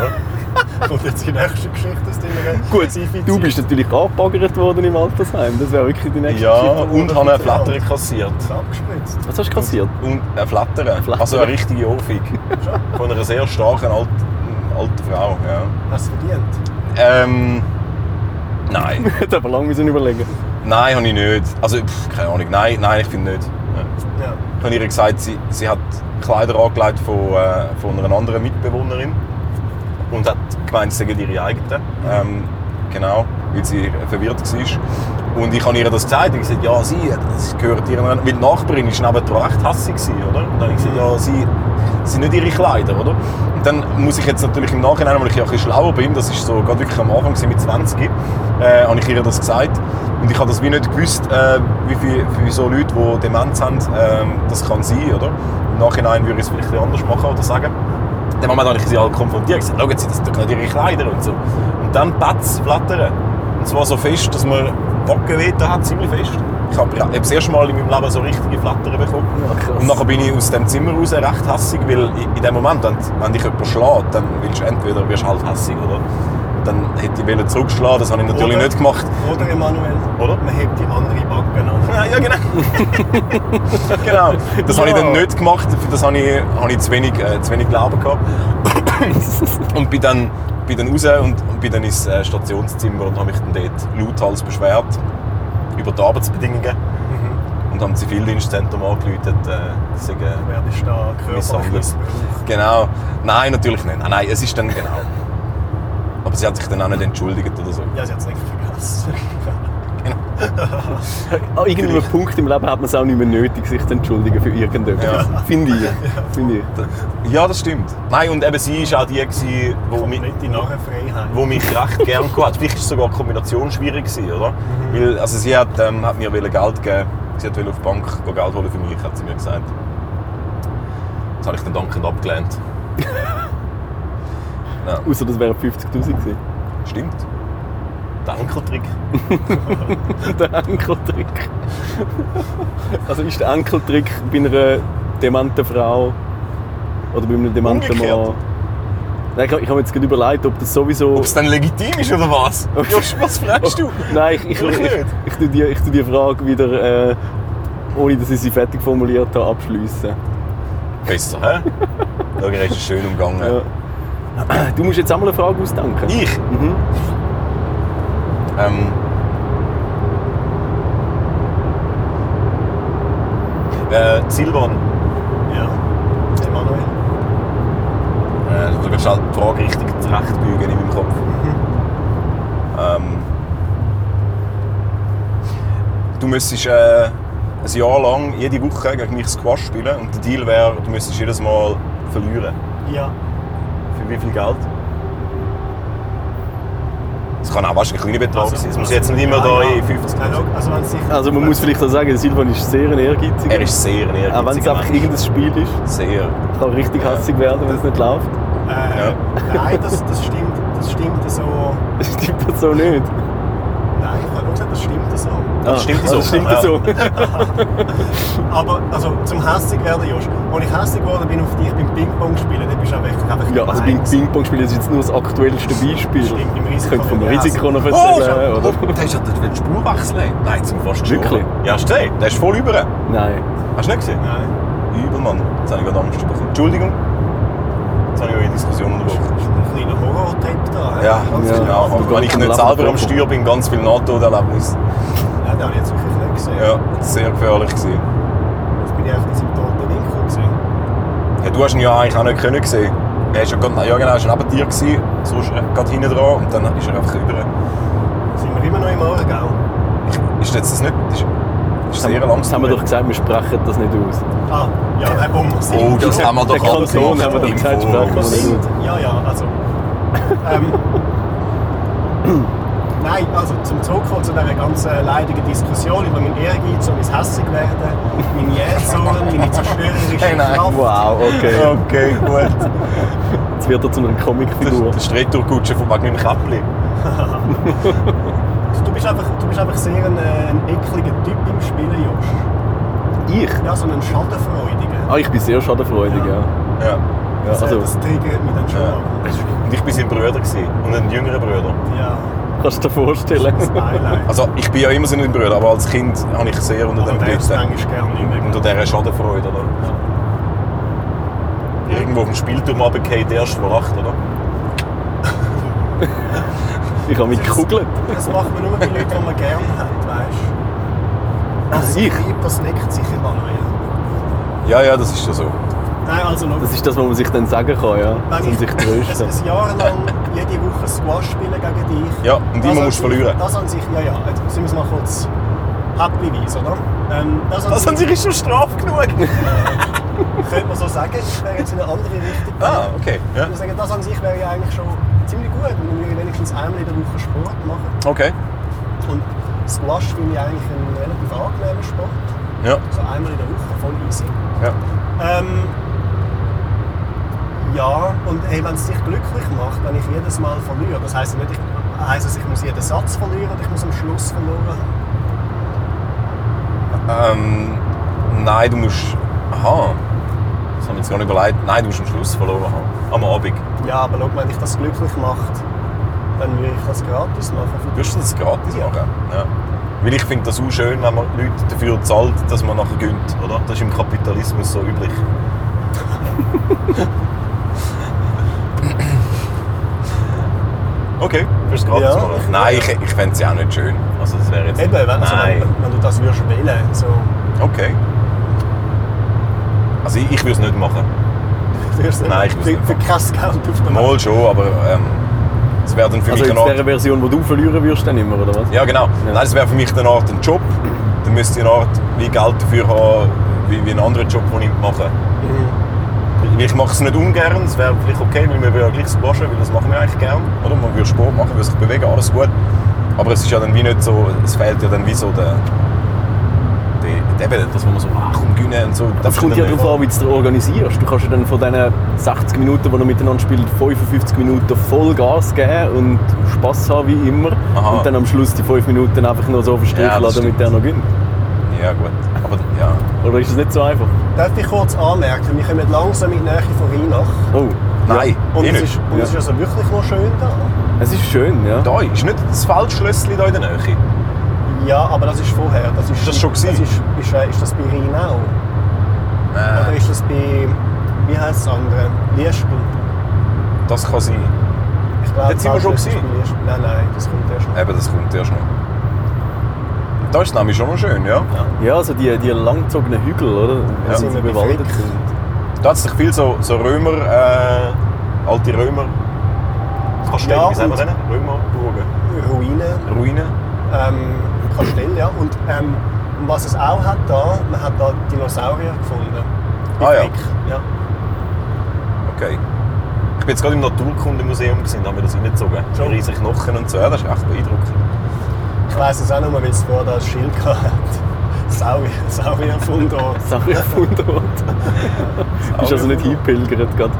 Und jetzt die nächste Geschichte aus deiner Gut, du bist natürlich angebaggert worden im Altersheim. Das wäre wirklich die nächste Ja, Geschichte. und habe eine Flatter kassiert. Abgespritzt. Was hast du kassiert? Und eine Flatter. Also eine richtige Ohrfeige. Von einer sehr starken alten Frau. Ja. Hast du verdient? Nein. Hätte aber lange müssen überlegen. Nein, habe ich nicht. Also, keine Ahnung. Nein, ich finde nicht. Ja. Ja. Ich habe ihr gesagt, sie hat Kleider angelegt von einer anderen Mitbewohnerin und hat gemeint, sie seien ihre eigenen. Genau, weil sie verwirrt war. Und ich habe ihr das gesagt. Ich habe gesagt, ja, das gehört ihr. Weil die Nachbarin war nebendran recht hassig, oder? Und dann habe ich gesagt, ja, sie sind nicht ihre Kleider, oder? Und dann muss ich jetzt natürlich im Nachhinein, weil ich ja ein bisschen schlauer bin, das war so gerade wirklich am Anfang mit 20, habe ich ihr das gesagt. Und ich habe das wie nicht gewusst, wie für so Leute, die Demenz haben, das kann sein, oder? Im Nachhinein würde ich es vielleicht anders machen oder sagen. In dem Moment habe ich sie halt konfrontiert und gesagt, schauen Sie, das sind doch nicht Ihre Kleider und so. Und dann Patz flattern. Und zwar so fest, dass man Backen weht hat, ziemlich fest. Ich habe das erste Mal in meinem Leben so richtige Flattern bekommen. Ja, und nachher bin ich aus dem Zimmer raus recht hässig, weil in dem Moment, wenn dich jemand schlägt, dann willst du entweder wirst halt hässig, oder? Dann hätte ich zurückschlagen, das habe ich natürlich nicht gemacht. Oder Emanuel, Oder? man hebt die andere Backen an. Ja, genau. Genau. Das habe ich dann nicht gemacht, für das habe ich zu wenig Glauben gehabt. Und bin dann raus und bin dann ins Stationszimmer und habe mich dann dort lauthals beschwert über die Arbeitsbedingungen. Und am Zivildienstzentrum angerufen, sie sagen, Wer ist da körperlich misshandelt. missbraucht? Genau. Nein, natürlich nicht. Nein, es ist dann genau. Aber sie hat sich dann auch nicht entschuldigt oder so. Ja, sie hat es nicht vergessen. An irgendeinem Punkt im Leben hat man es auch nicht mehr nötig, sich zu entschuldigen für irgendetwas. Ja. Finde ich. Ja, das stimmt. Nein, und eben sie war auch die, die mich, Nicht die Narrenfreiheit. wo mich recht gern gehabt hat. Vielleicht war sogar die Kombination schwierig gewesen, oder? Weil, also sie hat mir Geld geben. Sie wollte auf die Bank Geld holen für mich, hat sie mir gesagt. Das habe ich dann dankend abgelehnt. Ja. Außer das wären 50'000 gewesen. Stimmt. Der Enkeltrick. Der Enkeltrick. Also ist der Enkeltrick bei einer dementen Frau oder bei einem dementen Umgekehrt. Mann? Nein, ich habe mir jetzt gerade überlegt, ob das sowieso... Ob es dann legitim ist oder was? Josh, was fragst du? Nein, ich tue die Frage wieder, ohne dass ich sie fertig formuliert habe, abschliessen. Besser, hä? Schau, er ist schön umgegangen. Ja. Du musst jetzt auch mal eine Frage ausdenken. Ich? Mhm. Silvan, Ja, Emanuel. du kannst halt die Frage richtig zurechtbügen in meinem Kopf. Du müsstest ein Jahr lang jede Woche gegen mich Squash spielen und der Deal wäre, du müsstest jedes Mal verlieren. Ja. Für wie viel Geld? Das kann auch ein kleiner Betrag sein. Es muss jetzt nicht immer da in 50 Nein, schau, also, wenn es sich- Also man muss vielleicht auch sagen, Silvan ist sehr ehrgeizig. Er ist sehr ehrgeizig. Auch wenn es einfach irgendein Spiel ist. Sehr. Kann richtig hässig werden, wenn es nicht läuft. Nein, das stimmt so. Das stimmt so nicht. Nein, ich habe nur gesagt, das stimmt so. Das stimmt so. Das stimmt Ja. so. Aber also, zum hässig werden, Josh. Als ich hässig geworden bin auf dich beim Ping-Pong spielen, dann bist du einfach Ja, also beim Ping-Pong-Spiel ist jetzt nur das aktuellste Beispiel. Stimmt, im Ich Risiko. könnte vom Ja, Risiko noch Oh, erzählen. Oder? der ist ja der Spurwechsel. Nein, zum fast schon. Wirklich? Ja, hast du gesehen? Der ist voll über. Nein. Hast du nicht gesehen? Nein, Übel, Mann. Jetzt habe ich gerade Angst bekommen. Entschuldigung. Jetzt habe ich eure Diskussion unterbrochen. das ist ein kleiner Horror-Tape da. Ja, Ganz ja. genau. genau. du Wenn ich gehst nicht am selber Leben am Steuer bin, ganz viel NATO-Erlebnis. Nein, den habe ich jetzt wirklich nicht gesehen. Ja, sehr gefährlich gewesen. Jetzt bin ich einfach in seinem toten Winkel gewesen. Ja, du hast ihn ja eigentlich auch nicht können sehen. Er ist ja gerade, ja genau, er war neben dir gewesen, sonst gerade hinten dran und dann ist er einfach über. Sind wir immer noch im Aargau? Ist jetzt das nicht? Ist sehr Das langsam. haben wir doch gesagt, wir sprechen das nicht aus. Ah, ja, nein, bumm. Oh, das haben wir doch Der Kanton haben wir doch im gesagt, Voraus. sprechen wir nicht aus. Ja, also. Nein, also zum Zurückkommen zu dieser ganz leidigen Diskussion über meinen Ehrgeiz und mein Hässigwerden, meine Jähzorn, meine zerstörerische Hey, nein. Kraft. Wow, okay. Okay, gut. Jetzt wird er zu einer Comicfigur. Der Strettourkutsche von meinem Käppli. Du bist einfach sehr ein ekliger Typ im Spielen, Josh. Ich? Ja, so ein Schadenfreudiger. Ah, ich bin sehr schadenfreudig, ja. Ja. Ja, also, Das triggert mich dann schon. Ja. an. Und ich war sein Bruder gewesen, und ein jüngerer Bruder. Ja, Kannst du dir vorstellen? das Highlight. Also ich bin ja immer sein Bruder, aber als Kind habe ich sehr unter dem Aber der ist gelitten. manchmal gerne nicht mehr. Unter dieser Schadenfreude, oder? Irgendwo auf dem Spielturm runtergefallen, der erste lacht, oder? Ich habe mich gekugelt. Das macht man nur bei Leuten, die man gerne hat, weißt du? Also Ich? Das neckt sich Emanuel. Ja, das ist ja so. Nein, also noch. Das ist das, was man sich dann sagen kann, ja. Wenn Um ich sich trösten. ein Jahr lang jede Woche Squash spielen gegen dich. Ja, und immer musst du verlieren. Das an sich, ja, jetzt müssen wir es mal kurz happy-weise, oder? Das an sich ist schon Strafe genug. Könnte man so sagen, ich wäre jetzt in eine andere Richtung. Okay. Ja. Ich würde sagen, das an sich wäre ja eigentlich schon ziemlich gut, wenn wir wenigstens einmal in der Woche Sport machen. Okay. Und Squash finde ich eigentlich einen relativ angenehmen Sport. Ja. So einmal in der Woche, voll easy. Ja. Ja, und hey, wenn es dich glücklich macht, wenn ich jedes Mal verliere, das heisst nicht, ich muss jeden Satz verlieren und ich muss am Schluss verloren haben. Nein, du musst... Aha. Das haben wir jetzt gar nicht überlegt. Nein, du musst am Schluss verloren haben. Am Abend. Ja, aber schau, wenn dich das glücklich macht, dann würde ich das gratis machen. Würdest du das gratis Ja. machen? Ja. Weil ich finde das auch schön, wenn man Leute dafür zahlt, dass man nachher gönnt, oder? Das ist im Kapitalismus so üblich. Okay, würdest du gratis Ja, machen? Nein, ich fände es ja auch nicht schön. Also das wäre jetzt... Eben, wenn Nein. du das würdest wählen, so. Okay. Also ich würde es nicht machen. Du würdest Nein, ich würd's nicht für kein Geld auf dem Mal schon, aber es wäre dann für Also mich in eine Art... der Version, die du verlieren würdest, dann immer, oder was? Ja, genau. Nein, das wäre für mich eine Art ein Job. Dann müsste ich eine Art wie Geld dafür haben, wie ein anderer Job, den ich mache. Weil ich mache es nicht ungern, es wäre vielleicht okay, weil wir ja gleich squashen, weil das machen wir eigentlich gern. Oder? Man würde Sport machen, würde sich bewegen, alles gut. Aber es ist ja dann wie nicht so, es fehlt ja dann wie so der eben, das, wo man so, komm, gewinnen und so. Es kommt ja darauf an, wie du es organisierst. Du kannst ja dann von diesen 60 Minuten, die ihr miteinander spielt, 55 Minuten voll Gas geben und Spass haben wie immer. Aha. Und dann am Schluss die 5 Minuten einfach nur so verstrichen Ja, das lassen, damit stimmt. der noch gewinnt. Ja, gut. Aber ja. Oder ist das nicht so einfach? Darf ich kurz anmerken, wir kommen langsam in die Nähe von Rheinach. Oh, Nein, Und es nicht. ist also wirklich noch schön da. es ist schön, ja. Da ist nicht das Feldschlössli da in der Nähe. Ja, aber das ist vorher. Das ist das schon gewesen? Ist das bei Rheinau? Oder ist das bei, wie heisst das andere? Liespel? Das kann sein. Ich glaube, Dort sind wir schon das ist gewesen? bei Liespel. Nein, das kommt erst noch. Eben, das kommt erst noch. Da ist es nämlich schon noch schön, ja. Ja, also die langgezogenen Hügel, oder? Ja. Die so bewaldet Frick. sind. Da hat sich viel so Römer, alte Römer, Kastelle, Ja, wie sagen wir und- denen? Römerburgen, Ruinen. Ruinen. Kastell, ja. Und was es auch hat da, man hat da Dinosaurier gefunden. Ah, ja. Frick. Ja. Okay. Ich bin jetzt gerade im Naturkundemuseum und habe mir das reingezogen. Schon? Riesige Knochen und so, ja, das ist echt beeindruckend. Ich weiss es auch nur, weil es vorher da ein Schild hatte. Saurierfundort. Saurierfundort. Ist also nicht hingepilgert gerade.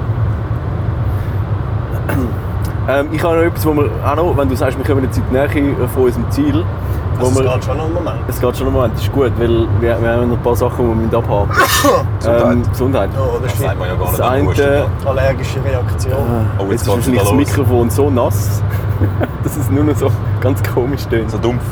Ich habe noch etwas, wo wir auch noch, wenn du sagst, wir kommen jetzt in die Nähe von unserem Ziel. Wo Also, es wir, geht schon noch einen Moment. es geht schon einen Moment, das ist gut, weil wir haben noch ein paar Sachen, die wir abhaken müssen. Gesundheit. Oh, das Das ist sagt man ja gar nicht. Das wenn du eine- musst. allergische Reaktion. Oh, Jetzt jetzt ist geht's wahrscheinlich wieder das los. Mikrofon so nass, dass es nur noch so ganz komisch tönt. So dumpf.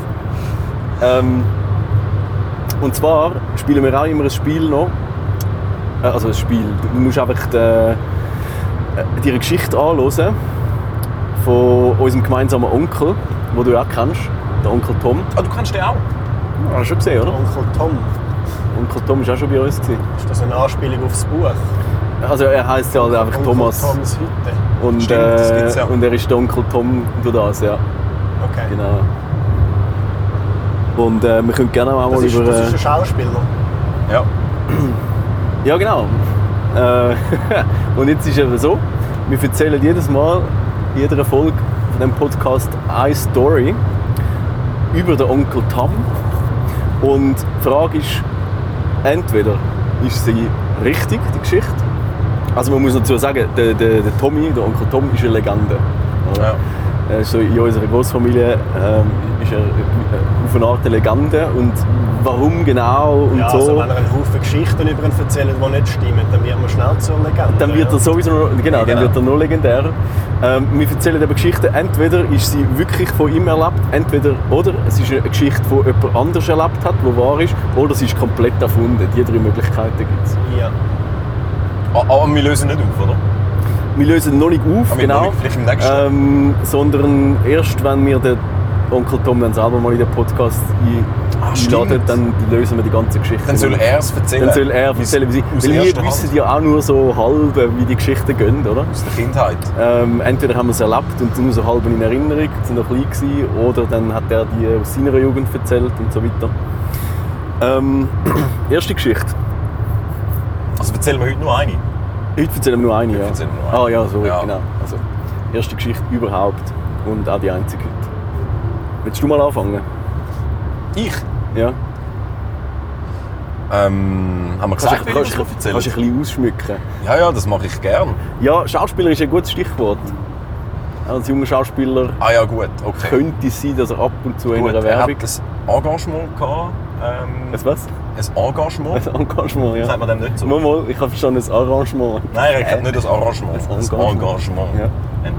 Und zwar spielen wir auch immer ein Spiel noch. Also ein Spiel. Du musst einfach dir eine Geschichte anhören von unserem gemeinsamen Onkel, den du auch kennst, der Onkel Tom. Ah, du kennst den auch? Hast du schon gesehen, oder? Onkel Tom. Onkel Tom war auch schon bei uns. Gewesen. Ist das eine Anspielung aufs Buch? Also er heisst ja halt einfach Onkel Thomas. Toms Hütte. Und, Stimmt, das gibt's ja. und er ist der Onkel Tom durch das, ja. Okay. Genau. Und wir können gerne auch mal Das ist, über... das ist ein Schauspieler. Ja. Ja, genau. Und jetzt ist es eben so, wir erzählen jedes Mal, in jeder Folge von diesem Podcast eine Story über den Onkel Tom. Und die Frage ist, entweder ist sie richtig, die Geschichte. Also man muss dazu sagen, der Tommy, der Onkel Tom, ist eine Legende. Oder? Ja. So in unserer Großfamilie ist er auf eine Art eine Legende. Und warum genau und Ja, so. also wenn er einen Haufen Geschichten über ihn erzählt, die nicht stimmen, dann wird man schnell zur Legende. Dann wird er sowieso noch, Genau. dann wird er noch legendär. Wir erzählen eben Geschichten, entweder ist sie wirklich von ihm erlebt, entweder, oder es ist eine Geschichte, die jemand anders erlebt hat, die wahr ist, oder sie ist komplett erfunden. Die 3 Möglichkeiten gibt es. Ja. Aber wir lösen nicht auf, oder? Wir lösen noch nicht auf, Aber genau, vielleicht im nächsten. Sondern erst, wenn wir den Onkel Tom dann selber mal in den Podcast einladen, stimmt. dann lösen wir die ganze Geschichte. Dann soll er es erzählen. Dann soll er erzählen, wie sie... aus Weil wir erster wissen Hand. ja auch nur so halb, wie die Geschichten gehen, oder? Aus der Kindheit. Entweder haben wir es erlebt und nur so halb in Erinnerung, sind noch klein gewesen, oder dann hat er die aus seiner Jugend erzählt und so weiter. Erste Geschichte. Also erzählen wir heute nur eine. Heute erzählen wir nur eine, ja. erzählen wir nur eine. Ah ja, so, Ja. genau. Also, erste Geschichte überhaupt und auch die einzige heute. Willst du mal anfangen? Ich? Ja. Haben wir gesagt, wie ich Kannst du erzählen? ein bisschen ausschmücken? Ja, das mache ich gern. Ja, Schauspieler ist ein gutes Stichwort. Als junger Schauspieler Ah ja, gut, okay. könnte es sein, dass er ab und zu in Gut, einer er Werbung... hat ein Engagement gehabt. Was? Ein Engagement? Ein Engagement, ja. Sagt man dem nicht so? Mal, ich habe verstanden, ein Arrangement. Nein, er hat nicht das Arrangement. Ein Das Engagement. Engagement. Ja.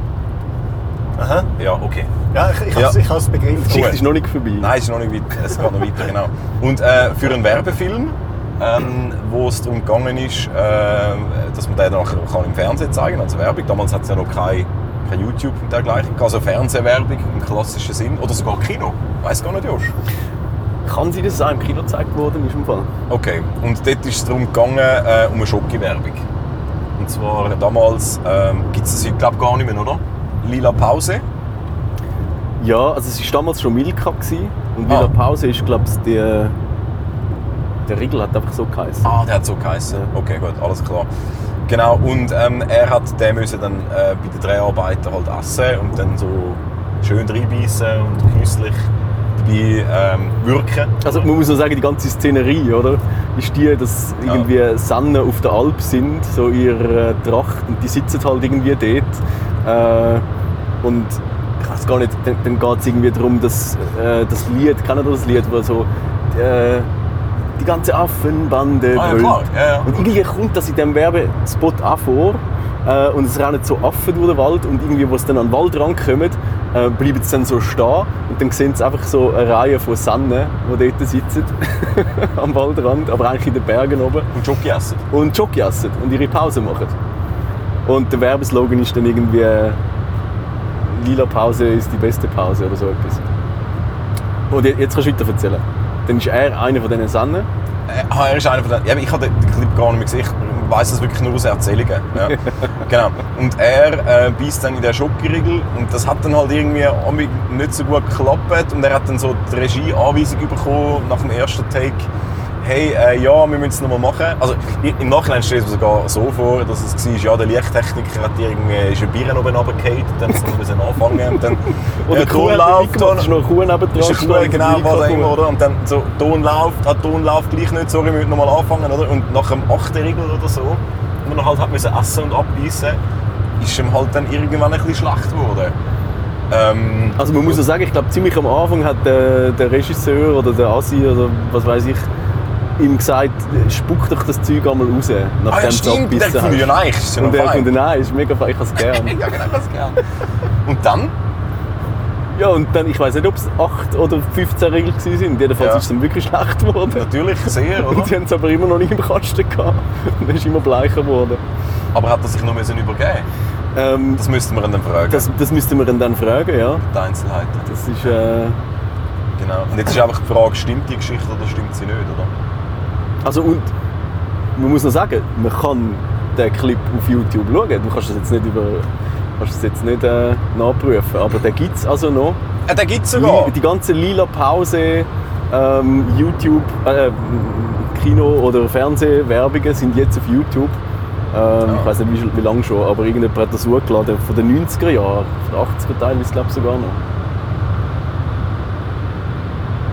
Aha. Ja, okay. Ja, ich habe es begriffen. Die Geschichte Gut. ist noch nicht vorbei. Nein, es ist noch nicht weit. Es geht noch weiter, genau. Und für einen Werbefilm, wo es darum gegangen ist, dass man den nachher im Fernsehen zeigen kann, also Werbung. Damals hat es ja noch kein YouTube und dergleichen. Also Fernsehwerbung im klassischen Sinn. Oder sogar Kino. Ich weiss gar nicht, Josh. Kann sein, dass es auch im Kino gezeigt worden ist im Fall? Okay, und dort ist es darum gegangen, um eine Schoki-Werbung. Und zwar damals, gibt es das heute glaube gar nicht mehr, oder? Lila Pause. Ja, also es war damals schon Milka gewesen. Und Ah. Lila Pause ist, glaube ich, der Riegel hat einfach so geheißen. Ah, der hat so geheißen. Okay, gut, alles klar. Genau, und er hat den müssen dann bei den Dreharbeiten halt essen und dann so schön reinbeissen und genüsslich dabei wirken. Also man muss noch sagen, die ganze Szenerie, oder? Ist die, dass irgendwie Sennen auf der Alp sind, so in ihrer Tracht, und die sitzen halt irgendwie dort. Und ich weiß gar nicht, dann geht es irgendwie darum, dass das Lied, kennt ihr das Lied, wo so die ganze Affenbande Ah, ja, brüllt. klar. Ja, ja. Und irgendwie kommt das in diesem Werbespot auch vor. Und es rennen so Affen durch den Wald und irgendwie, wo sie dann an den Waldrand kommen, bleiben sie dann so stehen und dann sehen sie einfach so eine Reihe von Sennen, die dort sitzen am Waldrand, aber eigentlich in den Bergen oben Und Schoki essen. und Jockey essen und ihre Pause machen. Und der Werbeslogan ist dann irgendwie «Lila Pause ist die beste Pause» oder so etwas. Und jetzt kannst du weiter erzählen. Dann ist er einer von diesen Sennen. Er ist einer von den... Ja, ich habe den Clip gar nicht mehr gesehen. Ich weiss das wirklich nur aus Erzählungen. Ja. Genau. Und er beißt dann in den Schokoriegel und das hat dann halt irgendwie nicht so gut geklappt und er hat dann so die Regieanweisung bekommen nach dem ersten Take. Hey, ja, wir müssen es nochmal machen. Also im Nachhinein steht es mir sogar so vor, dass es war, ja, der Lichttechniker hat irgendwie ist ein Bier oben runtergefallen, dann müssen wir anfangen und dann Oder Ton läuft. dann ist noch eine Kuh nebendran. Ist eine Kuh, genau, was auch immer, oder? Und dann so, Ton läuft gleich nicht, sorry, wir müssen nochmal anfangen, oder? Und nach dem 8. Riegel oder so, wo man halt hat müssen essen und abbeissen, ist ihm halt dann irgendwann ein bisschen schlecht geworden. Also man muss ja sagen, ich glaube ziemlich am Anfang hat der Regisseur oder der Assi oder was weiß ich ihm gesagt, spuck doch das Zeug einmal raus, nachdem ja, stimmt, der findet ja nice, ist ja noch Und der fein. findet, nein, ist mega fein, ich habe es gerne. Ja, genau, das gern. Und dann? Ja, und dann, ich weiß nicht, ob es 8 oder 15 Regeln waren. Jedenfalls Ja. ist es dann wirklich schlecht geworden. Natürlich sehr, oder? Und die haben es aber immer noch nicht im Kasten gehabt. Und dann ist immer bleicher geworden. Aber hat er sich noch übergeben? Das müssten wir ihn dann fragen. Das müssten wir ihn dann fragen, ja. Die Einzelheiten. Das ist, Genau. Und jetzt ist einfach die Frage, stimmt die Geschichte oder stimmt sie nicht, oder? also und man muss noch sagen, man kann den Clip auf YouTube schauen. Du kannst das jetzt nicht nachprüfen, aber den gibt es also noch. Den gibt es sogar? Die ganze Lila Pause, YouTube, Kino- oder Fernsehwerbungen sind jetzt auf YouTube. Ich weiß nicht wie lange schon, aber irgendjemand hat das hochgeladen von den 90er Jahren, von den 80er teilweise, glaube ich sogar noch.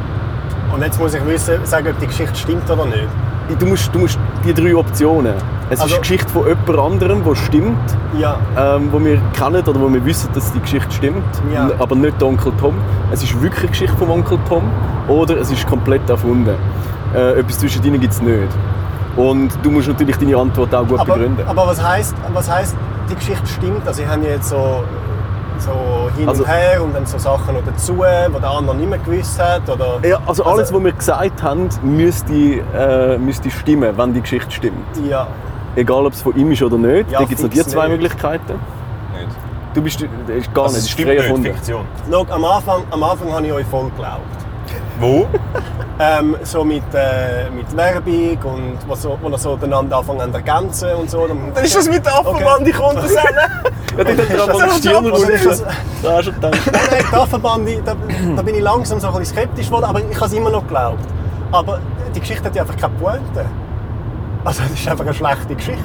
Und jetzt muss ich wissen, sagen, ob die Geschichte stimmt oder nicht. Du musst die 3 Optionen Es ist Also- eine Geschichte von jemand anderem, die stimmt, Ja. wo wir kennen oder wo wir wissen, dass die Geschichte stimmt, Ja. aber nicht der Onkel Tom. Es ist wirklich eine Geschichte vom Onkel Tom oder es ist komplett erfunden. Etwas zwischen ihnen gibt es nicht. Und du musst natürlich deine Antwort auch gut begründen. Aber was heisst, die Geschichte stimmt? Also ich habe jetzt so hin Also- und her und dann so Sachen noch dazu, die der andere nicht mehr gewusst hat. Oder, Ja, also alles, was wir gesagt haben, müsste stimmen, wenn die Geschichte stimmt. Ja. Egal, ob es von ihm ist oder nicht. Ja, Da gibt es noch die fix zwei nicht. Möglichkeiten. Nicht. Du bist das ist gar Also, nicht, es es stimmt frei nicht, erfunden. Fiktion. Schau, am Anfang habe ich euch voll geglaubt. Wo? So mit Werbung und wo ihr so einander anfangen zu ergänzen und so. Dann ist das mit der Affenbande kommt das Ja, dort hat er mal die Stirn das ist runter. Da hast du gedacht. Nein, die Affenbande, da bin ich langsam so ein bisschen skeptisch geworden, aber ich habe es immer noch geglaubt. Aber die Geschichte hat ja einfach keine Pointe. Also das ist einfach eine schlechte Geschichte.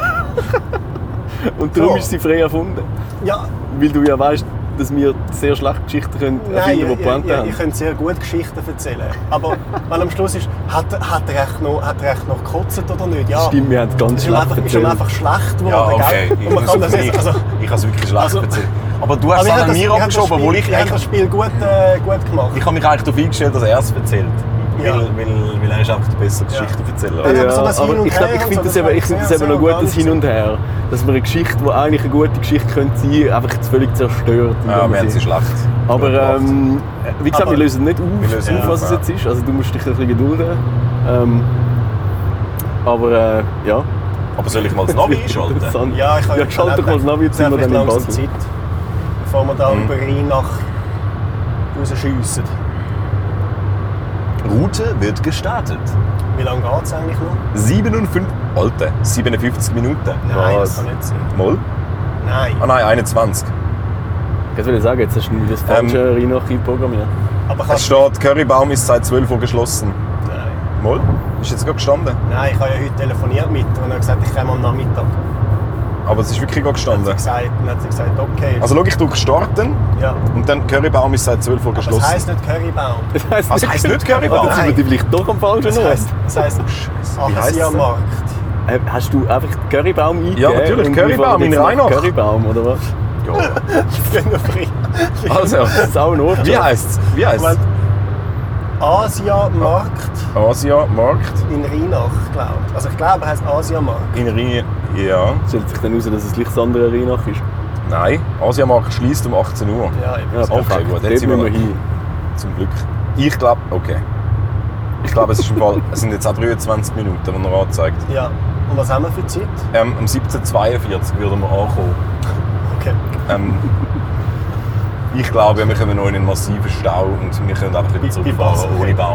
Und darum So. ist sie frei erfunden. Ja, Weil du ja weißt, dass wir sehr schlechte Geschichten können erfinden können, die Pointe ihr haben. könnt sehr gut Geschichten erzählen. Aber wenn am Schluss ist, hat er echt noch gekotzt oder nicht? Ja. Stimmt, wir haben es ganz Ist ihm schlecht einfach, ist ihm erzählt. einfach schlecht geworden. Ja, okay. Gell? Und man kann das jetzt, also, Ich habe es wirklich schlecht Also- erzählt. Aber du hast aber es ihr an habt mir das abgeschoben, Spiel- obwohl ich ihr habt das eigentlich... Spiel gut gemacht. Ich habe mich eigentlich darauf eingestellt, dass er es erzählt. Ja. Weil er ist einfach der bessere Geschichtenverzähler. Ja. Ja, aber so das Hin aber und ich glaube, Her ich und finde so, das das eben, ich finde das sehr, eben noch sehr gut, das Hin und Her. Dass man eine Geschichte, die eigentlich eine gute Geschichte könnte sein, einfach völlig zerstört. Ja, wir haben sie schlecht. Aber gebracht. wie gesagt, Aber- wir lösen nicht Wir auf, lösen was auf, es ja. jetzt ist. Also du musst dich ein bisschen gedulden. Aber ja. Aber soll ich mal das Navi einschalten? Interessant. Ja, ich Ja, schalt doch mal das Navi, jetzt sind wir dann in langsam Basel. Zeit, bevor wir da über Rheinach rausschiessen. Route wird gestartet. Wie lange geht es eigentlich noch? 57 Minuten. Nein, Was? das kann nicht sein. Mal? Nein. Ah nein, 21. Ich will sagen, jetzt hast du das falsche Rheinach einprogrammiert. Aber Es kannst steht, Currybaum ist seit 12 Uhr geschlossen. Nein. Mal? Ist jetzt gerade gestanden. Nein, ich habe ja heute telefoniert mit und er hat gesagt, ich komme am Nachmittag. Aber es ist wirklich gerade Dann gestanden. hat sie gesagt, okay. Also schau, ich drücke starten ja. und dann Currybaum ist seit 12 Uhr Aber geschlossen. das heisst nicht Currybaum. Das Also heisst nicht Currybaum? Dann sind wir Nein. vielleicht doch am falschen Das Ort. heisst Wie heisst es denn? Asiamarkt. Hast du einfach Currybaum eingegeben? Ja, natürlich, und wir Currybaum fahren in jetzt nach Rheinach. Currybaum, oder was? Ja. Also, Das ist auch ein Ort. wie heisst es? Wie heisst es? Asiamarkt Asia-Markt in Rheinach, glaube ich. Also ich glaube, er heisst Asiamarkt. in Rhein. Ja. Stellt sich dann heraus, dass es gleich das andere Rheinach ist. Nein, Asia-Markt schließt um 18 Uhr. Ja, eben. Ja, Okay, perfekt. gut, Dort jetzt sind müssen wir wir hin. Zum Glück. Ich glaube, okay. Ich glaube, es ist im Fall, es sind jetzt auch 23 Minuten, die er anzeigt. Ja. Und was haben wir für Zeit? Um 17.42 würden wir ankommen. Okay. Ich glaube, wir kommen noch in einen massiven Stau und wir können einfach wieder Wie Basel. zurückfahren ohne Baum.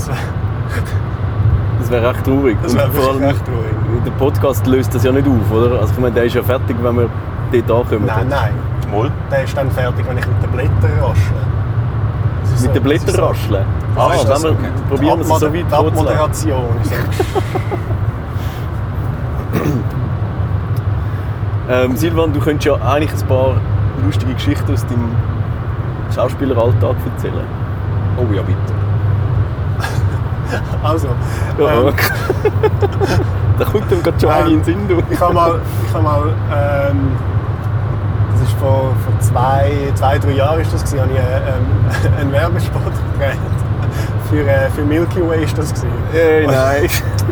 Das wäre recht traurig. Das wäre Und vor allem, wirklich recht traurig. der Podcast löst das ja nicht auf, oder? Also ich meine, der ist ja fertig, wenn wir dort ankommen. Nein. Mal? Der ist dann fertig, wenn ich mit den Blättern raschle. Das ist Mit so- den das ist Blättern so- rascheln. Ah, ist das wenn wir okay? probieren wir es so weit Die vorzulegen. Abmoderation. Silvan, du könntest ja eigentlich ein paar lustige Geschichten aus deinem Schauspieleralltag erzählen. Oh ja, bitte. Also, Ja, da kommt dann gerade schon eine in den Sinn. Du. ich habe mal das ist vor 2-3 Jahren ist das gewesen, habe ich einen Werbespot gedreht. Für Milky Way ist das gewesen. Hey, nein.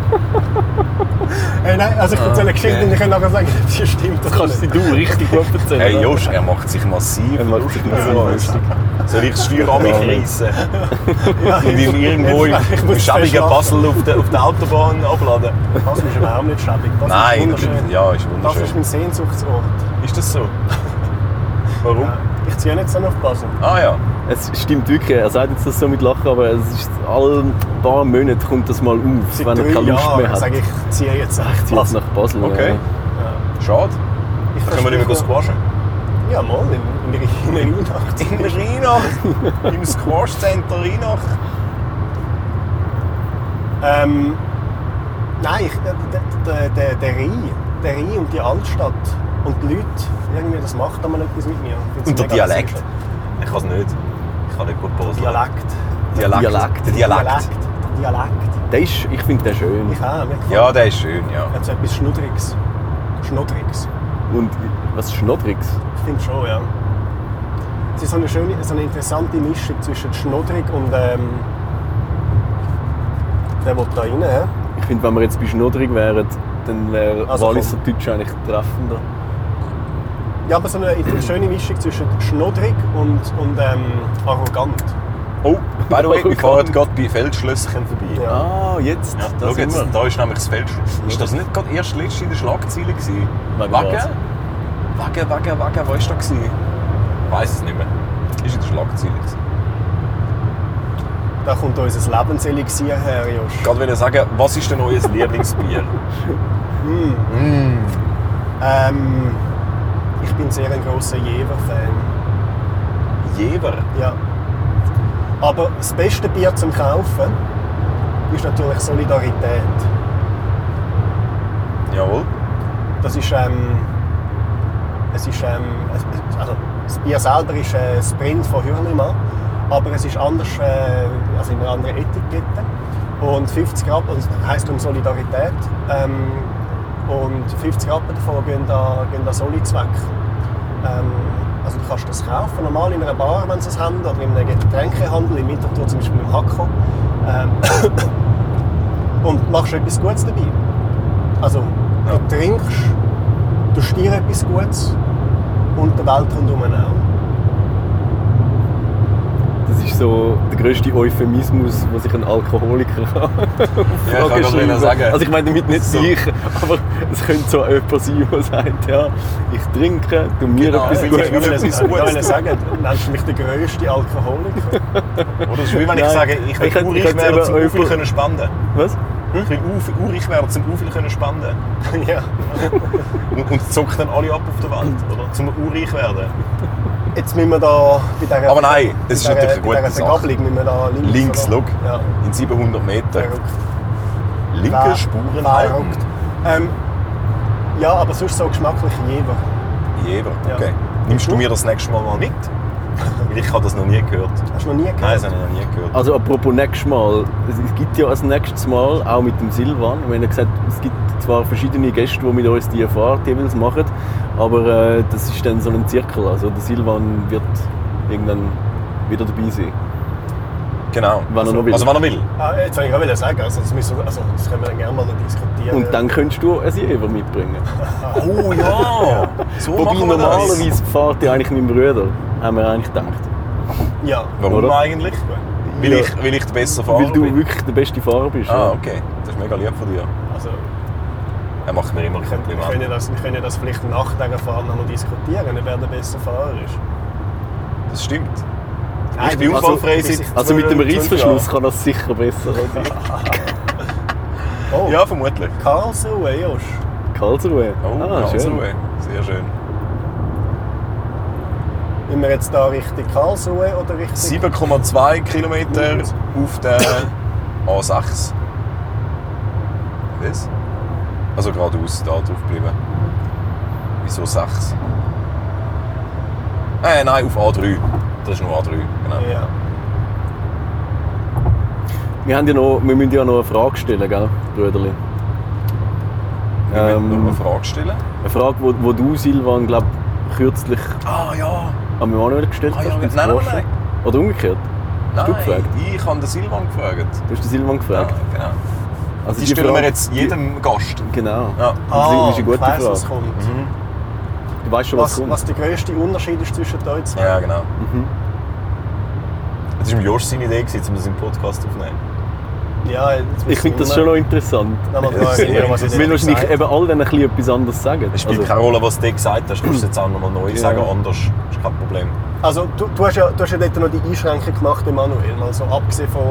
Hey, nein, also ich erzähle eine Geschichte und ich kann nachher sagen, die stimmt. Das kannst du richtig gut erzählen. Hey oder? Josh, er macht sich massiv Er macht sich massiv über uns. lustig. Soll ich das Steuer an mich reissen? Ja, Und ihn irgendwo im ich muss schäbigen festlachen. Basel auf der Autobahn abladen? Das ist überhaupt nicht schäbig. Das Nein, ist wunderschön. ja, ist Das wunderschön. ist mein Sehnsuchtsort. Ist das so? Warum? Ja. Ich ziehe jetzt dann auf Basel. Ah ja. Es stimmt wirklich, er sagt jetzt das so mit Lachen, aber es ist alle paar Monate kommt das mal auf, Seit wenn er 3 keine Lust mehr Jahren hat. sage ich, ziehe jetzt nach Ich ziehe jetzt nach Basel. Okay. Ja. Schade. Ich Dann können wir nicht mehr squashen. Ja, mal, in Rheinach. In Rheinach. Im Squash Center Rheinach. Nein, der Rhein und die Altstadt und die Leute, irgendwie, das macht einmal etwas mit mir. Ich find's Und der mega Dialekt. lustig. Ich kann es nicht. Ich kann nicht gut Basel. Dialekt. Dialekt. Dialekt. Der Dialekt. Dialekt. Ich finde den schön. Ich auch, mir gefällt. Ja, der ist schön, ja. Er hat so etwas Schnuddriges. Und was Schnoddriges? Ich finde schon, ja. Es ist so eine interessante Mischung zwischen schnuddrig und der will da rein. He? Ich finde, wenn wir jetzt bei Schnoddrig wären, dann wäre Also Walliser Deutsch eigentlich treffender. Ja, aber so eine schöne Mischung zwischen schnuddrig und arrogant. Oh, by the way, wir fahren gerade bei Feldschlösschen vorbei. Ja. Ah, jetzt. Ja, Da schau sind jetzt, wir. da ist nämlich das Feldschlösschen. Ist das nicht gerade erst letztes in den Schlagzeilen gewesen? Wegen Wagen? was? Wagen, wo war das gewesen? Ich weiss es nicht mehr. Ist in den Schlagzeilen gewesen. Da kommt unser Lebenselixier her, Josh. Ich wollte sagen, was ist denn euer Lieblingsbier? Ich bin sehr ein grosser Jever-Fan. Jever? Ja. Aber das beste Bier zum Kaufen ist natürlich Solidarität. Jawohl. Das ist, also das Bier selber ist ein Sprint von Hürlimann, aber es ist anders, also in einer anderen Etikette. Und 50 Rappen, das heisst um Solidarität, und 50 Rappen davon gehen da Soli-Zweck. Also du kannst das kaufen, normal in einer Bar, wenn sie es haben, oder in einem Getränkehandel, im Winterthur zum Beispiel im Hakko. Und machst etwas Gutes dabei. Also du trinkst, du stier etwas Gutes und der Welt rundherum auch. Das ist so der grösste Euphemismus, den sich ein Alkoholiker kann Ja, ich kann gerade sagen. Also ich meine damit nicht So. ich, aber es könnte so jemand sein, der sagt, ja, ich trinke, du mir Genau, etwas ich Gutes. will etwas Ich Gutes will sagen, nennst du mich den grössten Alkoholiker? Oder das ist wie wenn ich Nein. sage, ich will Ich hätte- urig ich hätte werden, eben zum viel euphor- können spenden. Was? Ich will urig werden, zum viel können spenden. Ja. Und zocken dann alle ab auf der Welt, oder? Zum urig werden. Jetzt müssen wir da bei dieser, Aber nein, das ist bei natürlich eine bei gute dieser Sache. Vergabelung müssen wir da links. Links, oder? schau. Ja. In 700 Meter. Verrückt. Linke Spuren halten. Verrückt. Ja, aber sonst so geschmacklich Jever. Jever, Ja. okay. Nimmst du mir das nächste Mal mit? Weil ich habe das noch nie gehört. Hast du noch nie gehört? Nein, das habe ich noch nie gehört. Also apropos nächstes Mal, es gibt ja als nächstes Mal, auch mit dem Silvan, wir haben ja gesagt, es gibt zwar verschiedene Gäste, die mit uns die Fahrt jeweils machen, aber das ist dann so ein Zirkel, also der Silvan wird irgendwann wieder dabei sein. Genau. Wenn er noch will. Also wenn er will. Jetzt wollte ich auch sagen, also das können wir dann gerne mal noch diskutieren. Und dann könntest du ein Jever mitbringen. Oh ja! So Wobei machen wir das. normalerweise fährt ja eigentlich mein Bruder, haben wir eigentlich gedacht. Ja. Warum Oder? eigentlich? Weil Ja. ich der bessere Fahrer Weil du bin. wirklich der beste Fahrer bist. Ah, ja. okay. Das ist mega lieb von dir. Also, Er macht mir immer ein wir Kompliment. können das vielleicht nach dieser Fahrt noch mal diskutieren, wer der beste Fahrer ist. Das stimmt. Nein, Ich bin also- unfallfrei seit Also mit dem 12 Reissverschluss Jahren. kann das sicher besser als ich. Oh, Ja, vermutlich. Karlsruhe, Josh. Karlsruhe. Oh, Ah, schön. Karlsruhe. Sehr schön. Sind wir jetzt da Richtung Karlsruhe oder Richtung... 7,2 Kilometer auf der A6. Was? Also geradeaus, da drauf bleiben. Wieso 6? Nein, auf A3. Das ist nur A3, genau. Ja. Wir müssen ja noch eine Frage stellen, gell, Brüderli? Wir müssen noch eine Frage stellen. Eine Frage, wo du, Silvan, glaub, kürzlich Ah ja! an Manuel gestellt Ah, ja, hast. beim nein, Squashen. nein. Oder umgekehrt? Hast du gefragt? ich habe den Silvan gefragt. Du hast den Silvan Ja, gefragt. genau. Also Die stellen wir Frage- jetzt jedem Gast. Genau. Ja. Das ist eine gute ich weiss, was Frage. kommt. Du weißt schon, was kommt. Was der grösste Unterschied ist zwischen euch zwei? Ja, genau. Mhm. Das war Josh seine Idee, um das im Podcast aufzunehmen. Ja, jetzt Ich finde das schon noch interessant. Noch mal Ja, fragen, sehr was ich Weil wahrscheinlich gesagt eben alle dann ein bisschen etwas anderes sagen. Es spielt Also, keine Rolle, was du gesagt hast. Du kannst es jetzt auch nochmal neu sagen, anders. Das ist kein Problem. Also du hast ja dort noch die Einschränkung gemacht, Emanuel, mal so abgesehen von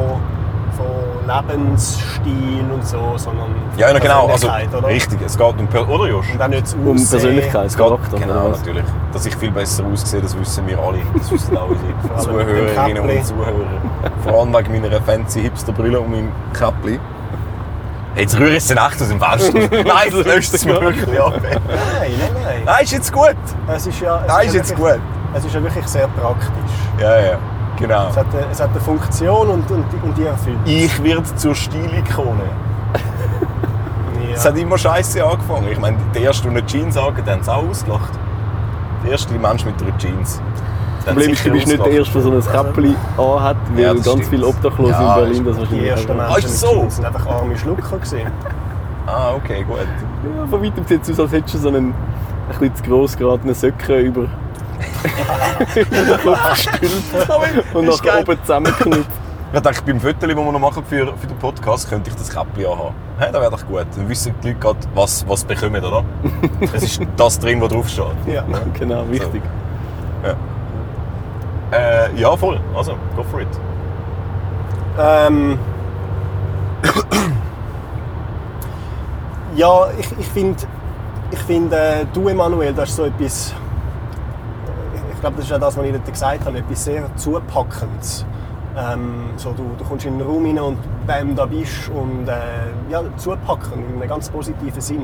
Lebensstil und so, sondern Ja, genau. Also, Persönlichkeit, oder? richtig. Es geht um... Oder, Josh? Und auch nicht das um Aussehen. Persönlichkeit, Es geht, Charakter. genau, oder was? natürlich. Dass ich viel besser aussehe, das wissen wir alle. Das wissen auch unsere allem mit dem Zuhörerinnen Käppli. und Zuhörer. Vor allem wegen meiner fancy Hipsterbrille und meinem Käppli. Hey, jetzt rühre ich es echt aus dem Fenster. Nein, das löst es mir wirklich ab. Nein. Nein, ist jetzt gut. Es ist ja, Nein, ist jetzt wirklich, gut. Es ist ja wirklich sehr praktisch. Ja, ja. Genau. Es hat eine Funktion und die erfüllt. Ich werde zur Stilikone. Es hat immer scheiße angefangen. Ich meine, die ersten, die eine Jeans anhaben, haben es auch ausgelacht. Der erste Mensch mit einer Jeans. Das Problem ist, du bist nicht der Erste, der so ein Käppchen anhat, weil Ja, das ganz stimmt. viele Obdachlose Ja, in Berlin das Die wahrscheinlich ersten haben. Menschen ist mit so? Jeans sind einfach arme Schlucker gewesen. Ah, okay, gut. Ja, von weitem sieht es aus, als hättest du so einen ein bisschen zu gross geratenen Söcken über den Kopf gestülpt und Ist nach geil. oben zusammengeknüpft. Ich dachte, beim Foto, das wir noch machen für den Podcast, könnte ich das Käppchen anhaben. Hey, das wäre doch gut. Dann wissen die Leute gerade, was sie bekommen, oder? Es ist das drin, was draufsteht. Ja. Genau, wichtig. Ja, voll. Also, go for it. Ja, ich finde, du, Emanuel, das ist so etwas, ich glaube, das ist ja das, was ich dort gesagt habe, etwas sehr Zupackendes. So, du kommst in einen Raum rein und bam, da bist und ja, zupacken, in einem ganz positiven Sinn.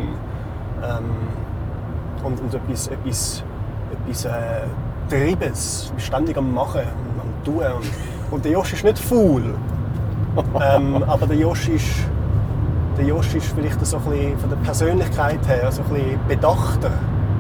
Und etwas Triebes, du bist ständig am Machen und am Tun. Und der Josh ist nicht faul, aber der Josh ist vielleicht so ein bisschen von der Persönlichkeit her so ein bisschen bedachter.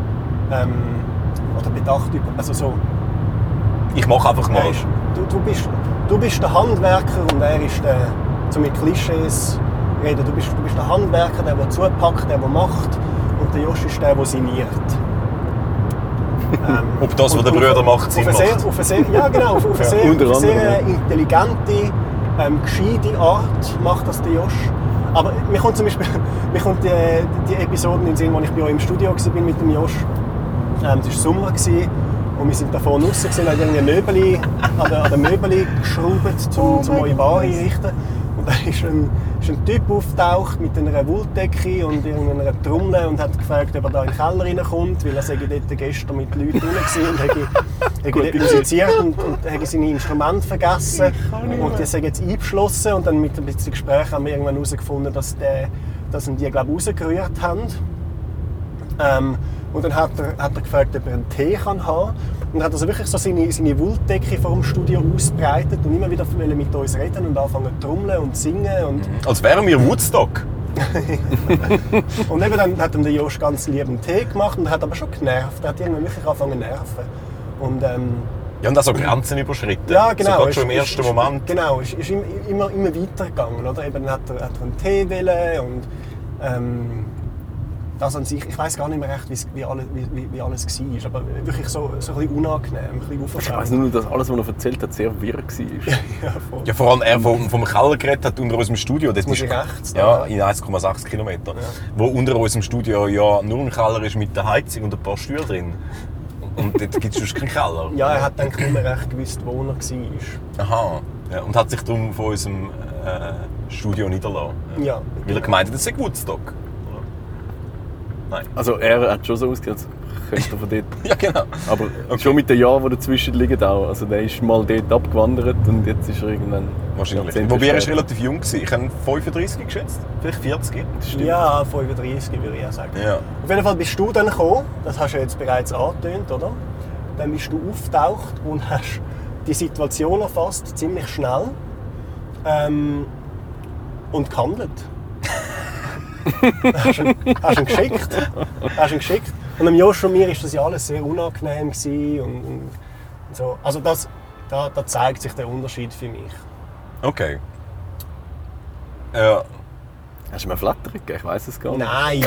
Oder bedacht über, also so. Ich mache einfach mal. Weißt, du bist der Handwerker und er ist der, so mit Klischees reden, du bist der Handwerker, der zupackt, der macht und der Josh ist der signiert. Ob das, was der Bruder macht, Sinn macht. Ja, genau, auf eine sehr, unter auf eine sehr anderem. intelligente, gescheite Art macht das der Josh. Aber mir kommt zum Beispiel die Episoden in den Sinn, als ich bei euch im Studio war mit dem Josh. Es war Sommer und wir sind da vorne raus, haben irgendwie Möbel an der Möbel geschraubt, um eure Bar einzurichten. Und da ist ein Typ aufgetaucht mit einer Wolldecke und irgendeiner Trommel und hat gefragt, ob er da in den Keller reinkommt, weil er sei dort gestern mit Leuten drin war und hätte dort musiziert und hätte seine Instrumente vergessen. Und die sind jetzt eingeschlossen und dann mit ein bisschen Gespräch haben wir irgendwann herausgefunden, dass ihn die, glaube ich, rausgerührt haben. Und dann hat er gefragt, ob er einen Tee haben kann. Und hat also wirklich so seine Wolldecke vor dem Studio ausgebreitet und immer wieder mit uns reden und anfangen zu trommeln und singen. Und, Als wären wir Woodstock. und eben dann hat der Josh ganz lieb einen Tee gemacht und hat aber schon genervt. Er hat irgendwann wirklich angefangen zu nerven. Und, Ja, und auch so Grenzen überschritten. ja, genau. So gerade schon im ersten Moment. Genau, es ist immer weitergegangen. Oder? Eben, dann hat er einen Tee wollen und das an sich, ich weiß gar nicht mehr recht, wie alles war, aber wirklich so ein bisschen unangenehm, ein bisschen Ich weiss aufgeschauert. nur, dass alles, was er erzählt hat, sehr wirr war. Ja, voll. Ja, vor allem er vom Keller geredet hat unter unserem Studio. Das muss ist ich rechts ja, da. in 1,6 Kilometer. Wo unter unserem Studio ja nur ein Keller ist mit der Heizung und ein paar Stühle drin. Und dort gibt es sonst keinen Keller. Ja, er hat nicht mehr recht gewusst, wo er war. Aha. Ja, und hat sich darum von unserem Studio niedergelassen. Ja. Weil er gemeint hat, das sei Woodstock. Nein. Also er hat schon so ausgesehen, als könnte er von dort. Ja, genau. Aber Okay. schon mit den Jahren, die dazwischen liegen auch. Also der ist mal dort abgewandert und jetzt ist er irgendwann... Wahrscheinlich. Jahrzehnte Wobei er ist später. relativ jung war. Ich habe 35 geschätzt. Vielleicht 40. Ja, 35 würde ich auch sagen. Ja. Auf jeden Fall bist du dann gekommen, das hast du ja jetzt bereits angetönt, oder? Dann bist du aufgetaucht und hast die Situation erfasst, ziemlich schnell. Und gehandelt. hast ihn geschickt. Und dem Josh und mir war das ja alles sehr unangenehm gewesen und so. Also da zeigt sich der Unterschied für mich. Okay. Ja. Hast du mir Flatterung gegeben? Ich weiss es gar nicht. Nein!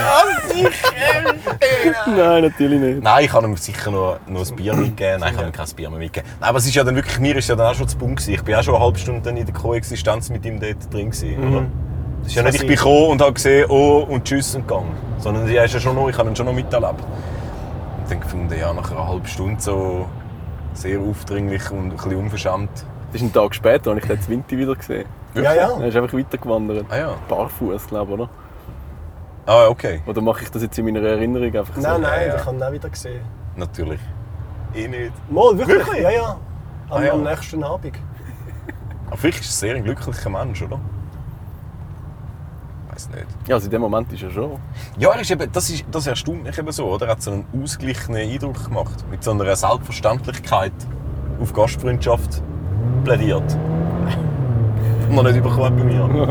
Nein, natürlich nicht. Nein, ich habe ihm sicher noch ein Bier mitgegeben. Nein, ich habe ihm kein Bier mehr mitgegeben. Nein, aber es ist ja dann wirklich, mir ist ja dann auch schon zu Punkt gewesen. Ich bin auch schon eine halbe Stunde dann in der Koexistenz mit ihm dort drin gewesen, oder? Es ist ja nicht, ich bin gekommen und habe gesehen, oh und tschüss und gegangen. Sondern ich habe ihn schon noch miterlebt. Und dann gefunden, ja, nach einer halben Stunde so sehr aufdringlich und ein bisschen unverschämt. Das ist ein Tag später, als ich den Winter wieder gesehen. Ja, ja. Er ist einfach weitergewandert. Ah ja. Barfuß, glaube ich, oder? Ah, okay. Oder mache ich das jetzt in meiner Erinnerung einfach so? Nein, ja. ich habe ihn auch wieder gesehen. Natürlich. Ich nicht. Mal, wirklich? Ja, ja. Ah, ja. Am nächsten Abend. Aber vielleicht ist er sehr ein glücklicher Mensch, oder? Ich weiß nicht. Ja, also in dem Moment ist er schon. Ja, er ist eben, das erstaunt mich eben so, oder? Er hat so einen ausgeglichenen Eindruck gemacht. Mit so einer Selbstverständlichkeit auf Gastfreundschaft plädiert. Noch nicht überkommen bei mir.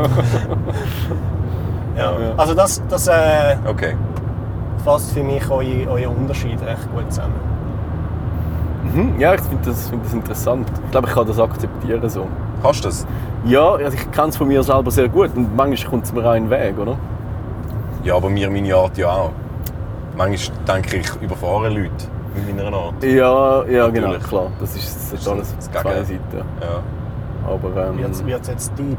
Ja. Also das Okay. fasst für mich euren Unterschied recht gut zusammen. Ja, ich finde das interessant. Ich glaube, ich kann das akzeptieren so. Kannst du das? Ja, also ich kenne es von mir selber sehr gut und manchmal kommt es mir auch in den Weg, oder? Ja, aber mir meine Art ja auch. Manchmal denke ich, überfahre Leute mit meiner Art. Ja, genau, Natürlich. klar. Das ist alles das zwei Gegenteil. Seiten. Ja. Aber Wird's jetzt deep?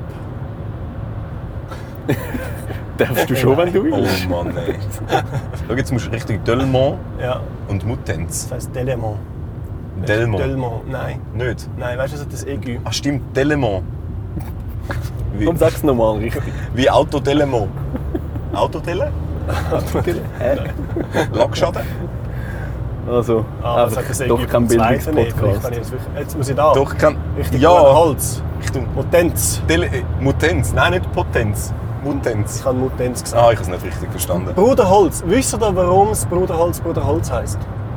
darfst du schon, wenn du willst. Oh Mann, ey. Schau, jetzt musst du Richtung Delmont Ja, und Muttenz. das heisst Delemont. Delmont? Delmont, nein. Nicht? Nein, weißt du, es hat das Aigu. Ah stimmt, Delemont. Komm, sag's nochmal richtig. Wie Auto Delemont. Autodele? Lackschaden? Also, Ah, das hat einfach das Aigu doch kein vom zweiten nicht. Vielleicht Bildungspodcast. kann ich das wirklich- Jetzt muss ich da. Doch, kann... Richtig Ja! Holz. Richtung... Mutenz. Mutenz. Nein, nicht Potenz. Mutenz. Ich habe Mutenz gesagt. Ah, ich habe es nicht richtig verstanden. Bruderholz. Wisst ihr, warum es Bruderholz heisst?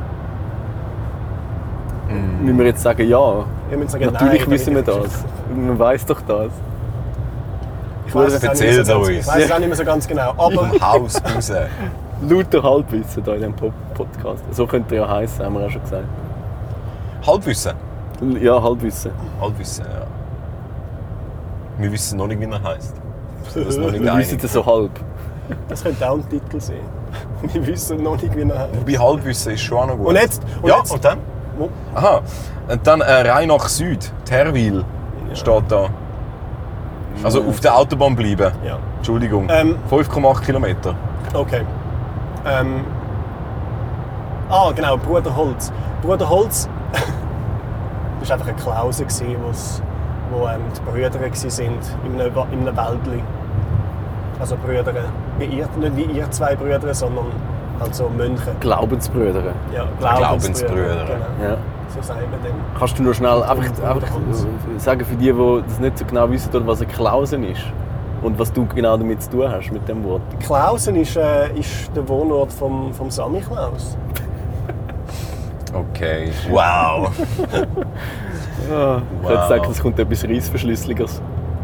Müssen wir jetzt sagen, ja? Ich muss sagen, Natürlich nein, wissen wir damit ich- das. Man weiß doch das. Ich weiss es auch nicht mehr Erzähl's so ganz- uns. ich weiss es auch nicht mehr so ganz genau. Aber Im Haus raus. Lauter Halbwissen hier in diesem Podcast. So könnte er ja heißen, haben wir auch schon gesagt. Halbwissen. Ja, Halbwissen. Halbwissen, ja. Wir wissen noch nicht, wie er heisst. Das ist noch nicht Wir wissen einig. das so halb. das könnte auch ein Titel sein. Wir wissen noch nicht, wie er heißt. Wobei Halbwissen ist schon auch noch gut. Und jetzt? Ja, jetzt? und dann? Wo? Aha. Und dann Rheinach Süd. Terwil steht da. Also auf der Autobahn bleiben. Ja. Entschuldigung. 5,8 Kilometer. Okay. Genau, Bruderholz. Bruderholz das war einfach eine Klause, wo die Brüder waren in einem Wäldli. Also Brüder, nicht wie ihr zwei Brüder, sondern halt so Mönche. Glaubensbrüder. Ja, Glaubensbrüder. Genau, Ja. so sagen wir dem. Kannst du nur schnell einfach Bruderholz. sagen für die, die das nicht so genau wissen, was eine Klausen ist? Und was du genau damit zu tun hast, mit dem Wort? Klausen ist der Wohnort vom Sammy Klaus. Okay. Wow. Ja, ich würde sagen, es kommt etwas Reissverschlüsseliges.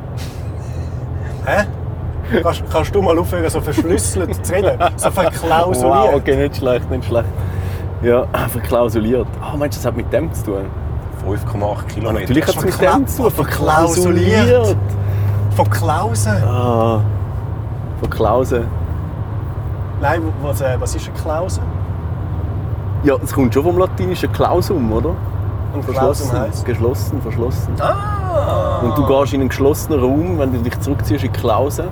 Hä? Kannst du mal aufhören, so verschlüsselt zu reden? So verklausuliert? Wow, okay, nicht schlecht. Ja, verklausuliert. Ah, meinst du, das hat mit dem zu tun? 5,8 Kilometer. Natürlich hat es mit dem zu tun. Verklausuliert. Von Klausen? Ah, verklausen. Nein, was ist eine Klause? Ja, es kommt schon vom lateinischen Klausum, oder? Und Klausum heisst? Geschlossen, verschlossen. Ah. Und du gehst in einen geschlossenen Raum, wenn du dich zurückziehst in die Klause.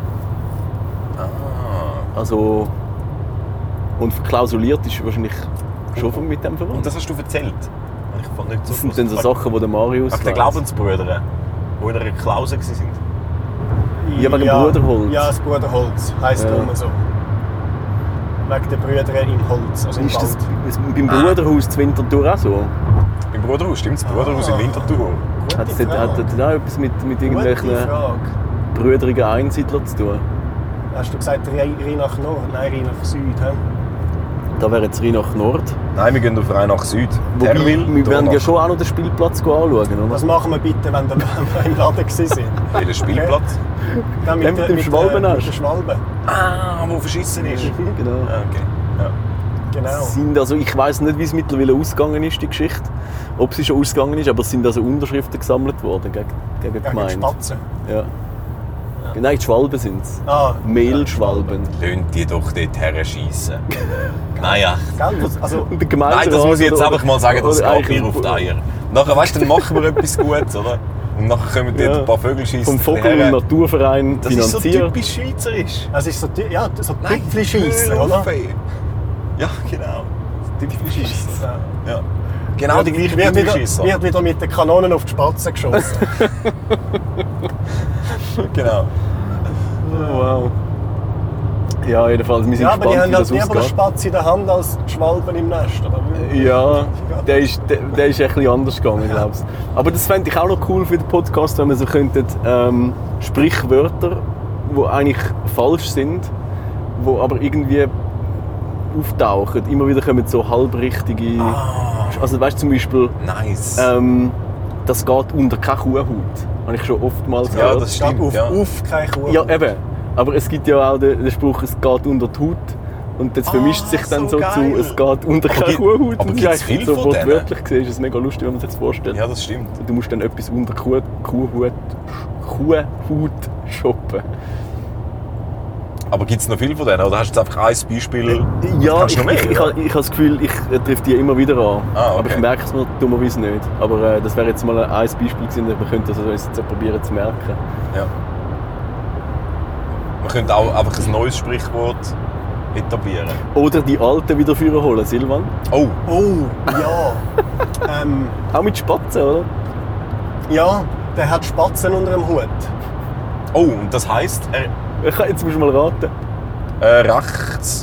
Also... Und verklausuliert ist wahrscheinlich schon mit dem Und verwandt. das hast du erzählt? Ich fand nicht so Das sind dann so Sachen, die der Marius Wegen den weiss. Glaubensbrüdern, die in einer Klause waren. Ja, wegen dem Bruderholz. Ja, das Bruderholz heisst Ja. immer so. Wegen den Brüdern im Holz, also im Ist das Wald. beim Bruderhaus zu Winterthur auch so? Beim Bruderhaus, stimmt das Bruderhaus in Winterthur. Hat das nicht auch etwas mit irgendwelchen Gute Frage. brüderigen Einsiedlern zu tun? Hast du gesagt Rheinach Nord? Nein, Rheinach Süd. He? Da wäre jetzt Rheinach Nord. Nein, wir gehen auf Rheinach Süd. Wobei, Terwil, wir werden ja Dornach. schon auch noch den Spielplatz anschauen, oder? Was machen wir bitte, wenn wir im Laden waren? Welcher Spielplatz? Dann Den mit dem Schwalbenast. Mit der Schwalbe. Ah, wo verschissen ist. Genau. Ah, okay. Ja. Genau. Sind also, ich weiss nicht, wie es mittlerweile ausgegangen ist, die Geschichte. Ob sie schon ausgegangen ist, aber es sind also Unterschriften gesammelt worden gegen die Gegen Gemeinde. Spatzen. Ja. Nein, die Schwalben sind es. Ah, Mehlschwalben. Lönt die doch dort her schiessen. Naja. Gell? Also, Und der Gemeinderat Nein, das muss ich jetzt oder- einfach mal sagen, das oder geht mir auf die Eier. Nachher, weißt du, dann machen wir etwas Gutes, oder? Und nachher kommen dort Ja. ein paar Vögel schiessen. Vom Vogel- und Naturverein Das ist so finanziert. typisch schweizerisch. es ist so, so Nein, Tüpfelschiessen, hör auf, oder? ey. Ja, genau. Typisch schiessen. Ja. Ja. Genau die gleichen wird Tüpfelschiessen. wieder mit den Kanonen auf die Spatzen geschossen. Genau. Oh, wow. Ja, jedenfalls, wir sind Ja, aber die gespannt, haben wie das halt lieber einen ausgeht. Spatz in der Hand als die Schwalben im Nest. Oder? Ja, der ist ein bisschen anders gegangen, glaube ich. Aber das fände ich auch noch cool für den Podcast, wenn wir so könnten, Sprichwörter, die eigentlich falsch sind, die aber irgendwie auftauchen. Immer wieder kommen so halbrichtige... Also weißt du, zum Beispiel Nice. das geht unter keine Kuhhaut. Habe ich schon oftmals Ja, gehört. das stimmt. Auf, Ja. auf keine Kuh. Ja, eben. Aber es gibt ja auch den Spruch, es geht unter die Haut. Und das vermischt sich dann so so zu, geil. es geht unter keine gibt- Kuhhaut. aber Und gibt's das ist viel so von denen? wortwörtlich gesehen, ist es mega lustig, wenn man sich das vorstellt. Ja, das stimmt. Du musst dann etwas unter Kuhhaut shoppen. Aber gibt es noch viel von denen? Oder hast du jetzt einfach ein Beispiel? Ja, Kannst ich du noch mehr, habe das Gefühl, ich treffe die immer wieder an. Ah, okay. Aber ich merke es mir dummerweise nicht. Aber das wäre jetzt mal ein Beispiel gewesen, wir könnten das uns jetzt probieren zu merken. Ja. Man könnte auch einfach ein neues Sprichwort etablieren. Oder die alten wieder führen holen, Silvan. Oh, Oh, ja. Auch mit Spatzen, oder? Ja, der hat Spatzen unter dem Hut. oh, und das heisst Jetzt musst du mal raten. rechts.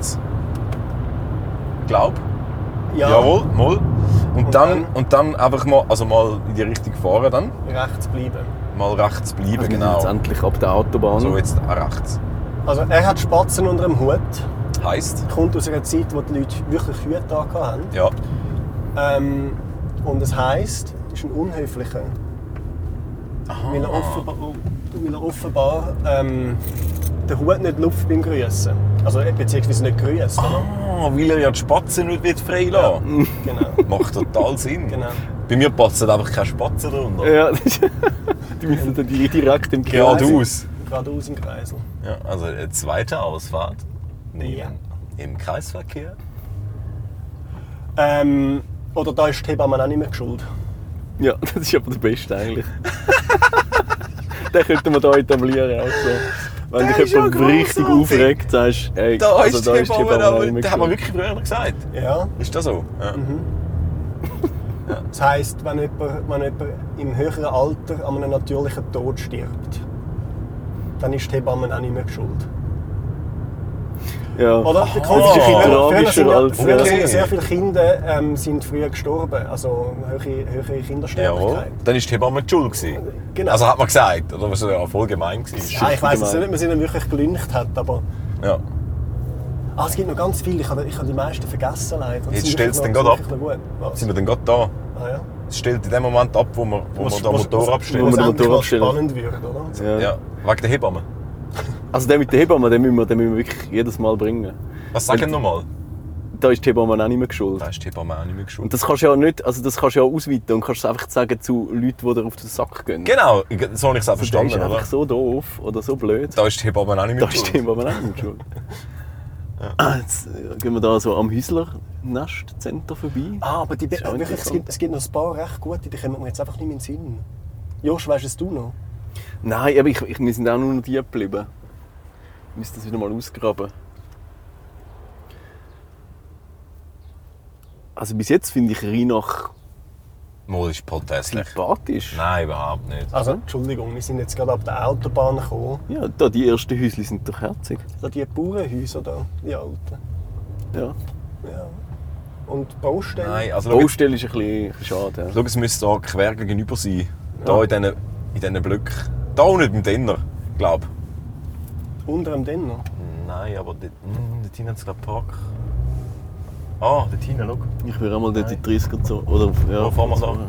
Glaub. Ja, Jawohl, mal. Und dann? dann einfach mal, also mal in die Richtung fahren dann. rechts bleiben. Mal rechts bleiben, Also genau. Jetzt endlich ab der Autobahn. So, jetzt rechts. Also er hat Spatzen unter dem Hut. Heisst? Kommt aus einer Zeit, wo die Leute wirklich Hüte hatten. Ja. Und es heisst, er ist ein Unhöflicher. Weil er offenbar den Hut nicht luft beim Grüßen. Also beziehungsweise nicht grüßt, oder? Ah, weil er ja die Spatzen nicht wird freilassen. Genau. Macht total Sinn. Genau. Bei mir passen einfach keine Spatzen drunter. Ja, die müssen dann direkt im Kreis. Geradeaus. Geradeaus im Kreisel. Ja, also eine zweite Ausfahrt. Ja. Im Kreisverkehr. Oder da ist die Hebamme auch nicht mehr schuld. Ja, das ist aber der Beste eigentlich. Den könnten wir hier etablieren. Also, wenn Der dich ist ja jemand richtig grossartig. aufregt, sagst du, hey, Da also ist die Hebamme, auch aber nicht mehr das haben wir schuld. wirklich früher gesagt. Ja. Ist das so? Ja. Das heisst, wenn jemand im höheren Alter an einem natürlichen Tod stirbt, dann ist die Hebamme auch nicht mehr schuld. Ja. Oder? Aha. Der Das ist ein bisschen tragischer als- früher Okay. sind ja sehr viele Kinder sind früher gestorben. Also höhere Jawohl. Kindersterblichkeit. Dann ist die Hebamme die Schuld gewesen. Genau. Also hat man gesagt, oder was ja voll gemein war. Ja, ich weiss jetzt nicht, ob man sie dann wirklich gelüncht hat, aber... Ja. Es gibt noch ganz viele, ich habe die meisten vergessen leider. Jetzt sind stellt's wirklich dann noch- gerade sind wirklich noch gut. Was? Sind wir dann gerade da? Ah, ja. Es stellt in dem Moment ab, wo wir den Motor abstellen. Wo wir den endlich Motor mal abstellen. spannend wird, oder? Ja. Ja, wegen der Hebamme. Also den mit der Hebamme, den müssen wir wirklich jedes Mal bringen. Was sagen wir nochmal? Da ist die Hebamme auch nicht mehr schuld. Da ist die Hebamme auch nicht mehr schuld. Und das kannst du ja nicht, also das kannst du ja ausweiten und kannst es einfach sagen zu Leuten, die dir auf den Sack gehen. Genau, so habe ich es auch Also der verstanden, ist einfach oder? so doof oder so blöd. Da ist die Hebamme auch nicht mehr Da ist die schuld. Hebamme auch nicht mehr schuld. Jetzt gehen wir da so am Häusler-Nest-Center vorbei. Aber die, Das ist auch wirklich, interessant. es gibt noch ein paar recht gute, die kommen mir jetzt einfach nicht mehr in den Sinn. Josh, weisst es du noch? Nein, aber wir sind auch nur noch die geblieben. Wir müssen das wieder mal ausgraben. Also bis jetzt finde ich Rheinach Mal ist protestlich. sympathisch. Nein, überhaupt nicht. Also, Entschuldigung, wir sind jetzt gerade ab der Autobahn gekommen. Ja, da, die ersten Häuschen sind doch herzig. Da die Bauernhäuser da, die alten. Ja. Ja. Und Baustellen. Nein, also Die schau, Baustelle ist ein bisschen schade. Ja. schau, es müsste hier quer gegenüber sein. Ja. Hier in diesen Blöcken. Da auch nicht im Denner, glaube Unter dem Denner. Nein, aber dort hinten hat es gerade Park. Ah, dort hinten, schau. Ich will auch mal dort in die 30er so. Oder, ja, Wo fahren wir da?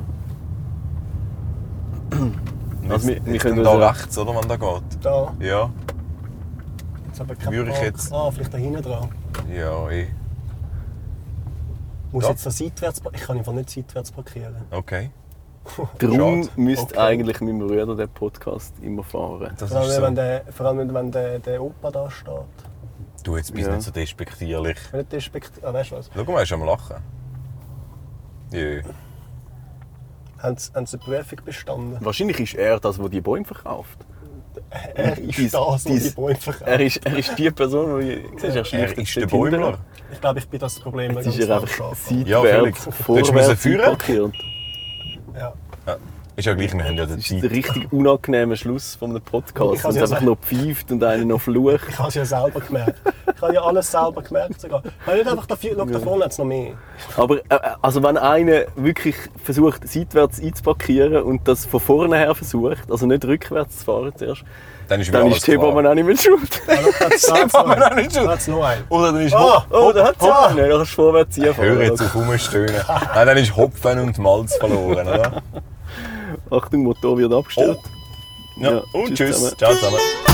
Also wir Jetzt können dann da also- rechts, oder, wenn da geht. Da. Ja, Jetzt aber kein Würde ich Park. jetzt- Vielleicht da hinten dran. ja, Muss Ja. jetzt da seitwärts Ich kann einfach nicht seitwärts parkieren. okay. Darum Schade. müsste Okay. eigentlich mein Bruder den Podcast immer fahren. Das Vor allem, ist so. vor allem wenn der Opa da steht. Du, jetzt bist Ja. nicht so despektierlich. Wenn nicht weißt du was? Schau mal, er ist am Lachen. Jö. Haben sie eine Prüfung bestanden? Wahrscheinlich ist er das, der die Bäume verkauft. Er ist Dies- das, was die dies- Bäume verkauft. Er ist die Person, die siehst, Er schlichtet ist der dort hinten Bäumler. an. Ich glaube, ich bin das Problem Jetzt ist er einfach Ja, völlig. seitwärts, Du hättest vorwärts müssen führen. einparkiert. Ja. Ja. Ist ja gleich, wir haben ja den Das ist der Zeit. richtig unangenehme Schluss von einem Ich Podcast. kann's Und ja es einfach sagen. noch pfeift und einer noch flucht. Ich habe es ja selber gemerkt. Ich habe ja alles selber gemerkt sogar. Ich habe nicht einfach dafür, schau, da vorne hat es noch mehr. Aber also wenn einer wirklich versucht, seitwärts einzuparkieren und das von vorne her versucht, also nicht rückwärts zu fahren zuerst, Dann ist wieder dann alles ist die Hebamme klar. auch nicht mehr schuld. Hebamme auch nicht schuld. Da hat es noch einen. Oder dann ist Oh, da hat es auch nicht. Da kannst du vorwärts Hör einfahren. jetzt auf rumstöhnen. Nein, dann ist Hopfen und Malz verloren, oder? Achtung, Motor wird abgestellt. Ja. Und tschüss. zusammen. Ciao zusammen.